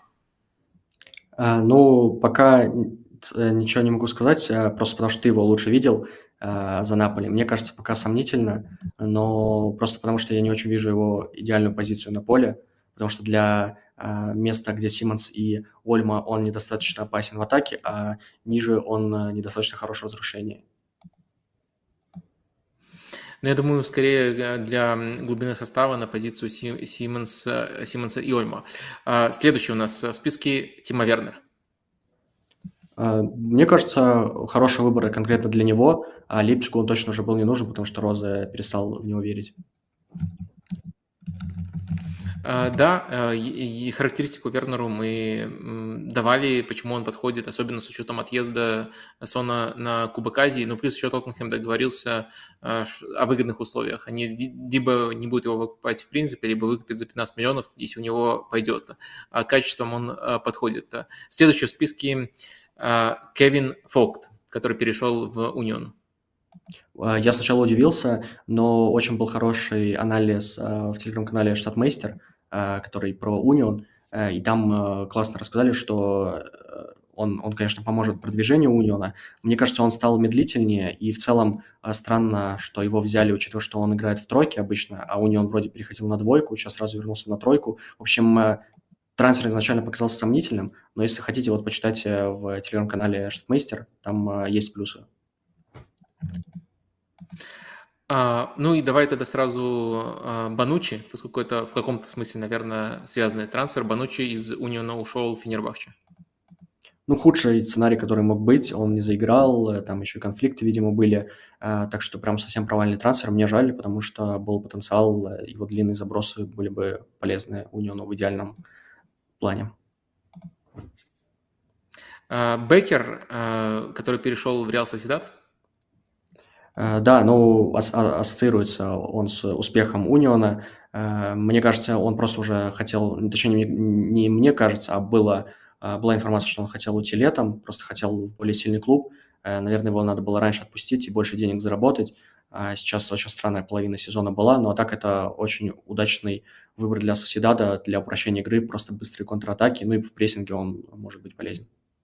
Ну, пока ничего не могу сказать, просто потому что ты его лучше видел за Наполи. Мне кажется, пока сомнительно, но просто потому что я не очень вижу его идеальную позицию на поле, потому что для места, где Симмонс и Ольма, он недостаточно опасен в атаке, а ниже он недостаточно хорош в разрушении. Но я думаю, скорее для глубины состава на позицию Симмонса и Ольмо. Следующий у нас в списке Тимо Вернер. Мне кажется, хороший выбор конкретно для него, а Лейпцигу он точно уже был не нужен, потому что Розе перестал в него верить. Да, и характеристику Вернеру мы давали, почему он подходит, особенно с учетом отъезда Сона на Кубок Азии. Ну, плюс еще Тоттенхэм договорился о выгодных условиях. Они либо не будут его выкупать в принципе, либо выкупят за 15 миллионов, если у него пойдет. А качеством он подходит. Следующий в списке Кевин Фолкт, который перешел в Унион. Я сначала удивился, но очень был хороший анализ в телеграм-канале «Штатмейстер», который про Унион, и там классно рассказали, что он, конечно, поможет продвижению Униона. Мне кажется, он стал медлительнее, и в целом странно, что его взяли, учитывая, что он играет в тройке обычно, а Унион вроде переходил на двойку, сейчас сразу вернулся на тройку. В общем, трансфер изначально показался сомнительным, но если хотите, вот почитайте в телеграм-канале «Штатмейстер», там есть плюсы. Ну и давай тогда сразу Бануччи, поскольку это в каком-то смысле, наверное, связанный трансфер. Бануччи из Униона ушел в Фенербахче. Ну, худший сценарий, который мог быть, он не заиграл, там еще конфликты, видимо, были, так что прям совсем провальный трансфер. Мне жаль, потому что был потенциал, его длинные забросы были бы полезны Униону в идеальном плане. Беккер, который перешел в Реал Сосьедад? Да, ну, ассоциируется он с успехом Униона. Мне кажется, он просто уже хотел, точнее, не мне кажется, а была информация, что он хотел уйти летом, просто хотел в более сильный клуб. Наверное, его надо было раньше отпустить и больше денег заработать. Сейчас очень странная половина сезона была, но так это очень удачный выбор для Сосьедада, для упрощения игры, просто быстрые контратаки, ну и в прессинге он может быть полезен.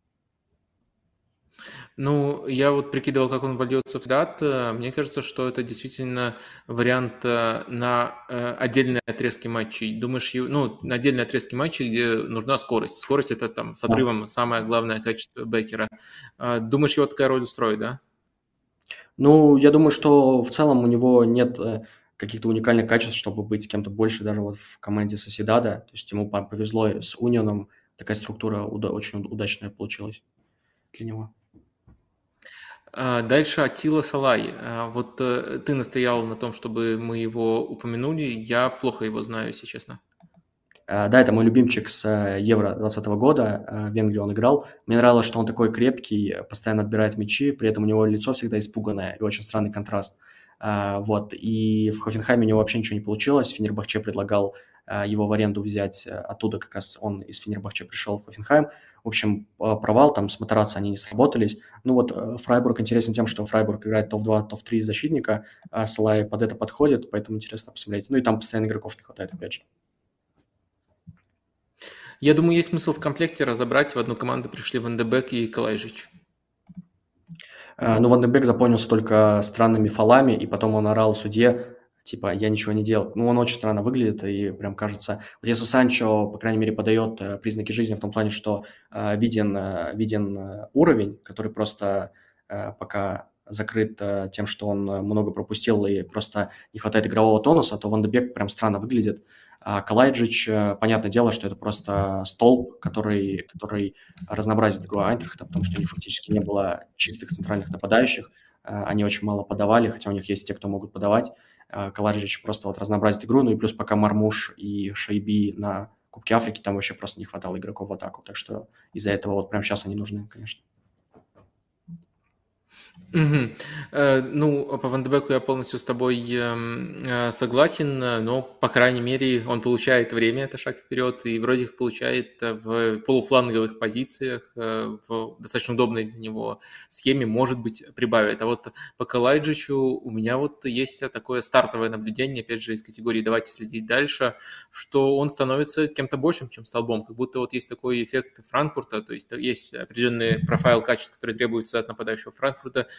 Ну, я вот прикидывал, как он вольется в дат. Мне кажется, что это действительно вариант на отдельные отрезки матчей. Думаешь, ну, на отдельные отрезки матчей, где нужна скорость. Скорость – это там с отрывом самое главное качество Беккера. Думаешь, его такая роль устроит, да? Ну, я думаю, что в целом у него нет каких-то уникальных качеств, чтобы быть с кем-то больше даже вот в команде Соседада. То есть ему повезло с Унионом, такая структура очень удачная получилась для него. Дальше Аттила Салай. Вот ты настоял на том, чтобы мы его упомянули. Я плохо его знаю, если честно. Да, это мой любимчик с Евро 2020 года, в Венгрии он играл. Мне нравилось, что он такой крепкий, постоянно отбирает мячи, при этом у него лицо всегда испуганное и очень странный контраст. Вот, и в Хофенхайме у него вообще ничего не получилось. Фенербахче предлагал его в аренду взять, оттуда как раз он из Фенербахче пришел в Хофенхайм. В общем, провал, там с Матарацци они не сработались. Ну вот Фрайбург интересен тем, что Фрайбург играет топ-2, топ-3 защитника, а Салай под это подходит, поэтому интересно посмотреть. Ну и там постоянно игроков не хватает, опять же. Я думаю, есть смысл в комплекте разобрать. В одну команду пришли Ван де Бек и Калайжич. Ну, Ван де Бек запомнился только странными фолами, и потом он орал судье, типа, я ничего не делал. Ну, он очень странно выглядит, и прям кажется... Вот если Санчо, по крайней мере, подает признаки жизни в том плане, что виден уровень, который просто пока закрыт тем, что он много пропустил и просто не хватает игрового тонуса, то Ван де Бек прям странно выглядит. А Калайджич, понятное дело, что это просто столб, который разнообразит игру Айнтрахта, потому что у них фактически не было чистых центральных нападающих. Они очень мало подавали, хотя у них есть те, кто могут подавать. Калайджич просто вот разнообразит игру, ну и плюс пока Мармуш и Шайби на Кубке Африки, там вообще просто не хватало игроков в атаку, так что из-за этого вот прямо сейчас они нужны, конечно. Угу. Ну, по Ван де Беку я полностью с тобой согласен, но, по крайней мере, он получает время, это шаг вперед, и вроде их получает в полуфланговых позициях, в достаточно удобной для него схеме, может быть, прибавит. А вот по Калайджичу у меня вот есть такое стартовое наблюдение, опять же, из категории «давайте следить дальше», что он становится кем-то большим, чем столбом, как будто вот есть такой эффект Франкфурта, то есть есть определенный профайл качеств, которые требуются от нападающего Франкфурта,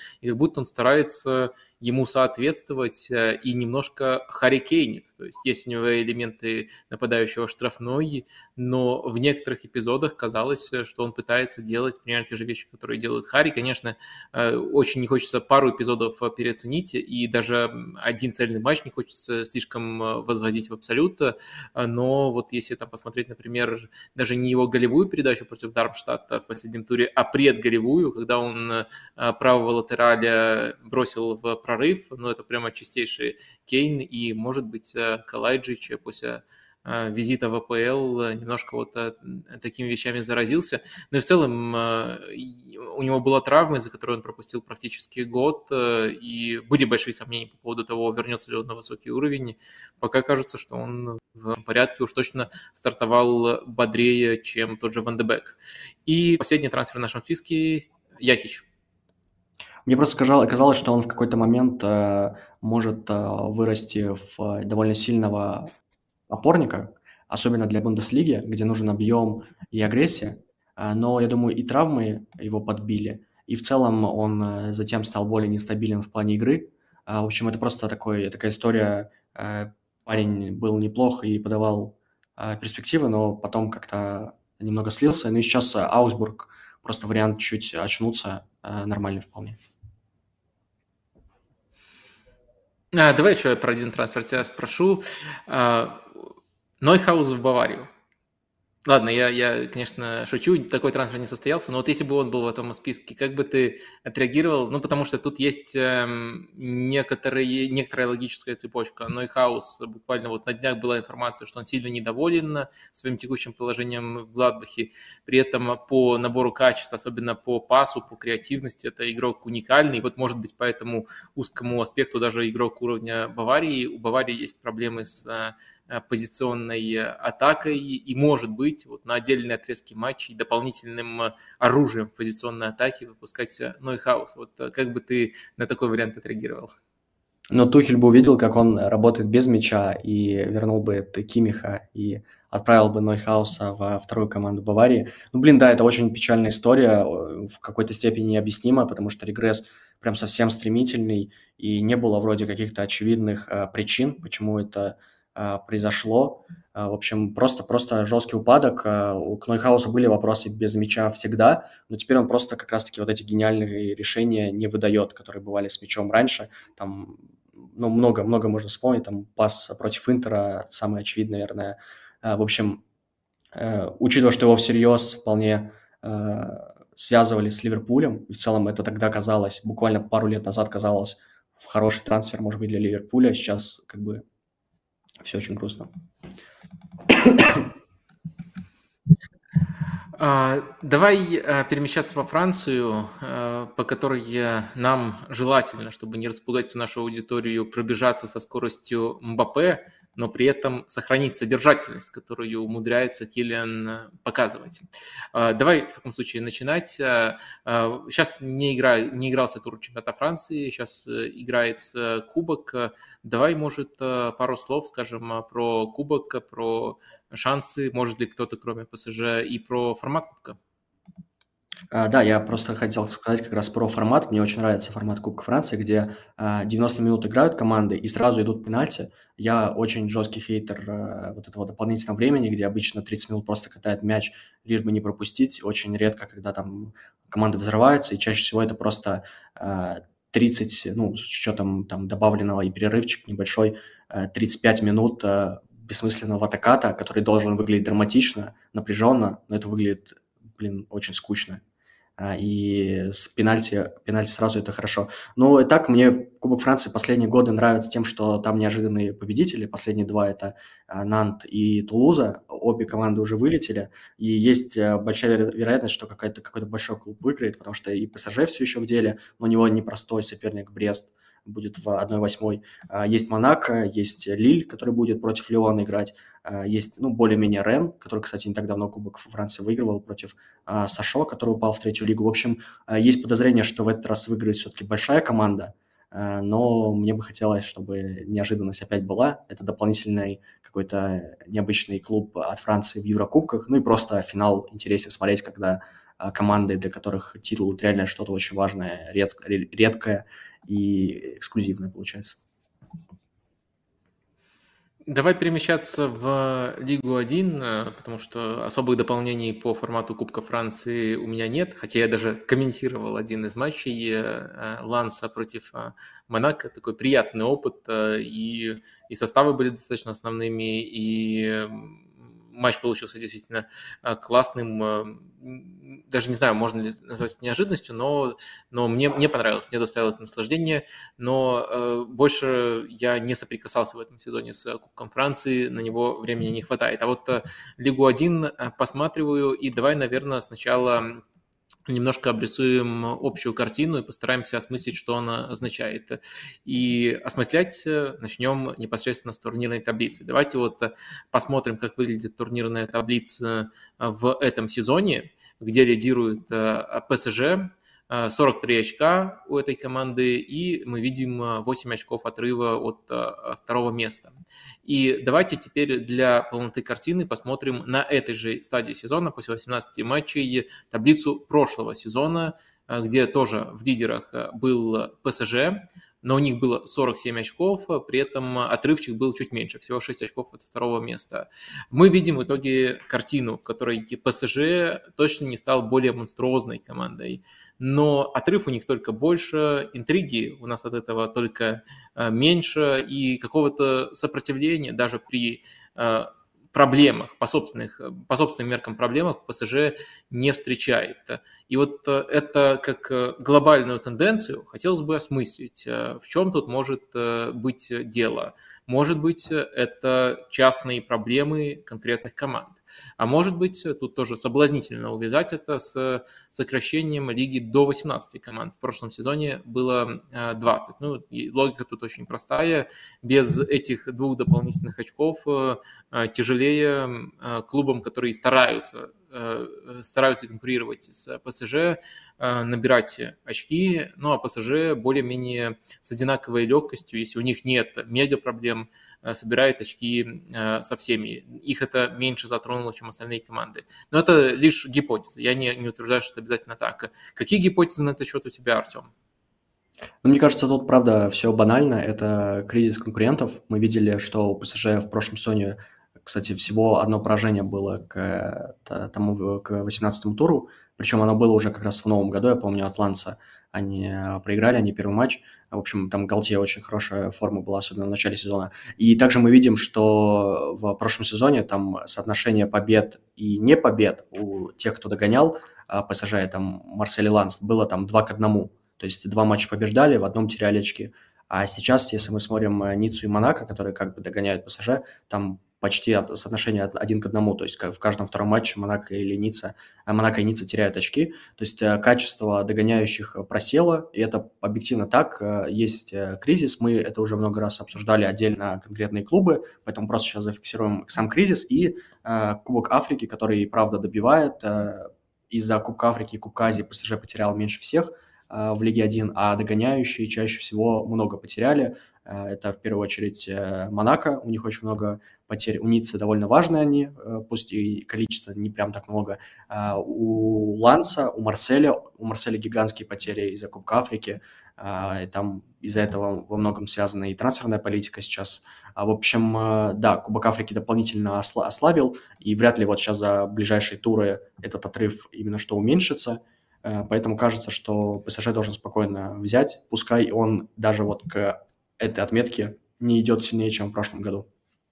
и как будто он старается ему соответствовать и немножко харикейнит. То есть у него элементы нападающего штрафной, но в некоторых эпизодах казалось, что он пытается делать примерно те же вещи, которые делают Харри. Конечно, очень не хочется пару эпизодов переоценить, и даже один цельный матч не хочется слишком возводить в абсолют, но вот если там посмотреть, например, даже не его голевую передачу против Дармштадта в последнем туре, а предголевую, когда он правого латераля бросил в прорыв, ну, это прямо чистейший Кейн, и, может быть, Калайджич после визита в АПЛ немножко вот такими вещами заразился. Но и в целом у него была травма, из-за которой он пропустил практически год, и были большие сомнения по поводу того, вернется ли он на высокий уровень. Пока кажется, что он в порядке, уж точно стартовал бодрее, чем тот же Ван де Бек. И последний трансфер в нашем списке – Якич. Мне просто казалось, что он в какой-то момент может вырасти в довольно сильного опорника, особенно для Бундеслиги, где нужен объем и агрессия. Но, я думаю, и травмы его подбили, и в целом он затем стал более нестабилен в плане игры. В общем, это просто такая история. Парень был неплох и подавал перспективы, но потом как-то немного слился. Ну и сейчас Аугсбург просто вариант чуть очнуться, нормальный вполне. Давай еще про один трансфер тебя спрошу. Нойхаус в Баварию. Ладно, я, конечно, шучу, такой трансфер не состоялся, но вот если бы он был в этом списке, как бы ты отреагировал? Ну, потому что тут есть некоторая логическая цепочка. Нойхаус, буквально вот на днях была информация, что он сильно недоволен своим текущим положением в Гладбахе. При этом по набору качеств, особенно по пасу, по креативности, это игрок уникальный. Вот, может быть, по этому узкому аспекту даже игрок уровня Баварии. У Баварии есть проблемы с позиционной атакой, и, может быть, вот на отдельные отрезки матчей дополнительным оружием в позиционной атаке выпускать Нойхаус. Вот как бы ты на такой вариант отреагировал? Но Тухель бы увидел, как он работает без мяча, и вернул бы Кимиха, и отправил бы Нойхауса во вторую команду Баварии. Ну, блин, да, это очень печальная история, в какой-то степени необъяснима, потому что регресс прям совсем стремительный, и не было вроде каких-то очевидных причин, почему это произошло. В общем, просто жесткий упадок. У Нойхауса были вопросы без мяча всегда, но теперь он просто как раз-таки вот эти гениальные решения не выдает, которые бывали с мячом раньше. Там, ну, много можно вспомнить. Там пас против Интера, самый очевидный, наверное. В общем, учитывая, что его всерьез вполне связывали с Ливерпулем, и в целом это тогда казалось, буквально пару лет назад казалось, в хороший трансфер, может быть, для Ливерпуля, сейчас как бы все очень грустно. Давай перемещаться во Францию, по которой нам желательно, чтобы не распугать нашу аудиторию, пробежаться со скоростью Мбаппе, но при этом сохранить содержательность, которую умудряется Килиан показывать. Давай в таком случае начинать. Сейчас не игрался тур чемпионата Франции, сейчас играется кубок. Давай, может, пару слов скажем про кубок, про шансы, может ли кто-то, кроме ПСЖ, и про формат кубка? Да, я просто хотел сказать как раз про формат. Мне очень нравится формат Кубка Франции, где 90 минут играют команды и сразу идут пенальти. Я очень жесткий хейтер вот этого дополнительного времени, где обычно 30 минут просто катает мяч, лишь бы не пропустить. Очень редко, когда там команды взрываются, и чаще всего это просто 30, ну, с учетом там добавленного и перерывчик небольшой, 35 минут бессмысленного атаката, который должен выглядеть драматично, напряженно, но это выглядит, блин, очень скучно. И с пенальти сразу это хорошо. Но и так мне Кубок Франции последние годы нравится тем, что там неожиданные победители. Последние два – это Нант и Тулуза. Обе команды уже вылетели. И есть большая вероятность, что какой-то большой клуб выиграет, потому что и ПСЖ все еще в деле, но у него непростой соперник Брест будет в 1/8. Есть Монако, есть Лиль, который будет против Лиона играть. Есть, ну, более-менее Рен, который, кстати, не так давно Кубок Франции выигрывал против Сашо, который упал в третью лигу. В общем, есть подозрение, что в этот раз выиграет все-таки большая команда, но мне бы хотелось, чтобы неожиданность опять была. Это дополнительный какой-то необычный клуб от Франции в Еврокубках. Ну и просто финал интересен смотреть, когда команды, для которых титул – это реально что-то очень важное, редкое и эксклюзивное получается. Давай перемещаться в Лигу 1, потому что особых дополнений по формату Кубка Франции у меня нет, хотя я даже комментировал один из матчей Ланса против Монако. Такой приятный опыт, и составы были достаточно основными, и матч получился действительно классным. Даже не знаю, можно ли назвать это неожиданностью, но мне понравилось, мне доставило это наслаждение. Но больше я не соприкасался в этом сезоне с Кубком Франции, на него времени не хватает. А вот Лигу 1 посматриваю, и давай, наверное, сначала немножко обрисуем общую картину и постараемся осмыслить, что она означает. И осмыслять начнем непосредственно с турнирной таблицы. Давайте вот посмотрим, как выглядит турнирная таблица в этом сезоне, где лидирует ПСЖ. 43 очка у этой команды, и мы видим 8 очков отрыва от второго места. И давайте теперь для полноты картины посмотрим на этой же стадии сезона, после 18 матчей, таблицу прошлого сезона, где тоже в лидерах был ПСЖ, но у них было 47 очков, при этом отрывчик был чуть меньше, всего 6 очков от второго места. Мы видим в итоге картину, в которой ПСЖ точно не стал более монструозной командой, но отрыв у них только больше, интриги у нас от этого только меньше, и какого-то сопротивления даже при проблемах, по собственным меркам проблемах ПСЖ не встречает. И вот это как глобальную тенденцию хотелось бы осмыслить, в чем тут может быть дело. Может быть, это частные проблемы конкретных команд. А может быть, тут тоже соблазнительно увязать это с сокращением лиги до 18 команд. В прошлом сезоне было 20. Ну, и логика тут очень простая. Без этих двух дополнительных очков тяжелее клубам, которые стараются конкурировать с ПСЖ, набирать очки, ну а ПСЖ более-менее с одинаковой легкостью, если у них нет мега проблем, собирает очки со всеми. Их это меньше затронуло, чем остальные команды. Но это лишь гипотеза. Я не утверждаю, что это обязательно так. Какие гипотезы на этот счет у тебя, Артем? Мне кажется, тут, правда, все банально. Это кризис конкурентов. Мы видели, что у ПСЖ в прошлом сезоне, кстати, всего одно поражение было к 18-му туру. Причем оно было уже как раз в новом году, я помню, от Ланса. Они проиграли, они первый матч. В общем, там Галтье очень хорошая форма была, особенно в начале сезона. И также мы видим, что в прошлом сезоне там соотношение побед и не побед у тех, кто догонял ПСЖ, там Марсель и Ланс, было там 2-1. То есть 2 матча побеждали, в одном теряли очки. А сейчас, если мы смотрим Ниццу и Монако, которые как бы догоняют ПСЖ, там почти соотношение 1-1. То есть в каждом втором матче Монако и Ницца теряют очки. То есть качество догоняющих просело, и это объективно так. Есть кризис, мы это уже много раз обсуждали отдельно конкретные клубы, поэтому просто сейчас зафиксируем сам кризис и Кубок Африки, который, правда, добивает. Из-за Кубка Африки и Кубка Азии ПСЖ потерял меньше всех в Лиге 1, а догоняющие чаще всего много потеряли. Это в первую очередь Монако, у них очень много потерь, у Ниццы довольно важные они, пусть и количество не прям так много. У Ланса, у Марселя гигантские потери из-за Кубка Африки, и там из-за этого во многом связана и трансферная политика сейчас. В общем, да, Кубок Африки дополнительно ослабил, и вряд ли вот сейчас за ближайшие туры этот отрыв именно что уменьшится. Поэтому кажется, что ПСЖ должен спокойно взять, пускай он даже вот к этой отметке не идет сильнее, чем в прошлом году.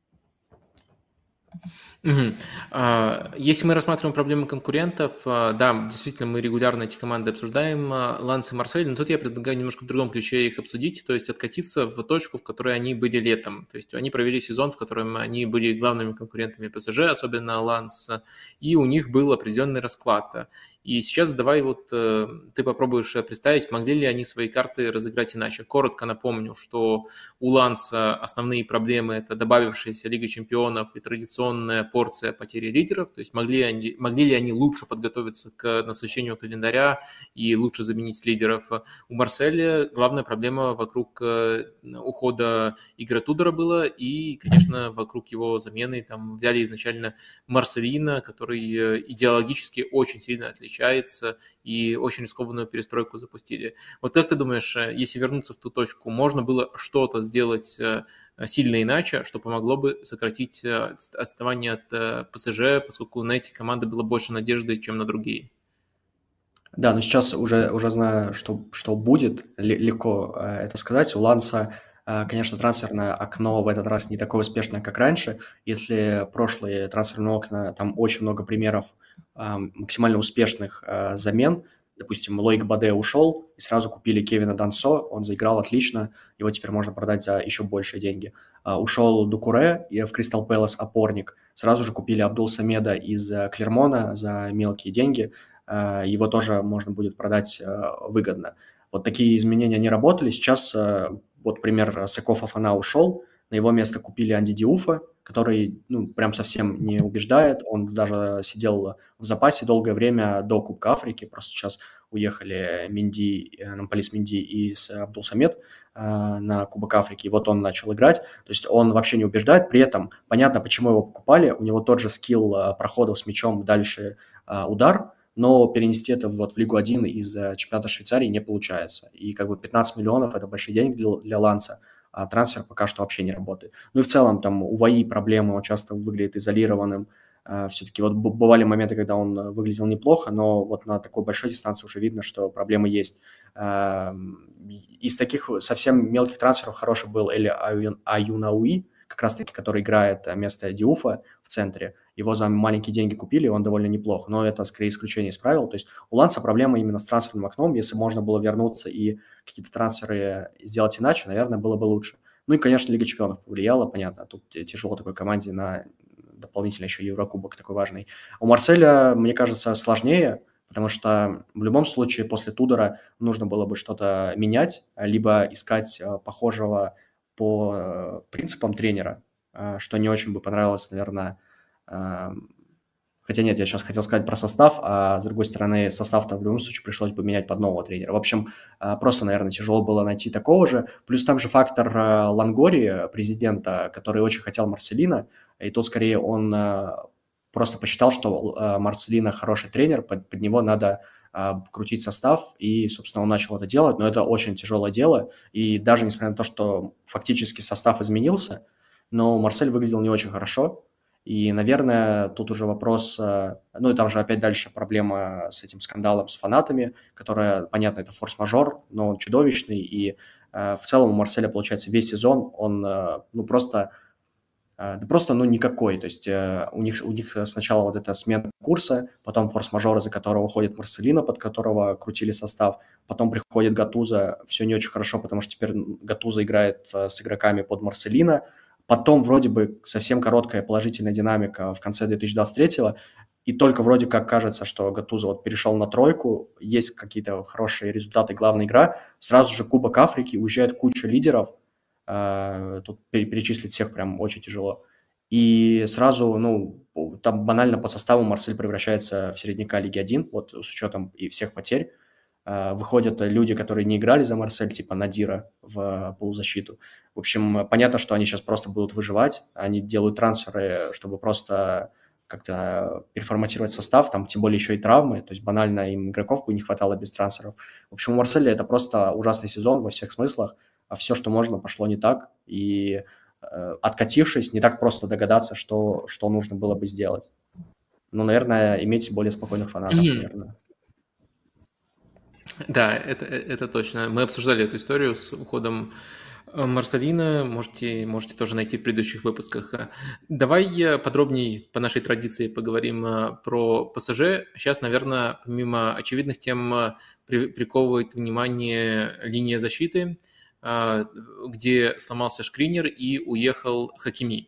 Угу. Если мы рассматриваем проблемы конкурентов, да, действительно, мы регулярно эти команды обсуждаем, Ланс и Марсель, но тут я предлагаю немножко в другом ключе их обсудить, то есть откатиться в точку, в которой они были летом. То есть они провели сезон, в котором они были главными конкурентами ПСЖ, особенно Ланс, и у них был определенный расклад. И сейчас давай вот ты попробуешь представить, могли ли они свои карты разыграть иначе. Коротко напомню, что у Ланса основные проблемы – это добавившаяся Лига чемпионов и традиционная порция потери лидеров, то есть могли ли они лучше подготовиться к насыщению календаря и лучше заменить лидеров. У Марселя главная проблема вокруг ухода Игоря Тудора была, и, конечно, вокруг его замены там взяли изначально Марселина, который идеологически очень сильно отличается, и очень рискованную перестройку запустили. Вот как ты думаешь, если вернуться в ту точку, можно было что-то сделать сильно иначе, что помогло бы сократить отставание от ПСЖ, поскольку на эти команды было больше надежды, чем на другие? Да, но сейчас уже знаю, что будет, легко это сказать. У Ланса, конечно, трансферное окно в этот раз не такое успешное, как раньше. Если прошлые трансферные окна, там очень много примеров максимально успешных замен. Допустим, Лоик Баде ушел, и сразу купили Кевина Дансо, он заиграл отлично, его теперь можно продать за еще большие деньги. Ушел Дукуре и в Кристал Пэлас опорник, сразу же купили Абдул Самеда из Клермона за мелкие деньги, его тоже можно будет продать выгодно. Вот такие изменения не работали. Сейчас, вот пример, Секо Фофана ушел, на его место купили Анди Диуфа, который, ну, прям совсем не убеждает. Он даже сидел в запасе долгое время до Кубка Африки. Просто сейчас уехали Намполис Менди и Абдул Самед на Кубок Африки, и вот он начал играть. То есть он вообще не убеждает. При этом понятно, почему его покупали. У него тот же скилл проходов с мячом дальше удар, но перенести это вот в Лигу 1 из чемпионата Швейцарии не получается. И как бы 15 миллионов – это большие деньги для Ланса, а трансфер пока что вообще не работает. Ну и в целом там у ВАИ проблемы, он часто выглядит изолированным. Все-таки вот бывали моменты, когда он выглядел неплохо, но вот на такой большой дистанции уже видно, что проблемы есть. Из таких совсем мелких трансферов хороший был Эли Аюнауи, как раз-таки, который играет вместо Диуфа в центре. Его за маленькие деньги купили, он довольно неплох, но это скорее исключение из правил. То есть у Ланса проблема именно с трансферным окном. Если можно было вернуться и какие-то трансферы сделать иначе, наверное, было бы лучше. Ну и, конечно, Лига чемпионов повлияла, понятно. Тут тяжело такой команде на дополнительно еще Еврокубок такой важный. У Марселя, мне кажется, сложнее, потому что в любом случае после Тудора нужно было бы что-то менять, либо искать похожего по принципам тренера, что не очень бы понравилось, наверное. Хотя нет, я сейчас хотел сказать про состав, а с другой стороны, состав-то в любом случае пришлось бы менять под нового тренера. В общем, просто, наверное, тяжело было найти такого же. Плюс там же фактор Лангори, президента, который очень хотел Марселина, и тут скорее он просто посчитал, что Марселина хороший тренер, под него надо крутить состав, и, собственно, он начал это делать, но это очень тяжелое дело, и даже несмотря на то, что фактически состав изменился, но Марсель выглядел не очень хорошо, и, наверное, тут уже вопрос, ну и там же опять дальше проблема с этим скандалом с фанатами, которая, понятно, это форс-мажор, но он чудовищный, и в целом у Марселя, получается, весь сезон он, ну, просто никакой. То есть у них сначала вот эта смена курса, потом форс-мажор, из-за которого уходит Марселино, под которого крутили состав, потом приходит Гатузо, все не очень хорошо, потому что теперь Гатузо играет с игроками под Марселино, потом вроде бы совсем короткая положительная динамика в конце 2023-го, и только вроде как кажется, что Гатузо вот перешел на тройку, есть какие-то хорошие результаты, главная игра, сразу же Кубок Африки, уезжает куча лидеров, тут перечислить всех прям очень тяжело. И сразу, ну, там банально по составу Марсель превращается в середняка Лиги 1, вот с учетом и всех потерь. Выходят люди, которые не играли за Марсель, типа Надира в полузащиту. В общем, понятно, что они сейчас просто будут выживать, они делают трансферы, чтобы просто как-то переформатировать состав, там тем более еще и травмы, то есть банально им игроков бы не хватало без трансферов. В общем, у Марселя это просто ужасный сезон во всех смыслах, а все, что можно, пошло не так, и откатившись, не так просто догадаться, что нужно было бы сделать. Ну, наверное, иметь более спокойных фанатов, наверное. Да, это точно. Мы обсуждали эту историю с уходом Марселина, можете тоже найти в предыдущих выпусках. Давай подробнее по нашей традиции поговорим про ПСЖ. Сейчас, наверное, помимо очевидных тем, приковывает внимание линия защиты, где сломался Шкринер и уехал Хакими.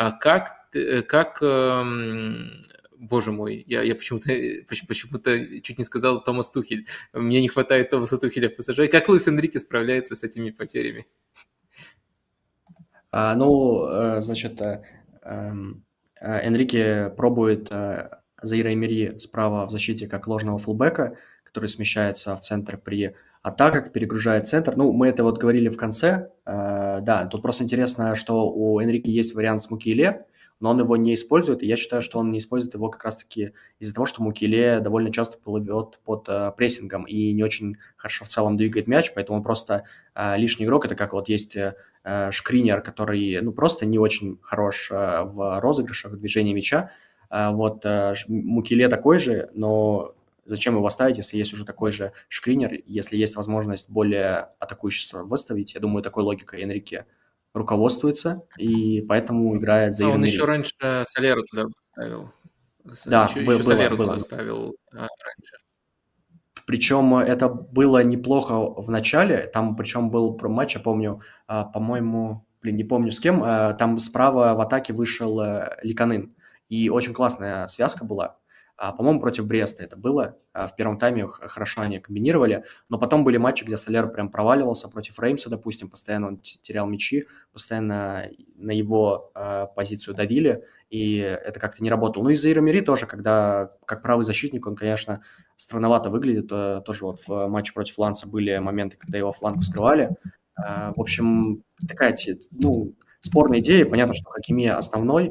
Боже мой, я почему-то чуть не сказал Томас Тухель. Мне не хватает Томаса Тухеля в ПСЖ. Как Луис Энрике справляется с этими потерями? Значит, Энрике пробует Заира Эмери справа в защите как ложного фулбека, который смещается в центр при атаках, перегружает центр. Ну, мы это вот говорили в конце. Да, тут просто интересно, что у Энрике есть вариант с Мукиеле, но он его не использует, и я считаю, что он не использует его как раз-таки из-за того, что Мукиеле довольно часто плывет под прессингом и не очень хорошо в целом двигает мяч, поэтому он просто лишний игрок. Это как вот есть Шкринер, который, ну, просто не очень хорош в розыгрышах, в движении мяча. Мукиеле такой же, но зачем его ставить, если есть уже такой же Шкринер, если есть возможность более атакующего выставить? Я думаю, такой логикой Энрике руководствуется, и поэтому играет А Заир он еще Эмери. раньше Солеру туда ставил. Да, Еще Солеру туда было. ставил раньше. Причем это было неплохо в начале. Там, причем был матч, я помню, по-моему, не помню с кем. Там справа в атаке вышел Ликанын. И очень классная связка была. По-моему, против Бреста это было. В первом тайме хорошо они комбинировали. Но потом были матчи, где Солер прям проваливался против Реймса, допустим. Постоянно он терял мячи, постоянно на его позицию давили. И это как-то не работало. Ну и Заир Эмери тоже, когда как правый защитник, он, конечно, странновато выглядит. Тоже вот в матче против Ланса были моменты, когда его фланг вскрывали. В общем, такая, ну, спорная идея. Понятно, что Хакими основной,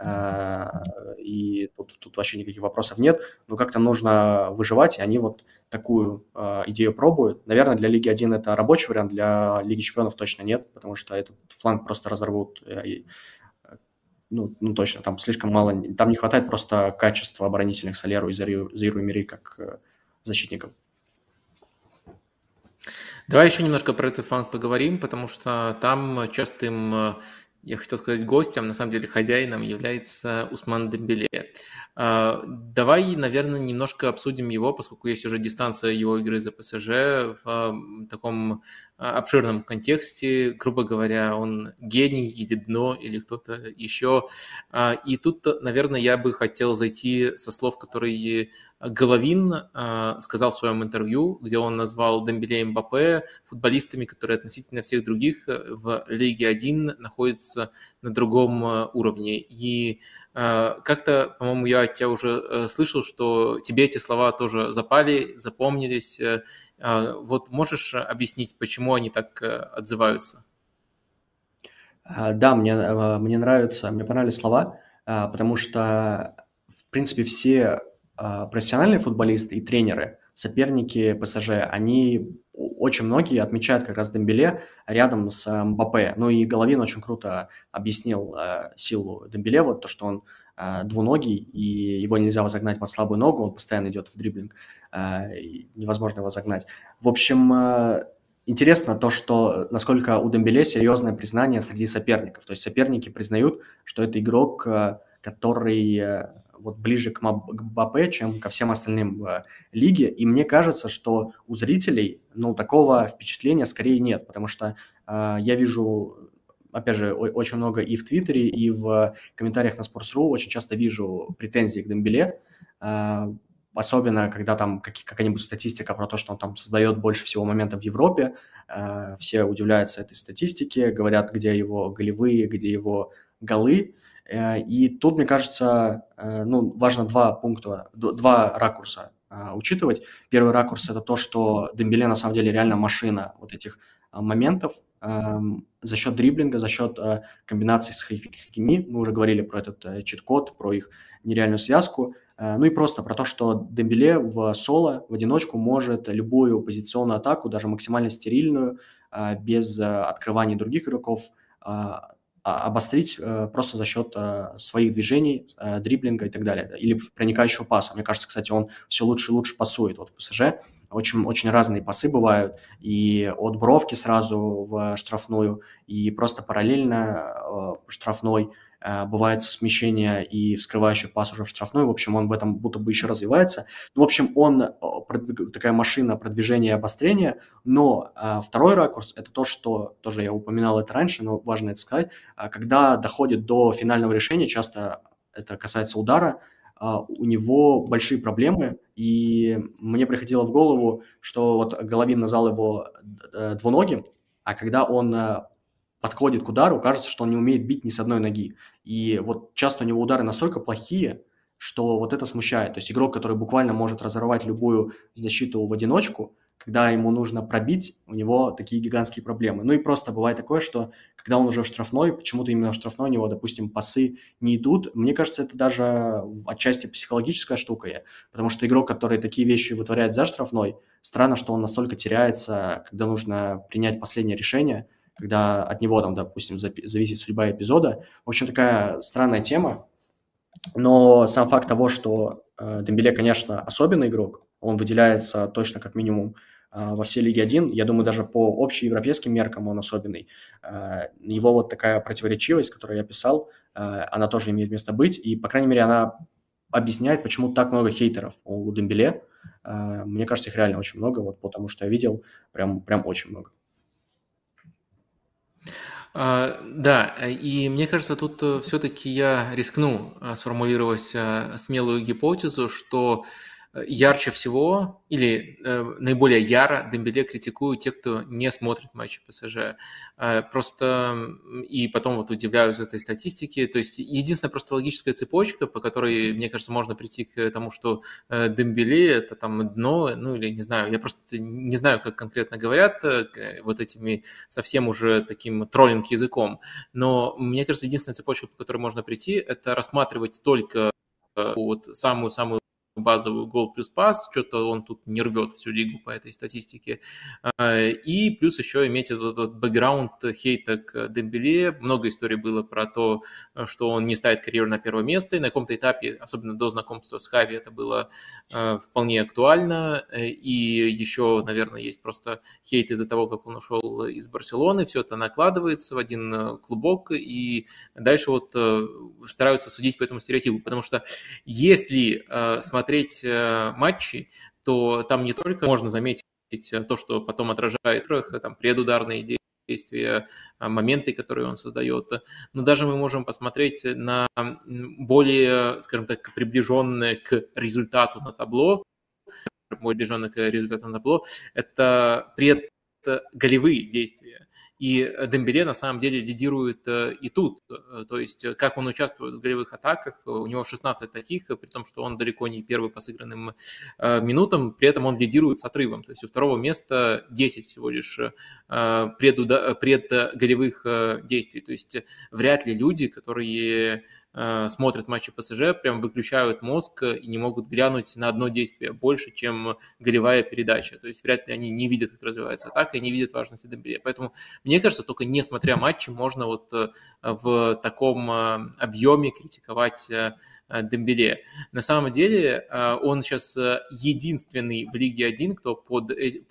и тут вообще никаких вопросов нет. Но как-то нужно выживать, и они вот такую идею пробуют. Наверное, для Лиги 1 это рабочий вариант, для Лиги Чемпионов точно нет, потому что этот фланг просто разорвут. Ну, точно, там слишком мало, там не хватает просто качества оборонительных Солеру и Заиру Эмери как защитников. Давай еще немножко про этот фланг поговорим, потому что там частым, я хотел сказать, гостем, на самом деле хозяином является Усман Дембеле. Давай, наверное, немножко обсудим его, поскольку есть уже дистанция его игры за ПСЖ в таком обширном контексте. Грубо говоря, он гений или дно, или кто-то еще. И тут, наверное, я бы хотел зайти со слов, которые Головин сказал в своем интервью, где он назвал Дембеле и Мбаппе футболистами, которые относительно всех других в Лиге 1 находятся на другом уровне. И как-то, по-моему, я от тебя уже слышал, что тебе эти слова тоже запали, запомнились. Вот можешь объяснить, почему они так отзываются? Да, мне нравится, мне понравились слова, потому что, в принципе, все профессиональные футболисты и тренеры, соперники ПСЖ, они очень многие отмечают как раз Дембеле рядом с Мбаппе. Ну и Головин очень круто объяснил силу Дембеле, вот то, что он двуногий, и его нельзя возогнать под слабую ногу, он постоянно идет в дриблинг, и невозможно его загнать. В общем, интересно то, что насколько у Дембеле серьезное признание среди соперников. То есть соперники признают, что это игрок, который вот ближе к Мбаппе, чем ко всем остальным в лиге. И мне кажется, что у зрителей, ну, такого впечатления скорее нет, потому что я вижу, опять же, очень много и в Твиттере, и в комментариях на Sports.ru очень часто вижу претензии к Дембеле, особенно когда там какая-нибудь статистика про то, что он там создает больше всего моментов в Европе. Все удивляются этой статистике, говорят, где его голевые, где его голы. И тут, мне кажется, ну, важно два ракурса учитывать. Первый ракурс – это то, что Дембеле на самом деле реально машина вот этих моментов за счет дриблинга, за счет комбинаций с Хакими. Мы уже говорили про этот чит-код, про их нереальную связку. Ну и просто про то, что Дембеле в соло, в одиночку может любую позиционную атаку, даже максимально стерильную, без открывания других игроков, обострить просто за счет своих движений, дриблинга и так далее. Или проникающего паса. Мне кажется, кстати, он все лучше и лучше пасует вот в ПСЖ. Очень, очень разные пасы бывают. И от бровки сразу в штрафную, и просто параллельно штрафной. Бывает смещение и вскрывающий пас уже в штрафной. В общем, он в этом будто бы еще развивается. Ну, в общем, он такая машина продвижения и обострения. Но второй ракурс – это то, что тоже я упоминал это раньше, но важно это сказать. Когда доходит до финального решения, часто это касается удара, у него большие проблемы, и мне приходило в голову, что вот Головин назвал его двуногим, а когда он подходит к удару, кажется, что он не умеет бить ни с одной ноги. И вот часто у него удары настолько плохие, что вот это смущает. То есть игрок, который буквально может разорвать любую защиту в одиночку, когда ему нужно пробить, у него такие гигантские проблемы. Ну и просто бывает такое, что когда он уже в штрафной, почему-то именно в штрафной у него, допустим, пасы не идут. Мне кажется, это даже отчасти психологическая штука, потому что игрок, который такие вещи вытворяет за штрафной, странно, что он настолько теряется, когда нужно принять последнее решение, когда от него, там, допустим, зависит судьба эпизода. В общем, такая странная тема. Но сам факт того, что Дембеле, конечно, особенный игрок, он выделяется точно как минимум во всей Лиге 1. Я думаю, даже по общеевропейским меркам он особенный. Его вот такая противоречивость, которую я писал, она тоже имеет место быть. И, по крайней мере, она объясняет, почему так много хейтеров у Дембеле. Мне кажется, их реально очень много, вот потому что я видел прям очень много. Да, и мне кажется, тут все-таки я рискну сформулировать смелую гипотезу, что ярче всего или наиболее яро Дембеле критикуют те, кто не смотрит матчи ПСЖ. Просто и потом вот удивляются этой статистике. То есть единственная просто логическая цепочка, по которой, мне кажется, можно прийти к тому, что Дембеле – это там дно, ну или не знаю, я просто не знаю, как конкретно говорят вот этими совсем уже таким троллинг-языком, но мне кажется, единственная цепочка, по которой можно прийти, это рассматривать только вот самую-самую базовую гол плюс пас, что-то он тут не рвет всю лигу по этой статистике. И плюс еще иметь этот бэкграунд хейта к Дембеле. Много историй было про то, что он не ставит карьеру на первое место, и на каком-то этапе, особенно до знакомства с Хави, это было вполне актуально. И еще, наверное, есть просто хейт из-за того, как он ушел из Барселоны. Все это накладывается в один клубок, и дальше вот стараются судить по этому стереотипу, потому что если смотреть матчи, то там не только можно заметить то, что потом отражает там предударные действия, моменты, которые он создает, но даже мы можем посмотреть на более, скажем так, приближенное к результату на табло, это предголевые действия. И Дембеле на самом деле лидирует и тут. То есть как он участвует в голевых атаках, у него 16 таких, при том, что он далеко не первый по сыгранным минутам, при этом он лидирует с отрывом. То есть у второго места 10 всего лишь предголевых действий. То есть вряд ли люди, которые смотрят матчи ПСЖ, прям выключают мозг и не могут глянуть на одно действие больше, чем голевая передача. То есть вряд ли они не видят, как развивается атака, и не видят важности Дембеле. Поэтому, мне кажется, только не смотря матчи, можно вот в таком объеме критиковать Дембеле. На самом деле он сейчас единственный в Лиге 1, кто по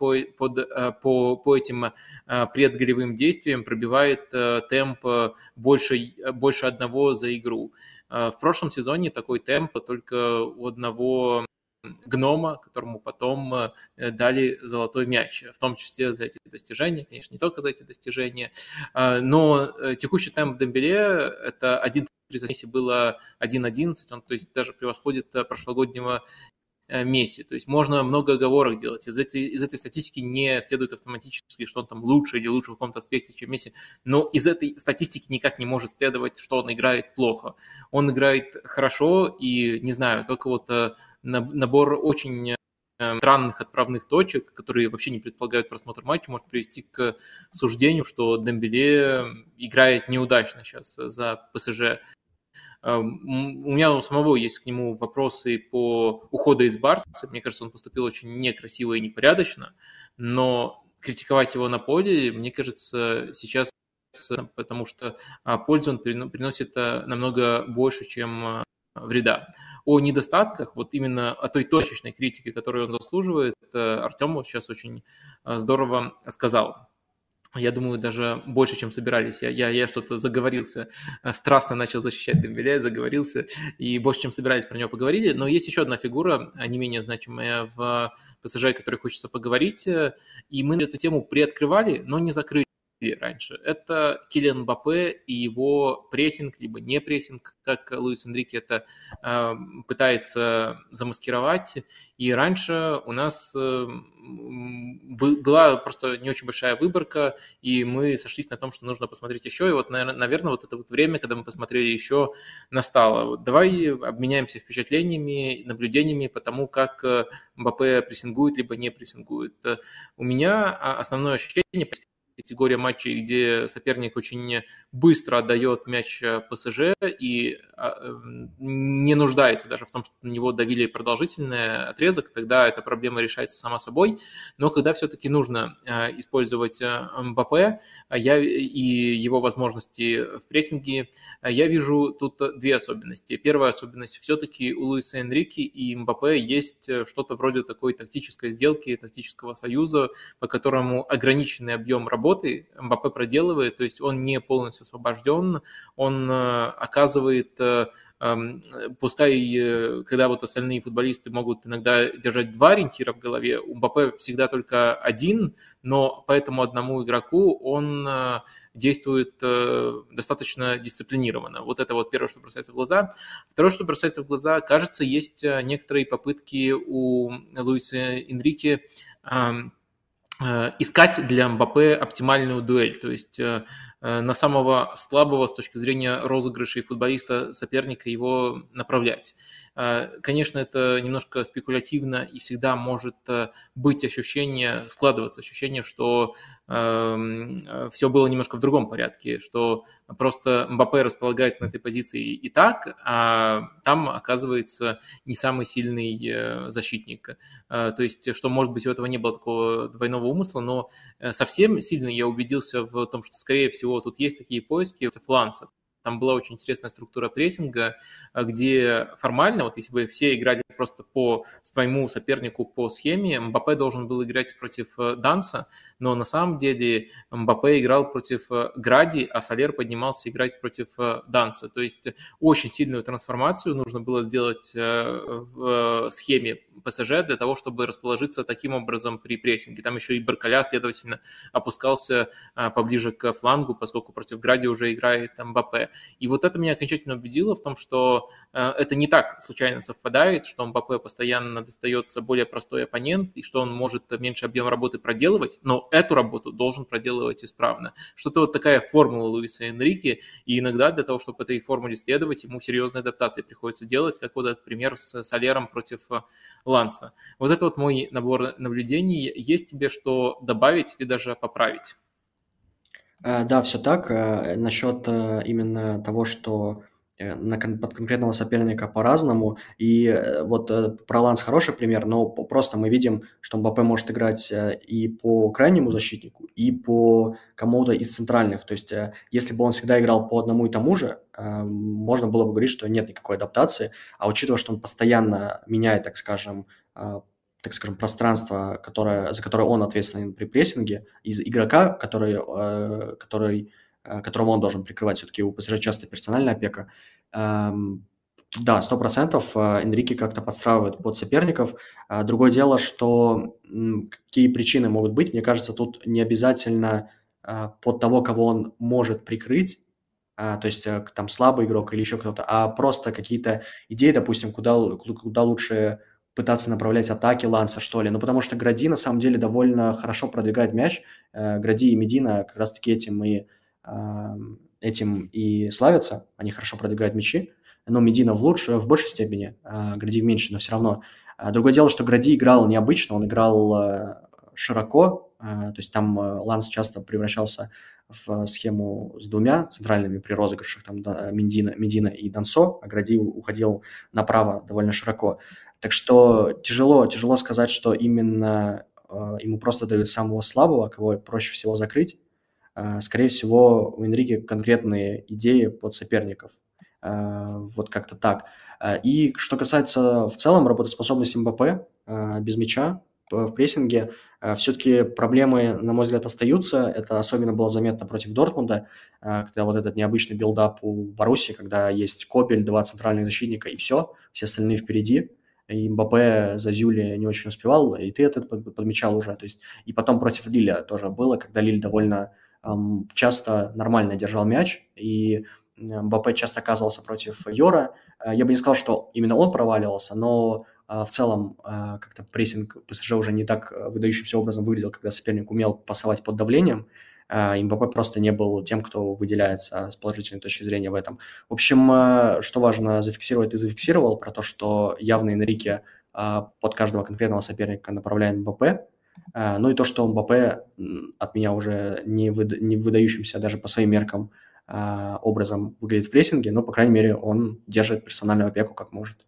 этим предголевым действиям пробивает темп больше одного за игру. В прошлом сезоне такой темп только у одного гнома, которому потом дали золотой мяч, в том числе за эти достижения, конечно, не только за эти достижения, но текущий темп Дембеле – это 1-3, если было 1-11, он то есть даже превосходит прошлогоднего Месси. То есть можно много оговорок делать. Из этой статистики не следует автоматически, что он там лучше или лучше в каком-то аспекте, чем Месси. Но из этой статистики никак не может следовать, что он играет плохо. Он играет хорошо, и, не знаю, только вот набор очень странных отправных точек, которые вообще не предполагают просмотр матча, может привести к суждению, что Дембеле играет неудачно сейчас за ПСЖ. У меня у самого есть к нему вопросы по уходу из Барса. Мне кажется, он поступил очень некрасиво и непорядочно, но критиковать его на поле, мне кажется, сейчас, потому что пользу он приносит намного больше, чем вреда. О недостатках, вот именно о той точечной критике, которую он заслуживает, Артем сейчас очень здорово сказал. Я думаю, даже больше, чем собирались. Я что-то заговорился, страстно начал защищать Дембеле, заговорился, и больше, чем собирались, про него поговорили. Но есть еще одна фигура, не менее значимая в ПСЖ, о которой хочется поговорить, и мы эту тему приоткрывали, но не закрыли. раньше. Это Килиан Мбаппе и его прессинг, либо не прессинг, как Луис Энрике это пытается замаскировать. И раньше у нас была просто не очень большая выборка, и мы сошлись на том, что нужно посмотреть еще. И вот, наверное, вот это вот время, когда мы посмотрели еще, настало. Вот давай обменяемся впечатлениями, наблюдениями по тому, как Мбаппе прессингует, либо не прессингует. У меня основное ощущение, категория матчей, где соперник очень быстро отдает мяч ПСЖ и не нуждается даже в том, что на него давили продолжительный отрезок, тогда эта проблема решается сама собой. Но когда все-таки нужно использовать Мбаппе и его возможности в прессинге, я вижу тут две особенности. Первая особенность: все-таки у Луиса Энрике и Мбаппе есть что-то вроде такой тактической сделки, тактического союза, по которому ограниченный объем работы Мбаппе проделывает, то есть он не полностью освобожден, он оказывает, пускай, когда вот остальные футболисты могут иногда держать два ориентира в голове, у Мбаппе всегда только один, но по этому одному игроку он действует достаточно дисциплинированно. Вот это вот первое, что бросается в глаза. Второе, что бросается в глаза: кажется, есть некоторые попытки у Луиса Энрике искать для Мбаппе оптимальную дуэль, то есть на самого слабого с точки зрения розыгрышей футболиста соперника его направлять. Конечно, это немножко спекулятивно, и всегда может быть ощущение, складываться ощущение, что все было немножко в другом порядке, что просто Мбаппе располагается на этой позиции и так, а там оказывается не самый сильный защитник. То есть, что, может быть, у этого не было такого двойного умысла, но совсем сильно я убедился в том, что, скорее всего, тут есть такие поиски фланца. Там была очень интересная структура прессинга, где формально, вот если бы все играли просто по своему сопернику по схеме, Мбаппе должен был играть против Данса, но на самом деле Мбаппе играл против Гради, а Солер поднимался играть против Данса. То есть очень сильную трансформацию нужно было сделать в схеме ПСЖ для того, чтобы расположиться таким образом при прессинге. Там еще и Баркаля, следовательно, опускался поближе к флангу, поскольку против Гради уже играет Мбаппе. И вот это меня окончательно убедило в том, что это не так случайно совпадает, что Мбаппе постоянно достается более простой оппонент, и что он может меньше объем работы проделывать, но эту работу должен проделывать исправно. Что-то вот такая формула Луиса Энрике, и иногда для того, чтобы этой формуле следовать, ему серьезные адаптации приходится делать, как вот этот пример с Солером против Ланса. Вот это вот мой набор наблюдений. Есть тебе что добавить или даже поправить? Да, все так. Насчет именно того, что под конкретного соперника по-разному. И вот про Ланс хороший пример, но просто мы видим, что Мбаппе может играть и по крайнему защитнику, и по кому-то из центральных. То есть если бы он всегда играл по одному и тому же, можно было бы говорить, что нет никакой адаптации. А учитывая, что он постоянно меняет, так скажем, пространство, за которое он ответственен при прессинге, из игрока, которому он должен прикрывать, все-таки у ПСЖ часто персональная опека. Да, 100% Энрике как-то подстраивает под соперников. Другое дело, что какие причины могут быть, мне кажется, тут не обязательно под того, кого он может прикрыть, то есть там слабый игрок или еще кто-то, а просто какие-то идеи, допустим, куда лучше пытаться направлять атаки Ланса, что ли. Ну, потому что Гради, на самом деле, довольно хорошо продвигает мяч. Гради и Медина как раз-таки этим и славятся. Они хорошо продвигают мячи. Но Медина в большей степени, Гради в меньшей, но все равно. Другое дело, что Гради играл необычно, он играл широко, то есть там Ланс часто превращался в схему с двумя центральными при розыгрышах, там Медина и Дансо, а Гради уходил направо довольно широко. Так что тяжело сказать, что именно ему просто дают самого слабого, кого проще всего закрыть. Скорее всего, у Энрике конкретные идеи под соперников. Вот как-то так. И что касается в целом работоспособности Мбаппе без мяча в прессинге, все-таки проблемы, на мой взгляд, остаются. Это особенно было заметно против Дортмунда, когда вот этот необычный билдап у Боруссии, когда есть Кобель, два центральных защитника и все остальные впереди. И Мбаппе за Зюли не очень успевал, и ты это подмечал уже. То есть, и потом против Лиля тоже было, когда Лиль довольно часто нормально держал мяч, и МБП часто оказывался против Йора. Я бы не сказал, что именно он проваливался, но в целом как-то прессинг ПСЖ уже не так выдающимся образом выглядел, когда соперник умел пасовать под давлением. И МБП просто не был тем, кто выделяется с положительной точки зрения в этом. В общем, что важно зафиксировать, ты зафиксировал про то, что явно Энрике под каждого конкретного соперника направляет МБП. Ну и то, что МБП от меня уже не выдающимся даже по своим меркам образом выглядит в прессинге, но, по крайней мере, он держит персональную опеку как может.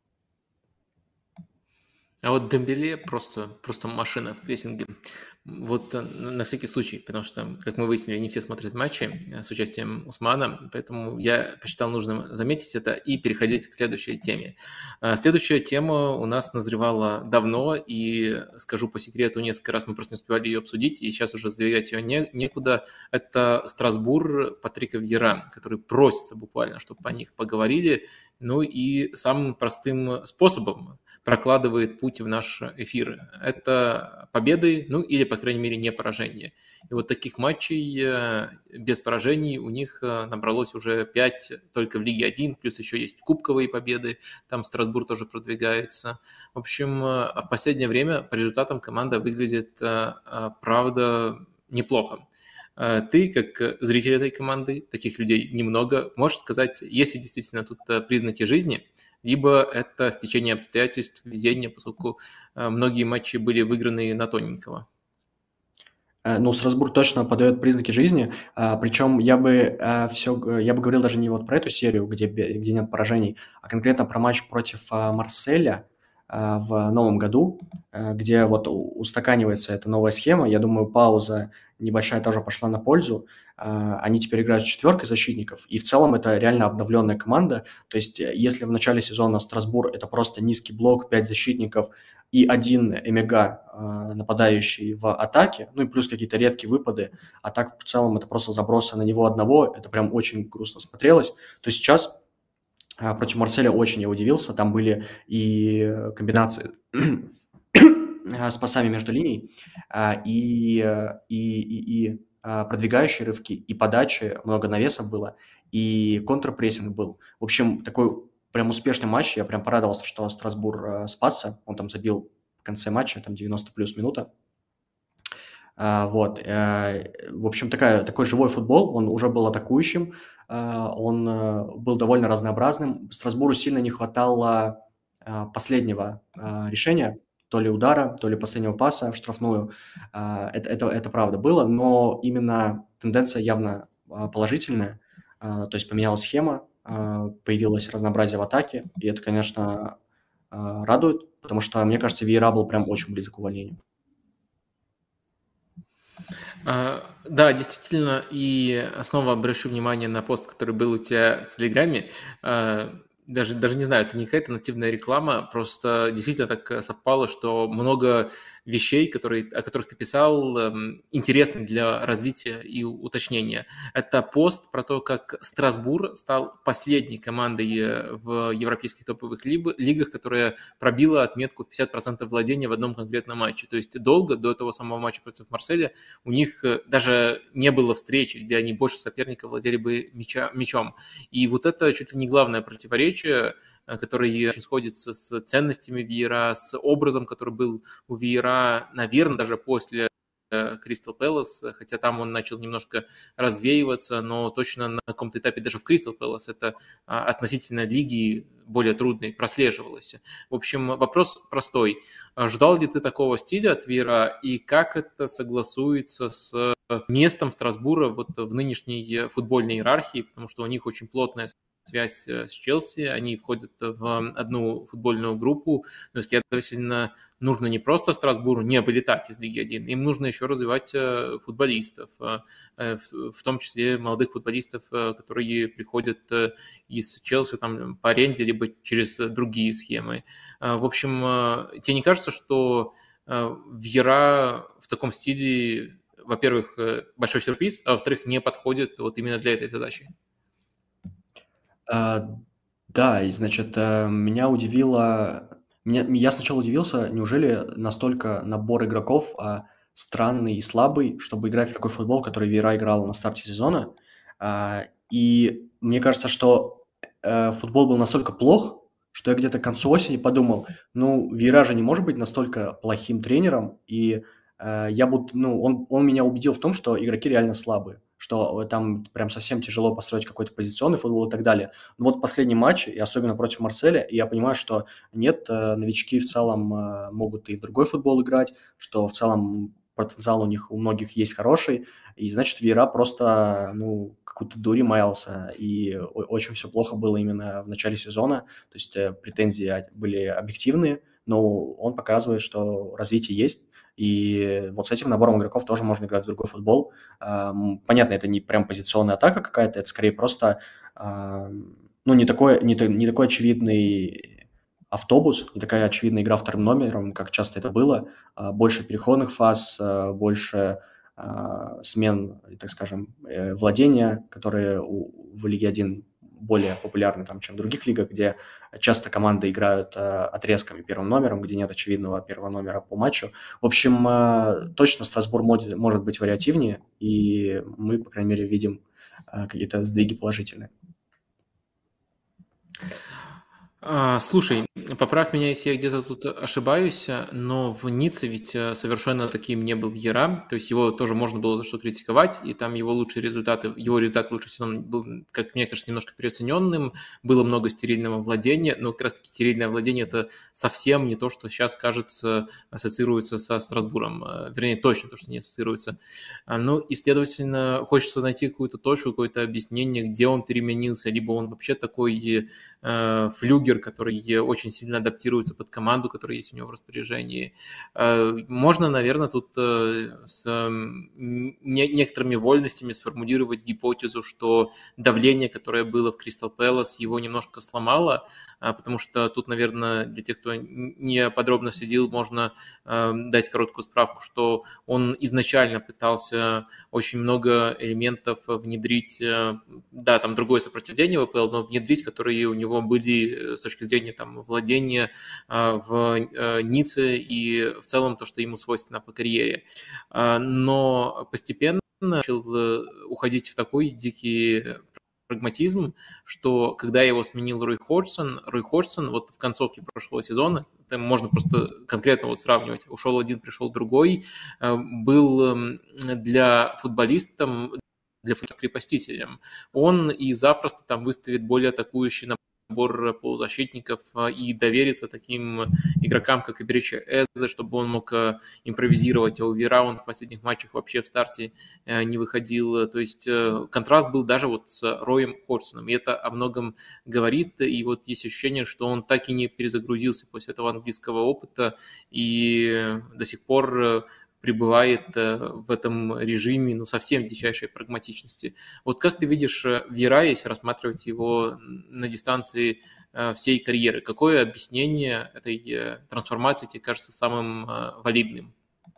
А вот Дембеле просто машина в прессинге. Вот на всякий случай, потому что, как мы выяснили, не все смотрят матчи с участием Усмана, поэтому я посчитал нужным заметить это и переходить к следующей теме. Следующая тема у нас назревала давно, и скажу по секрету, несколько раз мы просто не успевали ее обсудить, и сейчас уже сдвигать ее некуда. Это Страсбур Патрика Вьера, который просится буквально, чтобы о них поговорили, ну и самым простым способом прокладывает путь в наш эфир. Это победы, ну или, по крайней мере, не поражение. И вот таких матчей без поражений у них набралось уже 5 только в Лиге 1, плюс еще есть кубковые победы, там Страсбург тоже продвигается. В общем, в последнее время по результатам команда выглядит, правда, неплохо. Ты, как зритель этой команды, таких людей немного, можешь сказать, есть ли действительно тут признаки жизни, либо это стечение обстоятельств, везение, поскольку многие матчи были выиграны на тоненького. Ну, Страсбург точно подает признаки жизни, причем я бы говорил даже не вот про эту серию, где нет поражений, а конкретно про матч против Марселя в новом году, где вот устаканивается эта новая схема. Я думаю, пауза небольшая тоже пошла на пользу. Они теперь играют с четверкой защитников, и в целом это реально обновленная команда. То есть если в начале сезона Страсбург – это просто низкий блок, 5 защитников и один Эмега, нападающий в атаке, ну и плюс какие-то редкие выпады, а так в целом это просто забросы на него одного, это прям очень грустно смотрелось. То сейчас против Марселя очень я удивился, там были и комбинации с пасами между линий, и продвигающие рывки, и подачи, много навесов было, и контрпрессинг был. В общем, такой прям успешный матч, я прям порадовался, что Страсбург спасся, он там забил в конце матча, там 90 плюс минута. Вот, в общем, такой живой футбол, он уже был атакующим, он был довольно разнообразным. Страсбургу сильно не хватало последнего решения, то ли удара, то ли последнего паса в штрафную. Это правда было, но именно тенденция явно положительная. То есть поменялась схема, появилось разнообразие в атаке, и это, конечно, радует, потому что, мне кажется, Вейера был прям очень близок к увольнению. Да, действительно, и снова обращу внимание на пост, который был у тебя в Телеграме. Даже не знаю, это не какая-то нативная реклама, просто действительно так совпало, что много вещей, о которых ты писал, интересны для развития и уточнения. Это пост про то, как Страсбург стал последней командой в европейских топовых лигах, которая пробила отметку в 50% владения в одном конкретном матче. То есть долго, до этого самого матча против Марселя, у них даже не было встречи, где они больше соперника владели бы мячом. И вот это чуть ли не главное противоречие, который очень сходится с ценностями Виера, с образом, который был у Виера, наверное, даже после Кристал Пэлас, хотя там он начал немножко развеиваться, но точно на каком-то этапе даже в Кристал Пэлас это относительно лиги более трудной прослеживалось. В общем, вопрос простой. Ждал ли ты такого стиля от Виера, и как это согласуется с местом Страсбурга вот в нынешней футбольной иерархии, потому что у них очень плотная связь с Челси, они входят в одну футбольную группу, но, следовательно, нужно не просто Страсбургу не вылетать из Лиги 1, им нужно еще развивать футболистов, в том числе молодых футболистов, которые приходят из Челси там, по аренде, либо через другие схемы. В общем, тебе не кажется, что Вьера в таком стиле, во-первых, большой сюрприз, а во-вторых, не подходит вот именно для этой задачи? Да, и, значит, меня удивило... Я сначала удивился, неужели настолько набор игроков странный и слабый, чтобы играть в такой футбол, который Вейра играла на старте сезона. И мне кажется, что футбол был настолько плох, что я где-то к концу осени подумал, ну, Вейра же не может быть настолько плохим тренером, и он меня убедил в том, что игроки реально слабые, что там прям совсем тяжело построить какой-то позиционный футбол и так далее. Но вот последний матч, и особенно против Марселя, я понимаю, что нет, новички в целом могут и в другой футбол играть, что в целом потенциал у них у многих есть хороший, и значит, Вейра просто, ну, какую-то дури маялся, и очень все плохо было именно в начале сезона, то есть претензии были объективные, но он показывает, что развитие есть, и вот с этим набором игроков тоже можно играть в другой футбол. Понятно, это не прям позиционная атака какая-то, это скорее просто, ну, не такой очевидный автобус, не такая очевидная игра вторым номером, как часто это было, больше переходных фаз, больше смен, так скажем, владения, которые в Лиге 1 более популярны, там, чем в других лигах, где часто команды играют отрезками первым номером, где нет очевидного первого номера по матчу. В общем, точно Страсбург может быть вариативнее, и мы, по крайней мере, видим какие-то сдвиги положительные. Слушай, поправь меня, если я где-то тут ошибаюсь, но в Ницце ведь совершенно таким не был Вьера, то есть его тоже можно было за что критиковать, и там его результат лучший сезон был, как мне кажется, немножко переоцененным, было много стерильного владения, но как раз-таки стерильное владение – это совсем не то, что сейчас, кажется, ассоциируется со Страсбуром, вернее, точно то, что не ассоциируется. Ну и, следовательно, хочется найти какую-то точку, какое-то объяснение, где он переменился, либо он вообще такой флюгер, который очень сильно адаптируется под команду, которая есть у него в распоряжении. Можно, наверное, тут с некоторыми вольностями сформулировать гипотезу, что давление, которое было в Кристал Пэлас, его немножко сломало, потому что тут, наверное, для тех, кто не подробно следил, можно дать короткую справку, что он изначально пытался очень много элементов внедрить, да, там другое сопротивление в АПЛ, но внедрить, которые у него были с точки зрения там владения в Ницце и в целом то, что ему свойственно по карьере. Но постепенно начал уходить в такой дикий прагматизм, что когда его сменил Руй Ходжсон вот в концовке прошлого сезона, там можно просто конкретно вот сравнивать, ушел один, пришел другой, был для футболистом, для крепостителем. Он и запросто там выставит более атакующий набор полузащитников и довериться таким игрокам, как Ибрича Эзе, чтобы он мог импровизировать, а у Вейра он в последних матчах вообще в старте не выходил. То есть контраст был даже вот с Роем Ходжсоном, и это о многом говорит, и вот есть ощущение, что он так и не перезагрузился после этого английского опыта, и до сих пор пребывает в этом режиме, ну, совсем дичайшей прагматичности. Вот как ты видишь Вейра, если рассматривать его на дистанции всей карьеры? Какое объяснение этой трансформации тебе кажется самым валидным?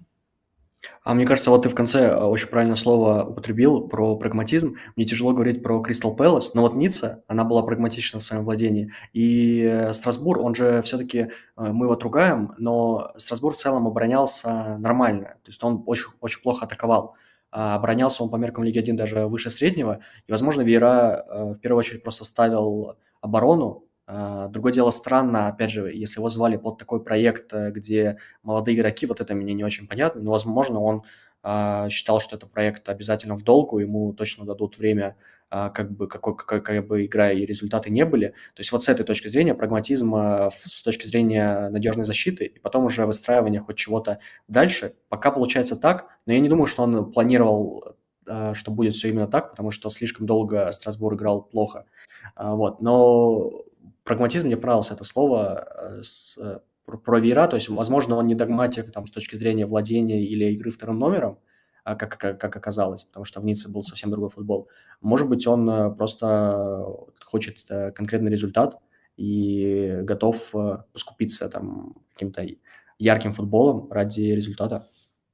Мне кажется, вот ты в конце очень правильное слово употребил про прагматизм. Мне тяжело говорить про Кристал Пэлас, но вот Ницца, она была прагматична в своем владении. И Страсбург, он же все-таки, мы его ругаем, но Страсбург в целом оборонялся нормально. То есть он очень, очень плохо атаковал. Оборонялся он по меркам Лиги 1 даже выше среднего. И, возможно, Вейра в первую очередь просто ставил оборону. Другое дело, странно, опять же, если его звали под такой проект, где молодые игроки, вот это мне не очень понятно, но, возможно, он считал, что это проект обязательно в долгу, ему точно дадут время, как бы, какая бы игра и результаты не были. То есть вот с этой точки зрения прагматизм, с точки зрения надежной защиты, и потом уже выстраивание хоть чего-то дальше. Пока получается так, но я не думаю, что он планировал, что будет все именно так, потому что слишком долго Страсбург играл плохо. Вот, но прагматизм, мне понравилось это слово, про Вейра, то есть, возможно, он не догматик там, с точки зрения владения или игры вторым номером, как оказалось, потому что в Ницце был совсем другой футбол. Может быть, он просто хочет конкретный результат и готов поскупиться там каким-то ярким футболом ради результата.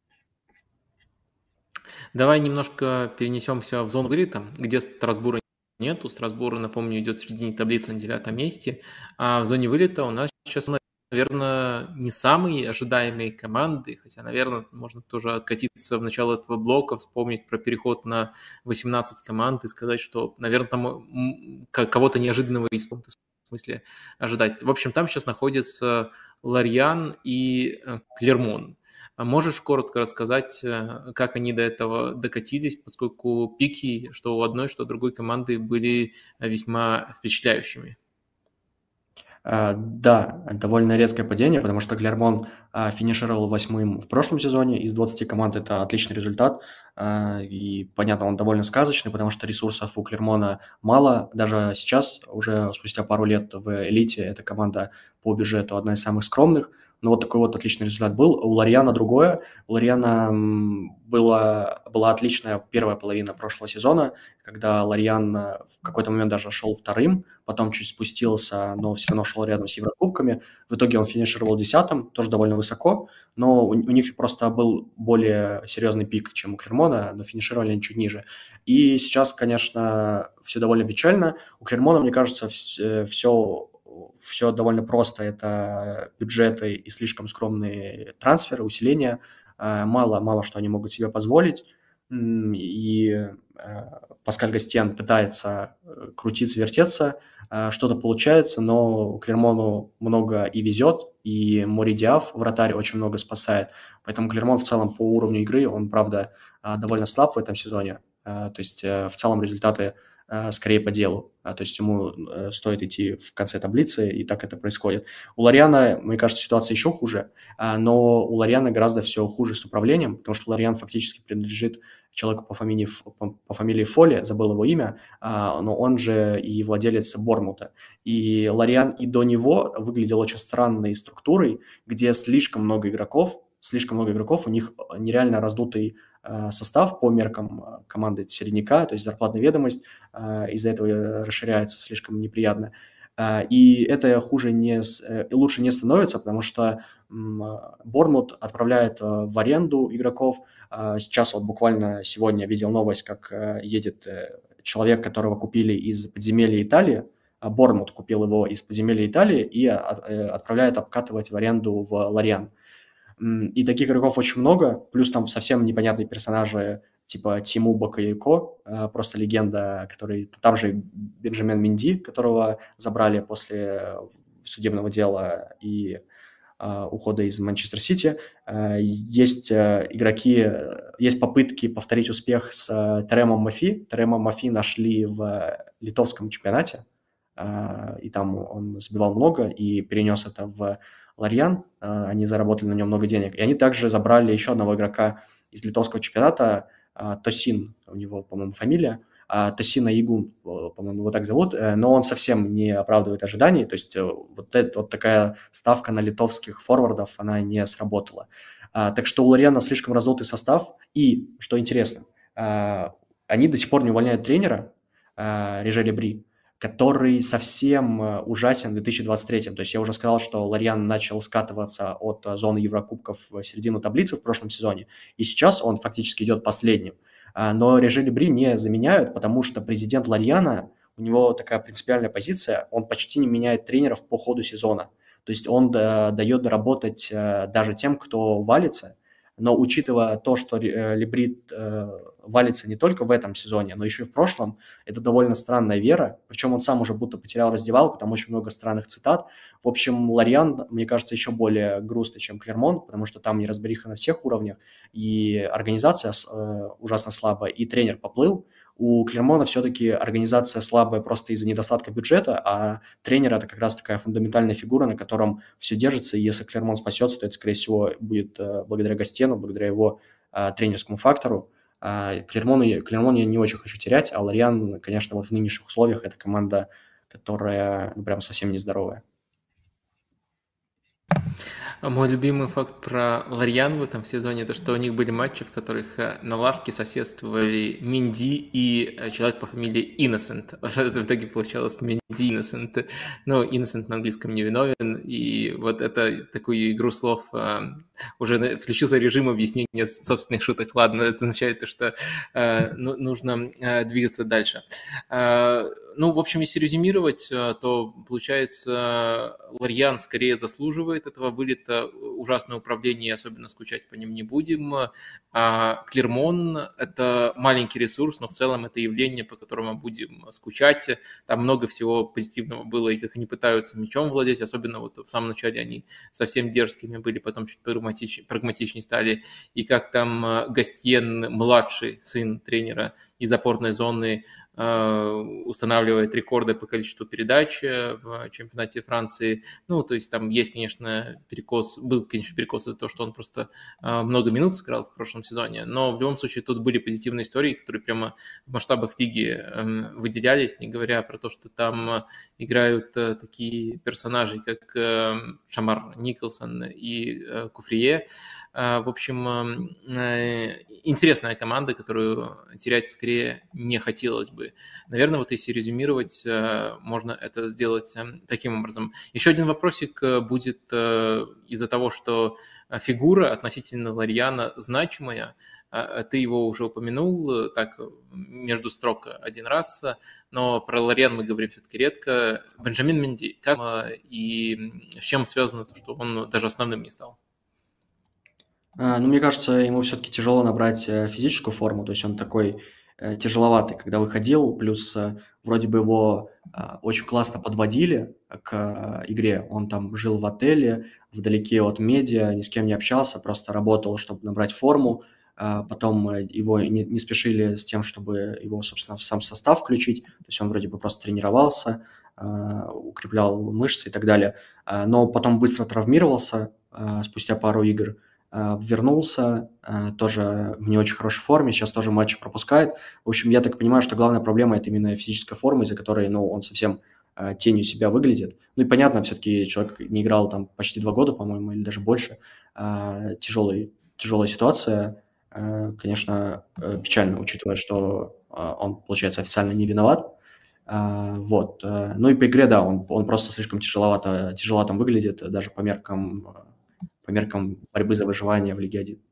Давай немножко перенесемся в зону вылета, где Страсбура нет. У Страсбура, напомню, идет в середине таблицы на 9 месте, а в зоне вылета у нас сейчас наверное, не самые ожидаемые команды, хотя, наверное, можно тоже откатиться в начало этого блока, вспомнить про переход на 18 команд и сказать, что, наверное, там кого-то неожиданного из в смысле ожидать. В общем, там сейчас находится Лорьян и Клермон. А можешь коротко рассказать, как они до этого докатились, поскольку пики, что у одной, что у другой команды, были весьма впечатляющими? Да, довольно резкое падение, потому что Клермон финишировал 8-м в прошлом сезоне. Из 20 команд это отличный результат. И, понятно, он довольно сказочный, потому что ресурсов у Клермона мало. Даже сейчас, уже спустя пару лет в элите, эта команда по бюджету одна из самых скромных. Но вот такой вот отличный результат был. У Лорьяна другое. У Лорьяна была отличная первая половина прошлого сезона, когда Лорьян в какой-то момент даже шел вторым, потом чуть спустился, но все равно шел рядом с Еврокубками. В итоге он финишировал 10-м, тоже довольно высоко, но у них просто был более серьезный пик, чем у Клермона, но финишировали они чуть ниже. И сейчас, конечно, все довольно печально. У Клермона, мне кажется, все довольно просто. Это бюджеты и слишком скромные трансферы, усиления. Мало что они могут себе позволить. И Паскаль Гастьен пытается крутиться, вертеться, что-то получается, но Клермону много и везет, и Мори Диаф, вратарь, очень много спасает. Поэтому Клермон в целом по уровню игры, он, правда, довольно слаб в этом сезоне. То есть в целом результаты скорее по делу. То есть ему стоит идти в конце таблицы, и так это происходит. У Лорьяна, мне кажется, ситуация еще хуже, но у Лорьяна гораздо все хуже с управлением, потому что Лорьян фактически принадлежит человеку по фамилии Фоли, забыл его имя, но он же и владелец Борнмута. И Лорьян и до него выглядел очень странной структурой, где слишком много игроков, у них нереально раздутый состав по меркам команды середняка, то есть зарплатная ведомость из-за этого расширяется слишком неприятно. И это лучше не становится, потому что Борнмут отправляет в аренду игроков. Сейчас вот буквально сегодня видел новость, как едет человек, которого купили из подземелья Италии. Борнмут купил его из подземелья Италии и отправляет обкатывать в аренду в Лорьян. И таких игроков очень много, плюс там совсем непонятные персонажи, типа Тиму Бакаеко, просто легенда, который... Там же Бенджамин Менди, которого забрали после судебного дела и ухода из Манчестер Сити. Есть есть попытки повторить успех с Теремом Мафи. Терема Мафи нашли в литовском чемпионате, и там он забивал много и перенес это в Лорьян. Они заработали на нем много денег. И они также забрали еще одного игрока из литовского чемпионата, Тосин, у него, по-моему, фамилия, Тосина Ягун, по-моему, его так зовут, но он совсем не оправдывает ожиданий, то есть вот такая ставка на литовских форвардов, она не сработала. Так что у Лорьяна слишком раздутый состав, и, что интересно, они до сих пор не увольняют тренера Реже Лебри, который совсем ужасен в 2023. То есть я уже сказал, что Лорьян начал скатываться от зоны Еврокубков в середину таблицы в прошлом сезоне, и сейчас он фактически идет последним. Но Реже Лебри не заменяют, потому что президент Лорьяна, у него такая принципиальная позиция, он почти не меняет тренеров по ходу сезона. То есть он дает доработать даже тем, кто валится, но учитывая то, что Лебри валится не только в этом сезоне, но еще и в прошлом, это довольно странная вера, причем он сам уже будто потерял раздевалку, там очень много странных цитат. В общем, Лорьян, мне кажется, еще более грустный, чем Клермон, потому что там неразбериха на всех уровнях, и организация ужасно слабая, и тренер поплыл. У Клермона все-таки организация слабая просто из-за недостатка бюджета, а тренер – это как раз такая фундаментальная фигура, на котором все держится, и если Клермон спасется, то это, скорее всего, будет благодаря Гастьену, благодаря его тренерскому фактору. Клермон я не очень хочу терять, а Лорьян, конечно, вот в нынешних условиях это команда, которая прям совсем нездоровая. Мой любимый факт про Лорьян в этом сезоне, то что у них были матчи, в которых на лавке соседствовали Минди и человек по фамилии Innocent. В итоге получалось Минди Innocent. Ну, Innocent на английском невиновен. И вот это такую игру слов уже включу за режим объяснения собственных шуток. Ладно, это означает, что нужно двигаться дальше. Ну, в общем, если резюмировать, то, получается, Лорьян скорее заслуживает этого вылета, ужасное управление, особенно скучать по ним не будем. А Клермон – это маленький ресурс, но в целом это явление, по которому мы будем скучать. Там много всего позитивного было, и как они пытаются мячом владеть, особенно вот в самом начале они совсем дерзкими были, потом чуть прагматичнее стали. И как там Гастьен, младший сын тренера из опорной зоны, устанавливает рекорды по количеству передач в чемпионате Франции. Ну, то есть там есть, конечно, перекос из-за того, что он просто много минут сыграл в прошлом сезоне, но в любом случае тут были позитивные истории, которые прямо в масштабах лиги выделялись, не говоря про то, что там играют такие персонажи, как Шамар Николсон и Куфрие. В общем, интересная команда, которую терять скорее не хотелось бы. Наверное, вот если резюмировать, можно это сделать таким образом. Еще один вопросик будет из-за того, что фигура относительно Лорьяна значимая. Ты его уже упомянул так между строк один раз, но про Лорьян мы говорим все-таки редко. Бенджамин Менди, как и с чем связано то, что он даже основным не стал? Ну, мне кажется, ему все-таки тяжело набрать физическую форму, то есть он такой тяжеловатый, когда выходил, плюс вроде бы его очень классно подводили к игре, он там жил в отеле, вдалеке от медиа, ни с кем не общался, просто работал, чтобы набрать форму, потом его не спешили с тем, чтобы его, собственно, в сам состав включить, то есть он вроде бы просто тренировался, укреплял мышцы и так далее, но потом быстро травмировался спустя пару игр, вернулся, тоже в не очень хорошей форме, сейчас тоже матчи пропускает. В общем, я так понимаю, что главная проблема – это именно физическая форма, из-за которой, он совсем тенью себя выглядит. Ну и понятно, все-таки человек не играл там почти 2 года, по-моему, или даже больше. Тяжелая ситуация, конечно, печально, учитывая, что он, получается, официально не виноват. Вот. Ну и по игре, да, он просто слишком тяжело там выглядит, даже по меркам борьбы за выживание в Лиге 1.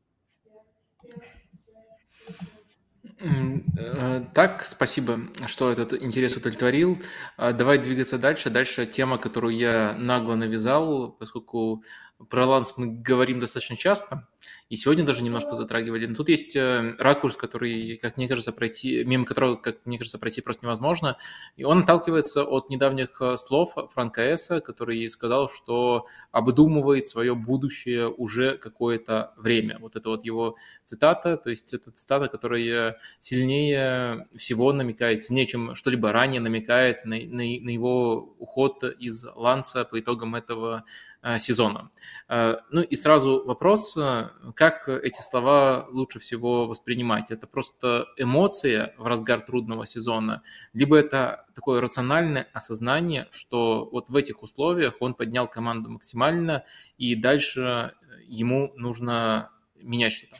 Так, спасибо, что этот интерес удовлетворил. Давай двигаться дальше. Дальше тема, которую я нагло навязал, поскольку про Ланс мы говорим достаточно часто, и сегодня даже немножко затрагивали. Но тут есть ракурс, который, как мне кажется, мимо которого, как мне кажется, пройти просто невозможно. И он отталкивается от недавних слов Франка Эсса, который сказал, что обдумывает свое будущее уже какое-то время. Вот это вот его цитата, то есть это цитата, которая сильнее всего намекает, сильнее, чем что-либо ранее намекает на его уход из Ланса по итогам этого сезона. Ну и сразу вопрос, как эти слова лучше всего воспринимать? Это просто эмоция в разгар трудного сезона, либо это такое рациональное осознание, что вот в этих условиях он поднял команду максимально, и дальше ему нужно менять что-то?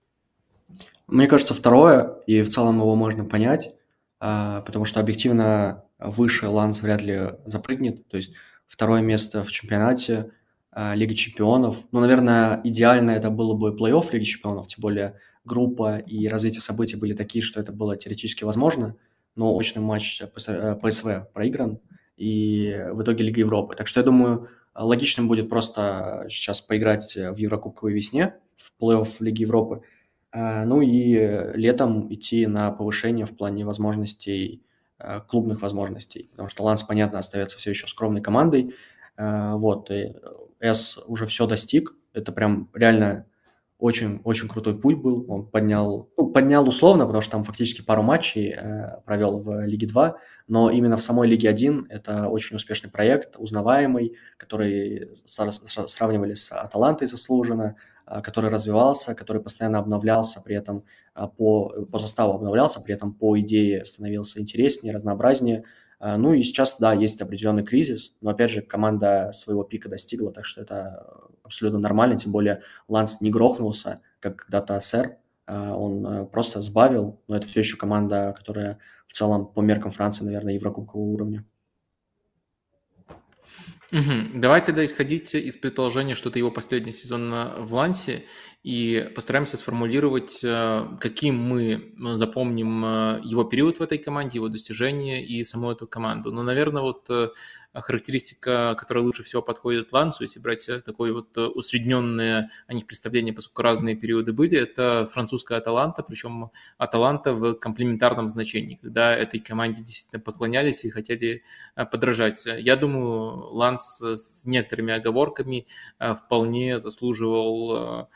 Мне кажется, второе, и в целом его можно понять, потому что объективно выше Ланс вряд ли запрыгнет. То есть второе место в чемпионате Лиги Чемпионов. Ну, наверное, идеально это было бы плей-офф Лиги Чемпионов, тем более группа и развитие событий были такие, что это было теоретически возможно, но очный матч ПСВ проигран, и в итоге Лига Европы. Так что я думаю, логичным будет просто сейчас поиграть в Еврокубковой весне, в плей-офф Лиги Европы, ну и летом идти на повышение в плане возможностей, клубных возможностей, потому что Ланс, понятно, остается все еще скромной командой. Вот, и С уже все достиг. Это прям реально очень, очень крутой путь был. Он поднял условно, потому что там фактически пару матчей провел в Лиге 2, но именно в самой Лиге 1 это очень успешный проект, узнаваемый, который сравнивали с Аталантой заслуженно, который развивался, который постоянно обновлялся, при этом по составу обновлялся, при этом по идее становился интереснее, разнообразнее. Ну и сейчас, да, есть определенный кризис, но опять же команда своего пика достигла, так что это абсолютно нормально, тем более Ланс не грохнулся, как когда-то СР, он просто сбавил, но это все еще команда, которая в целом по меркам Франции, наверное, еврокубкового уровня. Мгм. Давай тогда исходить из предположения, что это его последний сезон в Лансе, и постараемся сформулировать, каким мы запомним его период в этой команде, его достижения и саму эту команду. Но, наверное, вот характеристика, которая лучше всего подходит Лансу, если брать такое вот усредненное о них представление, поскольку разные периоды были, это французская Аталанта, причем Аталанта в комплементарном значении, когда этой команде действительно поклонялись и хотели подражать. Я думаю, Ланс с некоторыми оговорками вполне заслуживал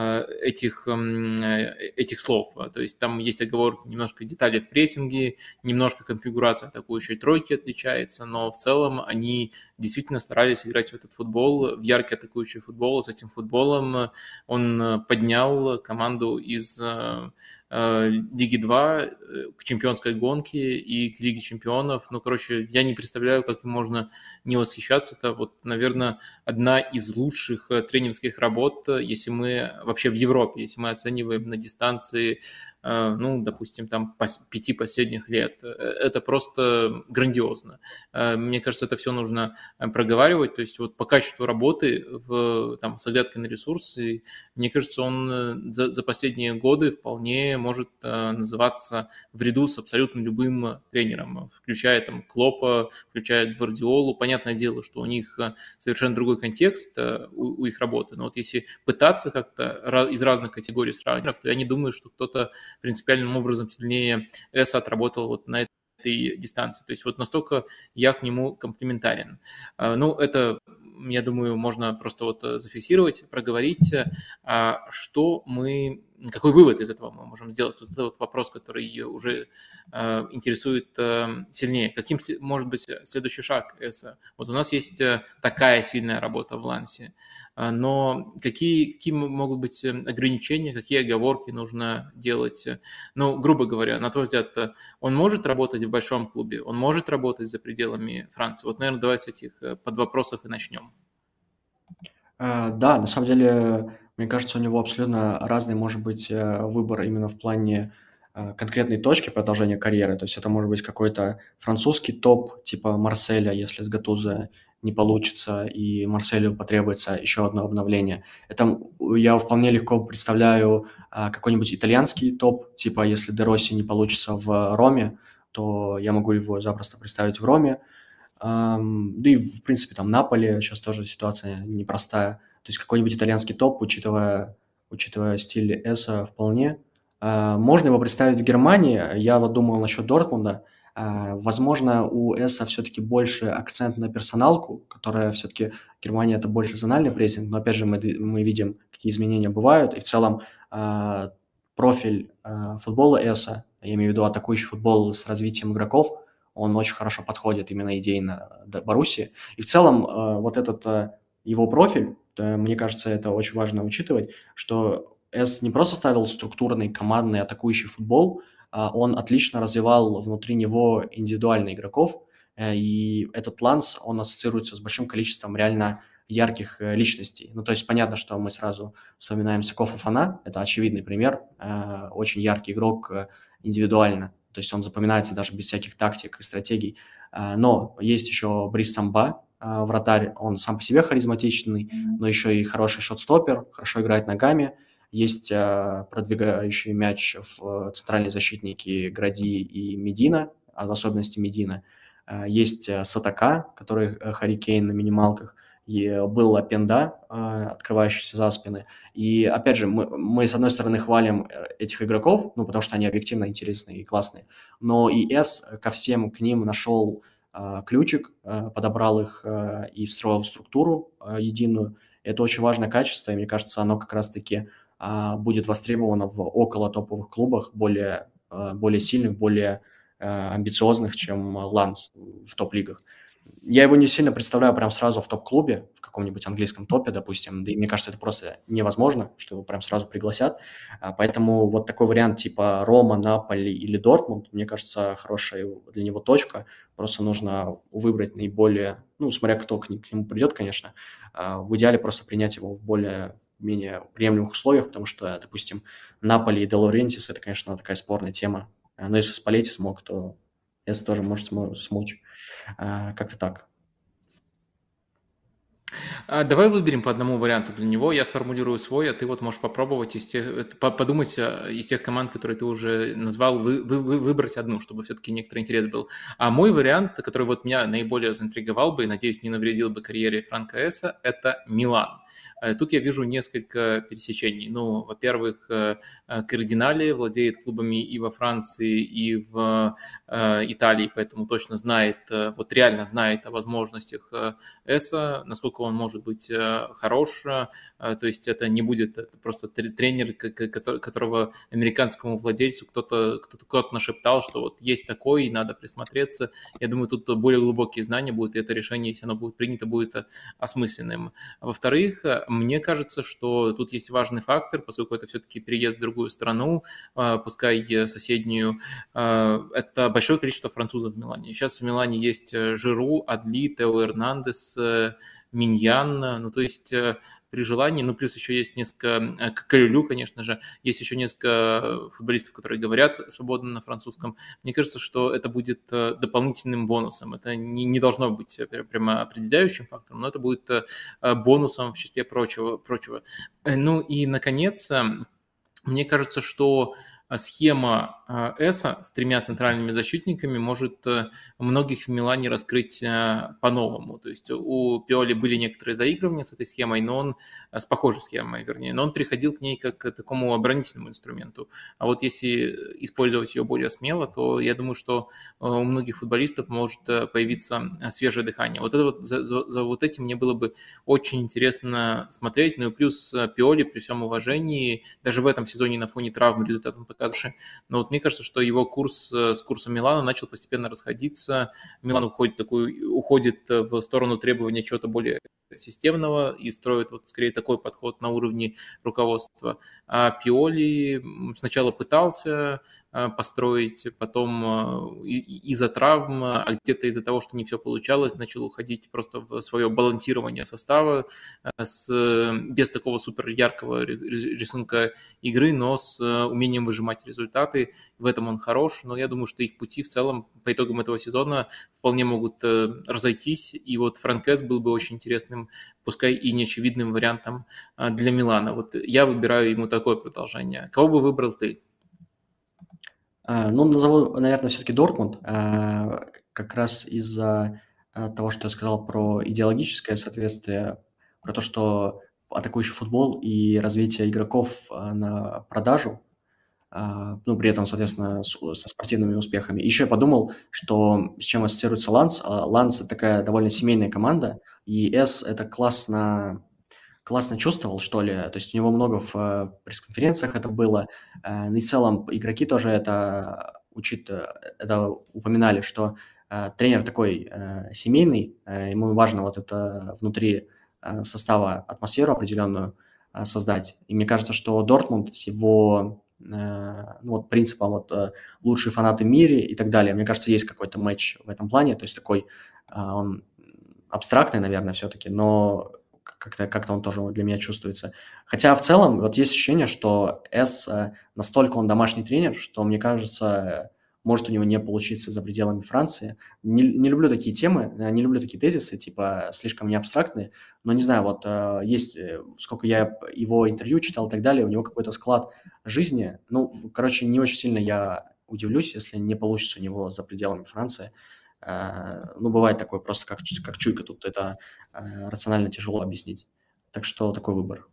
этих слов. То есть там есть оговорки, немножко детали в прессинге, немножко конфигурация атакующей тройки отличается, но в целом они действительно старались играть в этот футбол, в яркий атакующий футбол. С этим футболом он поднял команду из Лиги 2 к чемпионской гонке и к Лиге чемпионов. Ну, короче, я не представляю, как им можно не восхищаться. Это вот, наверное, одна из лучших тренерских работ, если мы вообще в Европе, если мы оцениваем на дистанции, ну, допустим, там 5 последних лет. Это просто грандиозно. Мне кажется, это все нужно проговаривать. То есть вот по качеству работы там, с оглядкой на ресурсы, мне кажется, он за последние годы вполне может называться в ряду с абсолютно любым тренером, включая там Клопа, включая Гвардиолу. Понятное дело, что у них совершенно другой контекст у их работы, но вот если пытаться как-то из разных категорий сравнивать, то я не думаю, что кто-то принципиальным образом сильнее Эса отработал вот на этой дистанции. То есть вот настолько я к нему комплементарен. Ну, это, я думаю, можно просто вот зафиксировать, проговорить, какой вывод из этого мы можем сделать. Вот это вот вопрос, который уже интересует сильнее. Каким может быть следующий шаг Эса? Вот у нас есть такая сильная работа в Лансе, но какие могут быть ограничения, какие оговорки нужно делать? Ну, грубо говоря, на твой взгляд, он может работать в большом клубе, он может работать за пределами Франции? Вот, наверное, давай с этих подвопросов и начнем. Да, на самом деле, мне кажется, у него абсолютно разный может быть выбор именно в плане конкретной точки продолжения карьеры. То есть это может быть какой-то французский топ, типа Марселя, если с Гатузо не получится, и Марселю потребуется еще одно обновление. Это я вполне легко представляю какой-нибудь итальянский топ, типа если Де Росси не получится в Роме, то я могу его запросто представить в Роме. Да и, в принципе, там Наполе сейчас тоже ситуация непростая. То есть какой-нибудь итальянский топ, учитывая стиль Эса, вполне. Можно его представить в Германии. Я вот думал насчет Дортмунда. Возможно, у Эса все-таки больше акцент на персоналку, которая все-таки Германия это больше зональный прессинг, но опять же мы видим, какие изменения бывают, и в целом профиль футбола Эса, я имею в виду атакующий футбол с развитием игроков, он очень хорошо подходит именно идейно Боруссии. И в целом вот этот его профиль, мне кажется, это очень важно учитывать, что С не просто ставил структурный, командный, атакующий футбол, он отлично развивал внутри него индивидуальных игроков, и этот Ланс, он ассоциируется с большим количеством реально ярких личностей. Ну, то есть понятно, что мы сразу вспоминаем Секо Фофана, это очевидный пример, очень яркий игрок индивидуально, то есть он запоминается даже без всяких тактик и стратегий. Но есть еще Брис Самба, вратарь, он сам по себе харизматичный, но еще и хороший шотстопер, хорошо играет ногами. Есть продвигающий мяч в центральные защитники Гради и Медина, в особенности Медина. Есть Сатака, который Харри Кейн на минималках. И был Лапенда, открывающийся за спины. И, опять же, мы с одной стороны, хвалим этих игроков, ну, потому что они объективно интересные и классные, но и С ко всем к ним нашел ключик, подобрал их и встроил в структуру единую. Это очень важное качество, и мне кажется, оно как раз-таки будет востребовано в около топовых клубах, более сильных, более амбициозных, чем Ланс в топ-лигах. Я его не сильно представляю прям сразу в топ-клубе, в каком-нибудь английском топе, допустим. Да и мне кажется, это просто невозможно, что его прям сразу пригласят. Поэтому вот такой вариант типа Рома, Наполи или Дортмунд, мне кажется, хорошая для него точка. Просто нужно выбрать наиболее, ну, смотря кто к нему придет, конечно, в идеале просто принять его в более-менее приемлемых условиях, потому что, допустим, Наполи и Де Лаурентис – это, конечно, такая спорная тема. Но если Спалетти смог, то Эс тоже может смочь. Как-то так. Давай выберем по одному варианту для него. Я сформулирую свой, а ты вот можешь попробовать подумать из тех команд, которые ты уже назвал, выбрать одну, чтобы все-таки некоторый интерес был. А мой вариант, который вот меня наиболее заинтриговал бы и, надеюсь, не навредил бы карьере Франка Эса, это Милан. Тут я вижу несколько пересечений. Ну, во-первых, Кардинали владеет клубами и во Франции, и в Италии, поэтому точно знает, вот реально знает о возможностях Эса, насколько он может быть хорош, то есть это не будет просто тренер, которого американскому владельцу кто-то нашептал, что вот есть такой, и надо присмотреться. Я думаю, тут более глубокие знания будут, и это решение, если оно будет принято, будет осмысленным. Во-вторых, мне кажется, что тут есть важный фактор, поскольку это все-таки переезд в другую страну, пускай соседнюю, это большое количество французов в Милане. Сейчас в Милане есть Жиру, Адли, Тео Эрнандес, Миньян, ну то есть при желании, ну плюс еще есть несколько, Калюлю, конечно же, есть еще несколько футболистов, которые говорят свободно на французском. Мне кажется, что это будет дополнительным бонусом. Это не должно быть прямо определяющим фактором, но это будет бонусом в числе прочего. Ну и, наконец, мне кажется, что схема Эса с тремя центральными защитниками может многих в Милане раскрыть по-новому. То есть у Пиоли были некоторые заигрывания с этой схемой, но он с похожей схемой, вернее, но он приходил к ней как к такому оборонительному инструменту. А вот если использовать ее более смело, то я думаю, что у многих футболистов может появиться свежее дыхание. Вот это вот за вот этим мне было бы очень интересно смотреть. Ну и плюс Пиоли, при всем уважении, даже в этом сезоне на фоне травм результат он показывает. Но вот мне кажется, что его курс с курсом Милана начал постепенно расходиться. Милан уходит в сторону требования чего-то более системного и строит вот скорее такой подход на уровне руководства. А Пиоли сначала пытался построить, потом из-за травм, а где-то из-за того, что не все получалось, начал уходить просто в свое балансирование состава без такого супер яркого рисунка игры, но с умением выжимать результаты. В этом он хорош, но я думаю, что их пути в целом по итогам этого сезона вполне могут разойтись, и вот Франкес был бы очень интересным, пускай и неочевидным вариантом для Милана. Вот я выбираю ему такое продолжение. Кого бы выбрал ты? Ну, назову, наверное, все-таки Дортмунд, как раз из-за того, что я сказал про идеологическое соответствие, про то, что атакующий футбол и развитие игроков на продажу, ну, при этом, соответственно, со спортивными успехами. Еще я подумал, что с чем ассоциируется Ланс. Ланс – это такая довольно семейная команда, и С – это классно чувствовал, что ли. То есть у него много в пресс-конференциях это было. Ну и в целом игроки тоже это упоминали, что тренер такой семейный, ему важно вот это внутри состава атмосферу определенную создать. И мне кажется, что Дортмунд с его ну, вот принципом вот, лучшие фанаты в мире и так далее, мне кажется, есть какой-то матч в этом плане, то есть такой он абстрактный, наверное, все-таки, но как-то он тоже для меня чувствуется. Хотя в целом вот есть ощущение, что настолько он домашний тренер, что, мне кажется, может у него не получиться за пределами Франции. Не люблю такие темы, не люблю такие тезисы, типа слишком не абстрактные, но не знаю, вот есть, сколько я его интервью читал и так далее, у него какой-то склад жизни. Ну, короче, не очень сильно я удивлюсь, если не получится у него за пределами Франции. Ну, бывает такое просто как чуйка, тут это рационально тяжело объяснить. Так что такой выбор.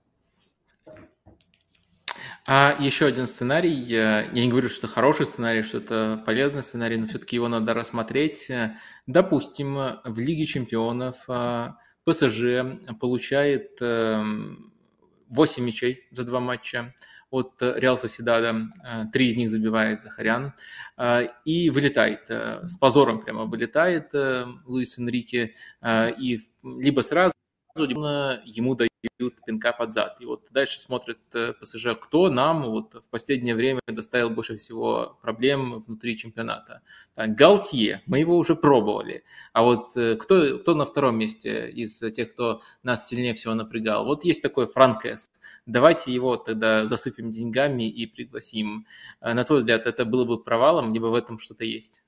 А еще один сценарий, я не говорю, что это хороший сценарий, что это полезный сценарий, но все-таки его надо рассмотреть. Допустим, в Лиге чемпионов ПСЖ получает 8 мячей за 2 матча от Реал Соседада, 3 из них забивает Захарян, и вылетает, с позором прямо вылетает Луис Энрике, и либо сразу, либо ему дают пинка под зад. И вот дальше смотрит ПСЖ, кто нам вот в последнее время доставил больше всего проблем внутри чемпионата. Так, Галтье, мы его уже пробовали. А вот кто на втором месте из тех, кто нас сильнее всего напрягал? Вот есть такой Франкес. Давайте его тогда засыпем деньгами и пригласим. На твой взгляд, это было бы провалом, либо в этом что-то есть?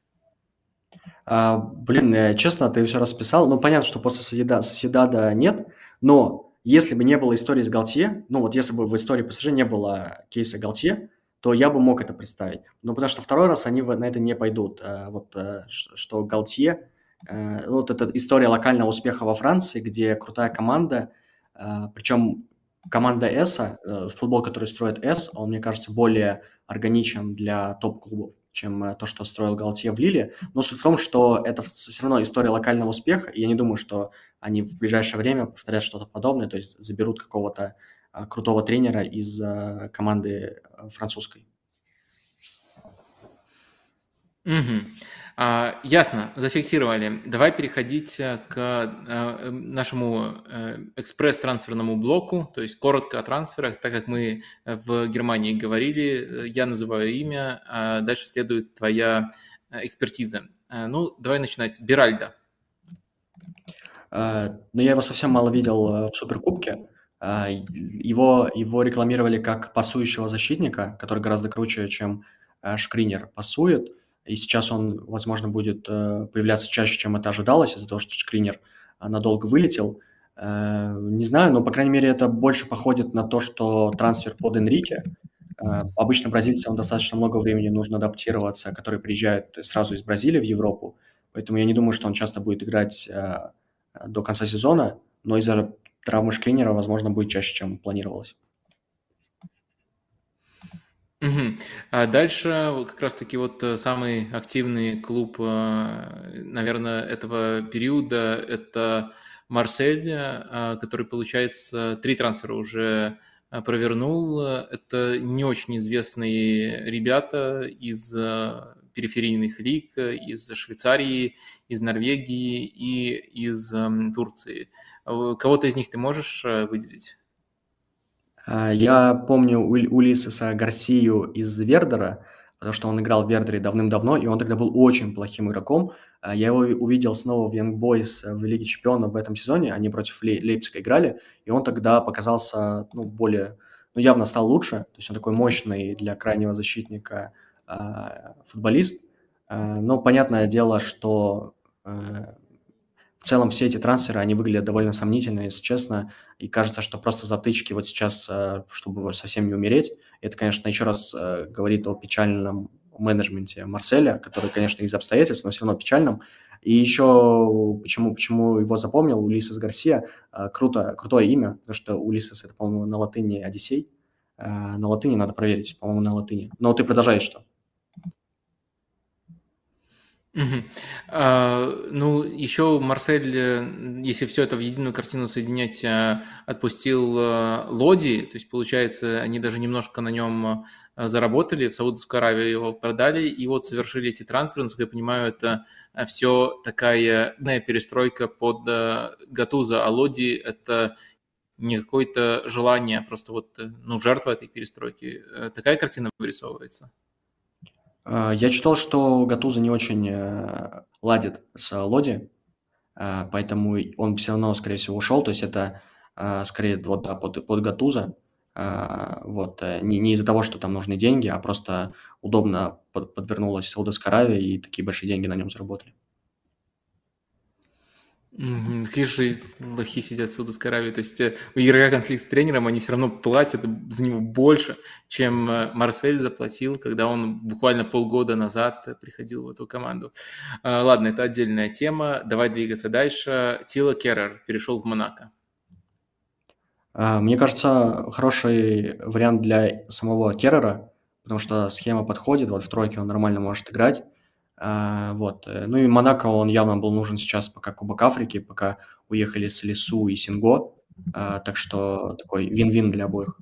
Честно, ты все расписал. Ну, понятно, что после Соседада нет, но если бы не было истории с Галтье, ну, вот если бы в истории ПСЖ не было кейса Галтье, то я бы мог это представить. Ну, потому что второй раз они на это не пойдут. Что Галтье, вот эта история локального успеха во Франции, где крутая команда, причем команда Эса, футбол, который строит Эс, он, мне кажется, более органичен для топ-клубов, чем то, что строил Галтье в Лиле. Но суть в том, что это все равно история локального успеха, и я не думаю, что они в ближайшее время повторят что-то подобное, то есть заберут какого-то крутого тренера из команды французской. Угу. Ясно, зафиксировали. Давай переходить к нашему экспресс-трансферному блоку, то есть коротко о трансферах, так как мы в Германии говорили, я называю имя, а дальше следует твоя экспертиза. Ну, давай начинать. Беральда. Но я его совсем мало видел в Суперкубке. Его рекламировали как пасующего защитника, который гораздо круче, чем Шкринер пасует. И сейчас он, возможно, будет появляться чаще, чем это ожидалось, из-за того, что Шкринер надолго вылетел. Не знаю, но, по крайней мере, это больше походит на то, что трансфер под Энрике. Обычно бразильцам достаточно много времени нужно адаптироваться, которые приезжают сразу из Бразилии в Европу. Поэтому я не думаю, что он часто будет играть до конца сезона, но из-за травмы Шкринера, возможно, будет чаще, чем планировалось. Угу. А дальше как раз-таки вот самый активный клуб, наверное, этого периода – это Марсель, который, получается, 3 трансфера уже провернул. Это не очень известные ребята из периферийных лиг, из Швейцарии, из Норвегии и из Турции. Кого-то из них ты можешь выделить? Я помню Улисеса Гарсию из Вердера, потому что он играл в Вердере давным-давно, и он тогда был очень плохим игроком. Я его увидел снова в Young Boys в Лиге Чемпионов в этом сезоне, они против Лейпцига играли, и он тогда показался, явно стал лучше, то есть он такой мощный для крайнего защитника футболист. Но понятное дело, что в целом все эти трансферы, они выглядят довольно сомнительно, если честно, и кажется, что просто затычки вот сейчас, чтобы совсем не умереть. Это, конечно, еще раз говорит о печальном менеджменте Марселя, который, конечно, из обстоятельств, но все равно печальным. И еще почему его запомнил, Улисес Гарсия, крутое имя, потому что Улисес – это, по-моему, на латыни Одиссей. На латыни надо проверить, по-моему, на латыни. Но ты продолжаешь что? Мгм. Ну, еще Марсель, если все это в единую картину соединять, отпустил Лоди, то есть, получается, они даже немножко на нем заработали, в Саудовскую Аравию его продали, и вот совершили эти трансферы, насколько я понимаю, это все такая перестройка под Гатуза, а Лоди это не какое-то желание, а просто вот, жертва этой перестройки. Такая картина вырисовывается. Я читал, что Гатузо не очень ладит с Лоди, поэтому он все равно, скорее всего, ушел. То есть это скорее вот, да, под Гатузо. Не из-за того, что там нужны деньги, а просто удобно подвернулась Саудовская Аравия, и такие большие деньги на нем заработали. Какие же лохи сидят в Саудовской Аравии. То есть у игрока конфликт с тренером, они все равно платят за него больше, чем Марсель заплатил, когда он буквально полгода назад приходил в эту команду. Ладно, это отдельная тема. Давай двигаться дальше. Тило Керрер перешел в Монако. Мне кажется, хороший вариант для самого Керрера, потому что схема подходит, вот в тройке он нормально может играть. Ну и Монако он явно был нужен сейчас, пока Кубок Африки, пока уехали Салису и Синго. Так что такой вин-вин для обоих.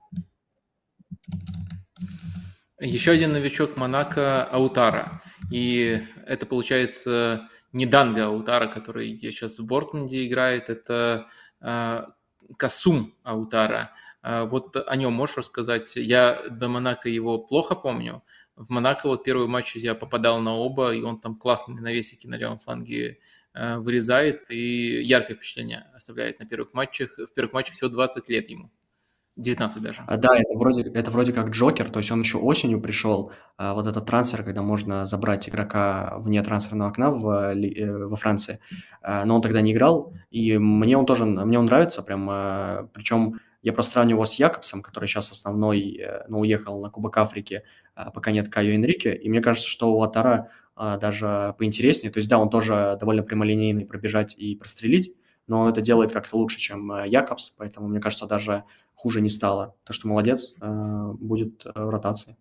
Еще один новичок Монако Аутара. И это, получается, не Данго Аутара, который сейчас в Дортмунде играет, это Касум Аутара. Вот о нем можешь рассказать? Я до Монако его плохо помню. В Монако вот первый матч я попадал на оба, и он там классные навесики на левом фланге вырезает и яркое впечатление оставляет на первых матчах. В первых матчах всего 20 лет ему, 19 даже. Да, это вроде как Джокер, то есть он еще осенью пришел, вот этот трансфер, когда можно забрать игрока вне трансферного окна во Франции, но он тогда не играл, и мне он нравится прям, причем я просто сравниваю его с Якобсом, который сейчас основной, но уехал на Кубок Африки, пока нет Кайо Энрике, и мне кажется, что у Атара даже поинтереснее, то есть да, он тоже довольно прямолинейный, пробежать и прострелить, но он это делает как-то лучше, чем Якобс, поэтому, мне кажется, даже хуже не стало. Так что молодец, будет в ротации.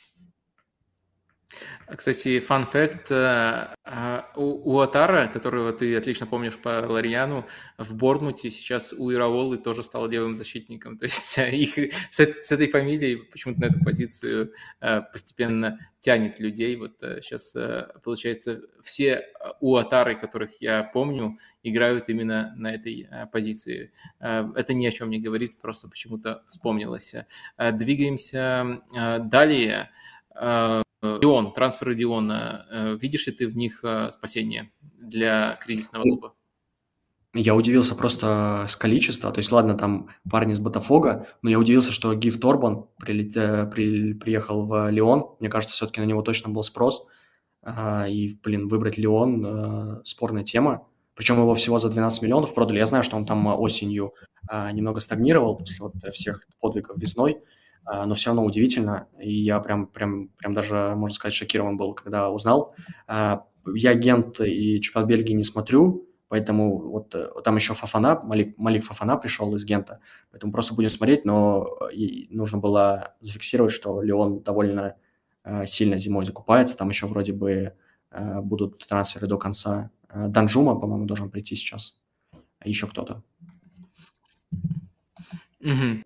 Кстати, фан факт, у Атара, которого ты отлично помнишь по Ларьяну, в Борнмуте сейчас у Ираолы тоже стал левым защитником. То есть их с этой фамилией почему-то на эту позицию постепенно тянет людей. Вот сейчас, получается, все у Атары, которых я помню, играют именно на этой позиции. Это ни о чем не говорит, просто почему-то вспомнилось. Двигаемся далее. Лион, трансферы Лиона. Видишь ли ты в них спасение для кризисного клуба? Я удивился просто с количества. То есть, ладно, там парни с Ботафога, но я удивился, что Гив Торбан приехал в Лион. Мне кажется, все-таки на него точно был спрос. И, блин, выбрать Лион спорная тема. Причем его всего за 12 миллионов продали. Я знаю, что он там осенью немного стагнировал после вот всех подвигов весной, но все равно удивительно. И я прям даже, можно сказать, шокирован был, когда узнал. Я Гент и чемпионат Бельгии не смотрю, поэтому вот там еще Фафана, Малик Фафана пришел из Гента, поэтому просто будем смотреть, но нужно было зафиксировать, что Лион довольно сильно зимой закупается. Там еще вроде бы будут трансферы до конца. Данжума, по-моему, должен прийти сейчас. А еще кто-то. Мгм.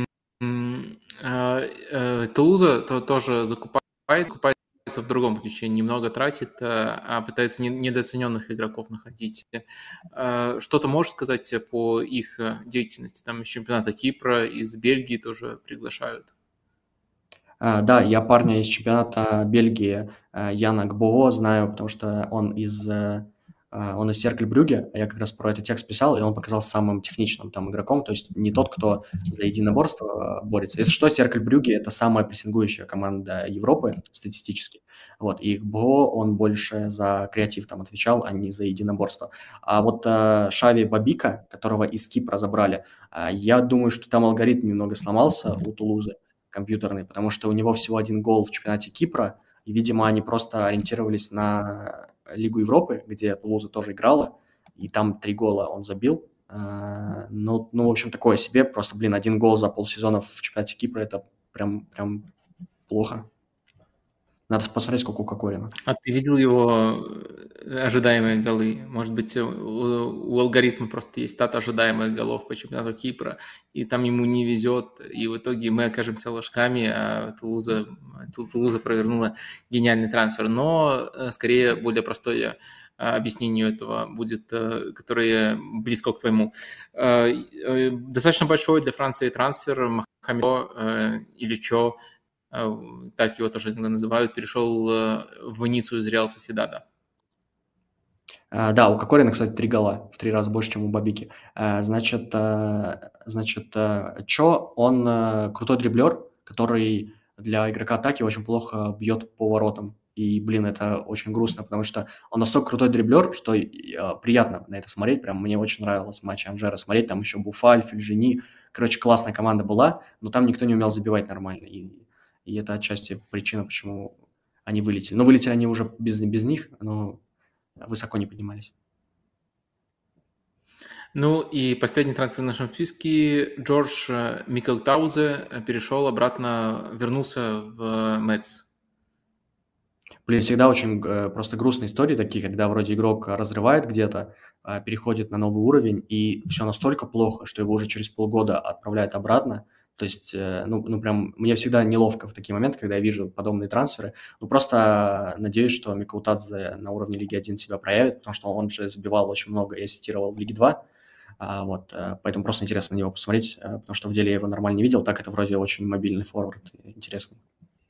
Тулуза тоже закупается в другом ключе, немного тратит, а пытается недооцененных игроков находить. Что-то можешь сказать по их деятельности? Там из чемпионата Кипра, из Бельгии тоже приглашают. Да, я парня из чемпионата Бельгии, Яна Гбоо, знаю, потому что он из Cercle Брюгге, а я как раз про этот текст писал, и он показался самым техничным там игроком, то есть не тот, кто за единоборство борется. Если что, Cercle Брюгге – это самая прессингующая команда Европы статистически. Вот, и Гбоо, он больше за креатив там отвечал, а не за единоборство. А вот Шави Бабика, которого из Кипра забрали, я думаю, что там алгоритм немного сломался у Тулузы, компьютерный, потому что у него всего один гол в чемпионате Кипра, и, видимо, они просто ориентировались на Лигу Европы, где Тулуза тоже играла, и там 3 гола он забил. В общем, такое себе. Просто, блин, 1 гол за полсезона в чемпионате Кипра – это прям плохо. Надо посмотреть, сколько у Кокорина. А ты видел его ожидаемые голы? Может быть, у алгоритма просто есть стат ожидаемых голов по чемпионату Кипра, и там ему не везет, и в итоге мы окажемся ложками, а Тулуза провернула гениальный трансфер. Но скорее более простое объяснению этого будет, которое близко к твоему. Достаточно большой для Франции трансфер Мохамедо или Чо, так его тоже иногда называют, перешел в Ниццу из Реал Соседада. Да, у Кокорина, кстати, 3 гола, в 3 раза больше, чем у Бабики. Значит, Чо, он крутой дриблер, который для игрока атаки очень плохо бьет по воротам. И, блин, это очень грустно, потому что он настолько крутой дриблер, что приятно на это смотреть. Прям мне очень нравилось матч Анжера смотреть. Там еще Буфаль, Фельжини. Короче, классная команда была, но там никто не умел забивать нормально. И это отчасти причина, почему они вылетели. Но вылетели они уже без них, но высоко не поднимались. Ну и последний трансфер в нашем списке. Джордж Микелтаузе перешел обратно, вернулся в Мэтс. Блин, всегда очень просто грустные истории такие, когда вроде игрок разрывает где-то, переходит на новый уровень, и все настолько плохо, что его уже через полгода отправляют обратно. То есть, ну прям мне всегда неловко в такие моменты, когда я вижу подобные трансферы. Ну, просто надеюсь, что Микаутадзе на уровне Лиги 1 себя проявит, потому что он же забивал очень много и ассистировал в Лиге 2. Вот, поэтому просто интересно на него посмотреть, потому что в деле я его нормально не видел. Так это вроде очень мобильный форвард, интересный.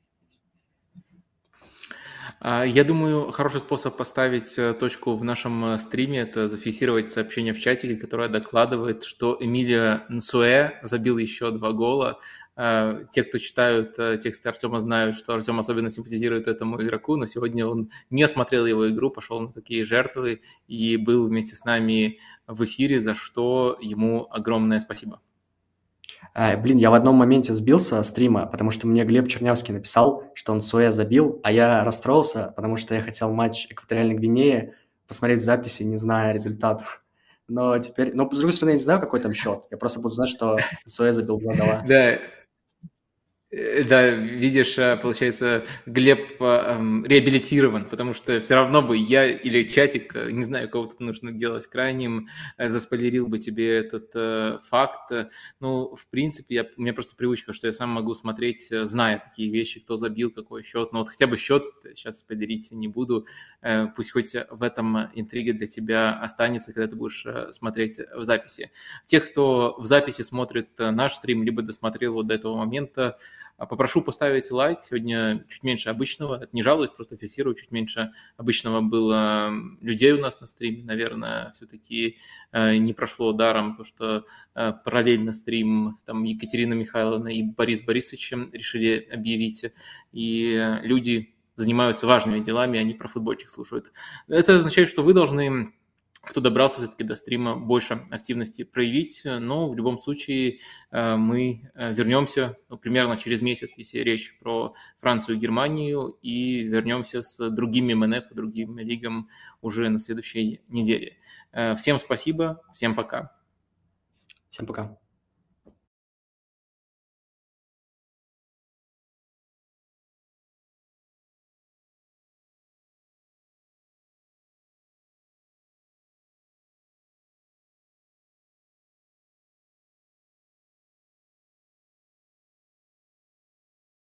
Я думаю, хороший способ поставить точку в нашем стриме – это зафиксировать сообщение в чатике, которое докладывает, что Эмилио Нсуэ забил еще 2 гола. Те, кто читают тексты Артема, знают, что Артем особенно симпатизирует этому игроку, но сегодня он не смотрел его игру, пошел на такие жертвы и был вместе с нами в эфире, за что ему огромное спасибо. Блин, я в одном моменте сбился с стрима, потому что мне Глеб Чернявский написал, что он Нсуэ забил, а я расстроился, потому что я хотел матч Экваториальной Гвинеи посмотреть в записи, не зная результатов. Но теперь... Но, с другой стороны, я не знаю, какой там счет. Я просто буду знать, что Нсуэ забил 2 гола. Да, да, видишь, получается, Глеб реабилитирован, потому что все равно бы я или чатик, не знаю, кого тут нужно делать крайним, заспойлерил бы тебе этот факт. Ну, в принципе, у меня просто привычка, что я сам могу смотреть, зная такие вещи, кто забил, какой счет. Но вот хотя бы счет сейчас спойлерить не буду. Пусть хоть в этом интрига для тебя останется, когда ты будешь смотреть в записи. Тех, кто в записи смотрит наш стрим, либо досмотрел вот до этого момента, попрошу поставить лайк. Сегодня чуть меньше обычного. Это не жалуюсь, просто фиксирую. Чуть меньше обычного было людей у нас на стриме. Наверное, все-таки не прошло даром то, что параллельно стрим там Екатерина Михайловна и Борис Борисович решили объявить. И люди занимаются важными делами, они про футбольчик слушают. Это означает, что вы должны, кто добрался все-таки до стрима, больше активности проявить, но в любом случае мы вернемся примерно через месяц, если речь про Францию и Германию, и вернемся с другими МНФ по другим лигам уже на следующей неделе. Всем спасибо, всем пока. Всем пока.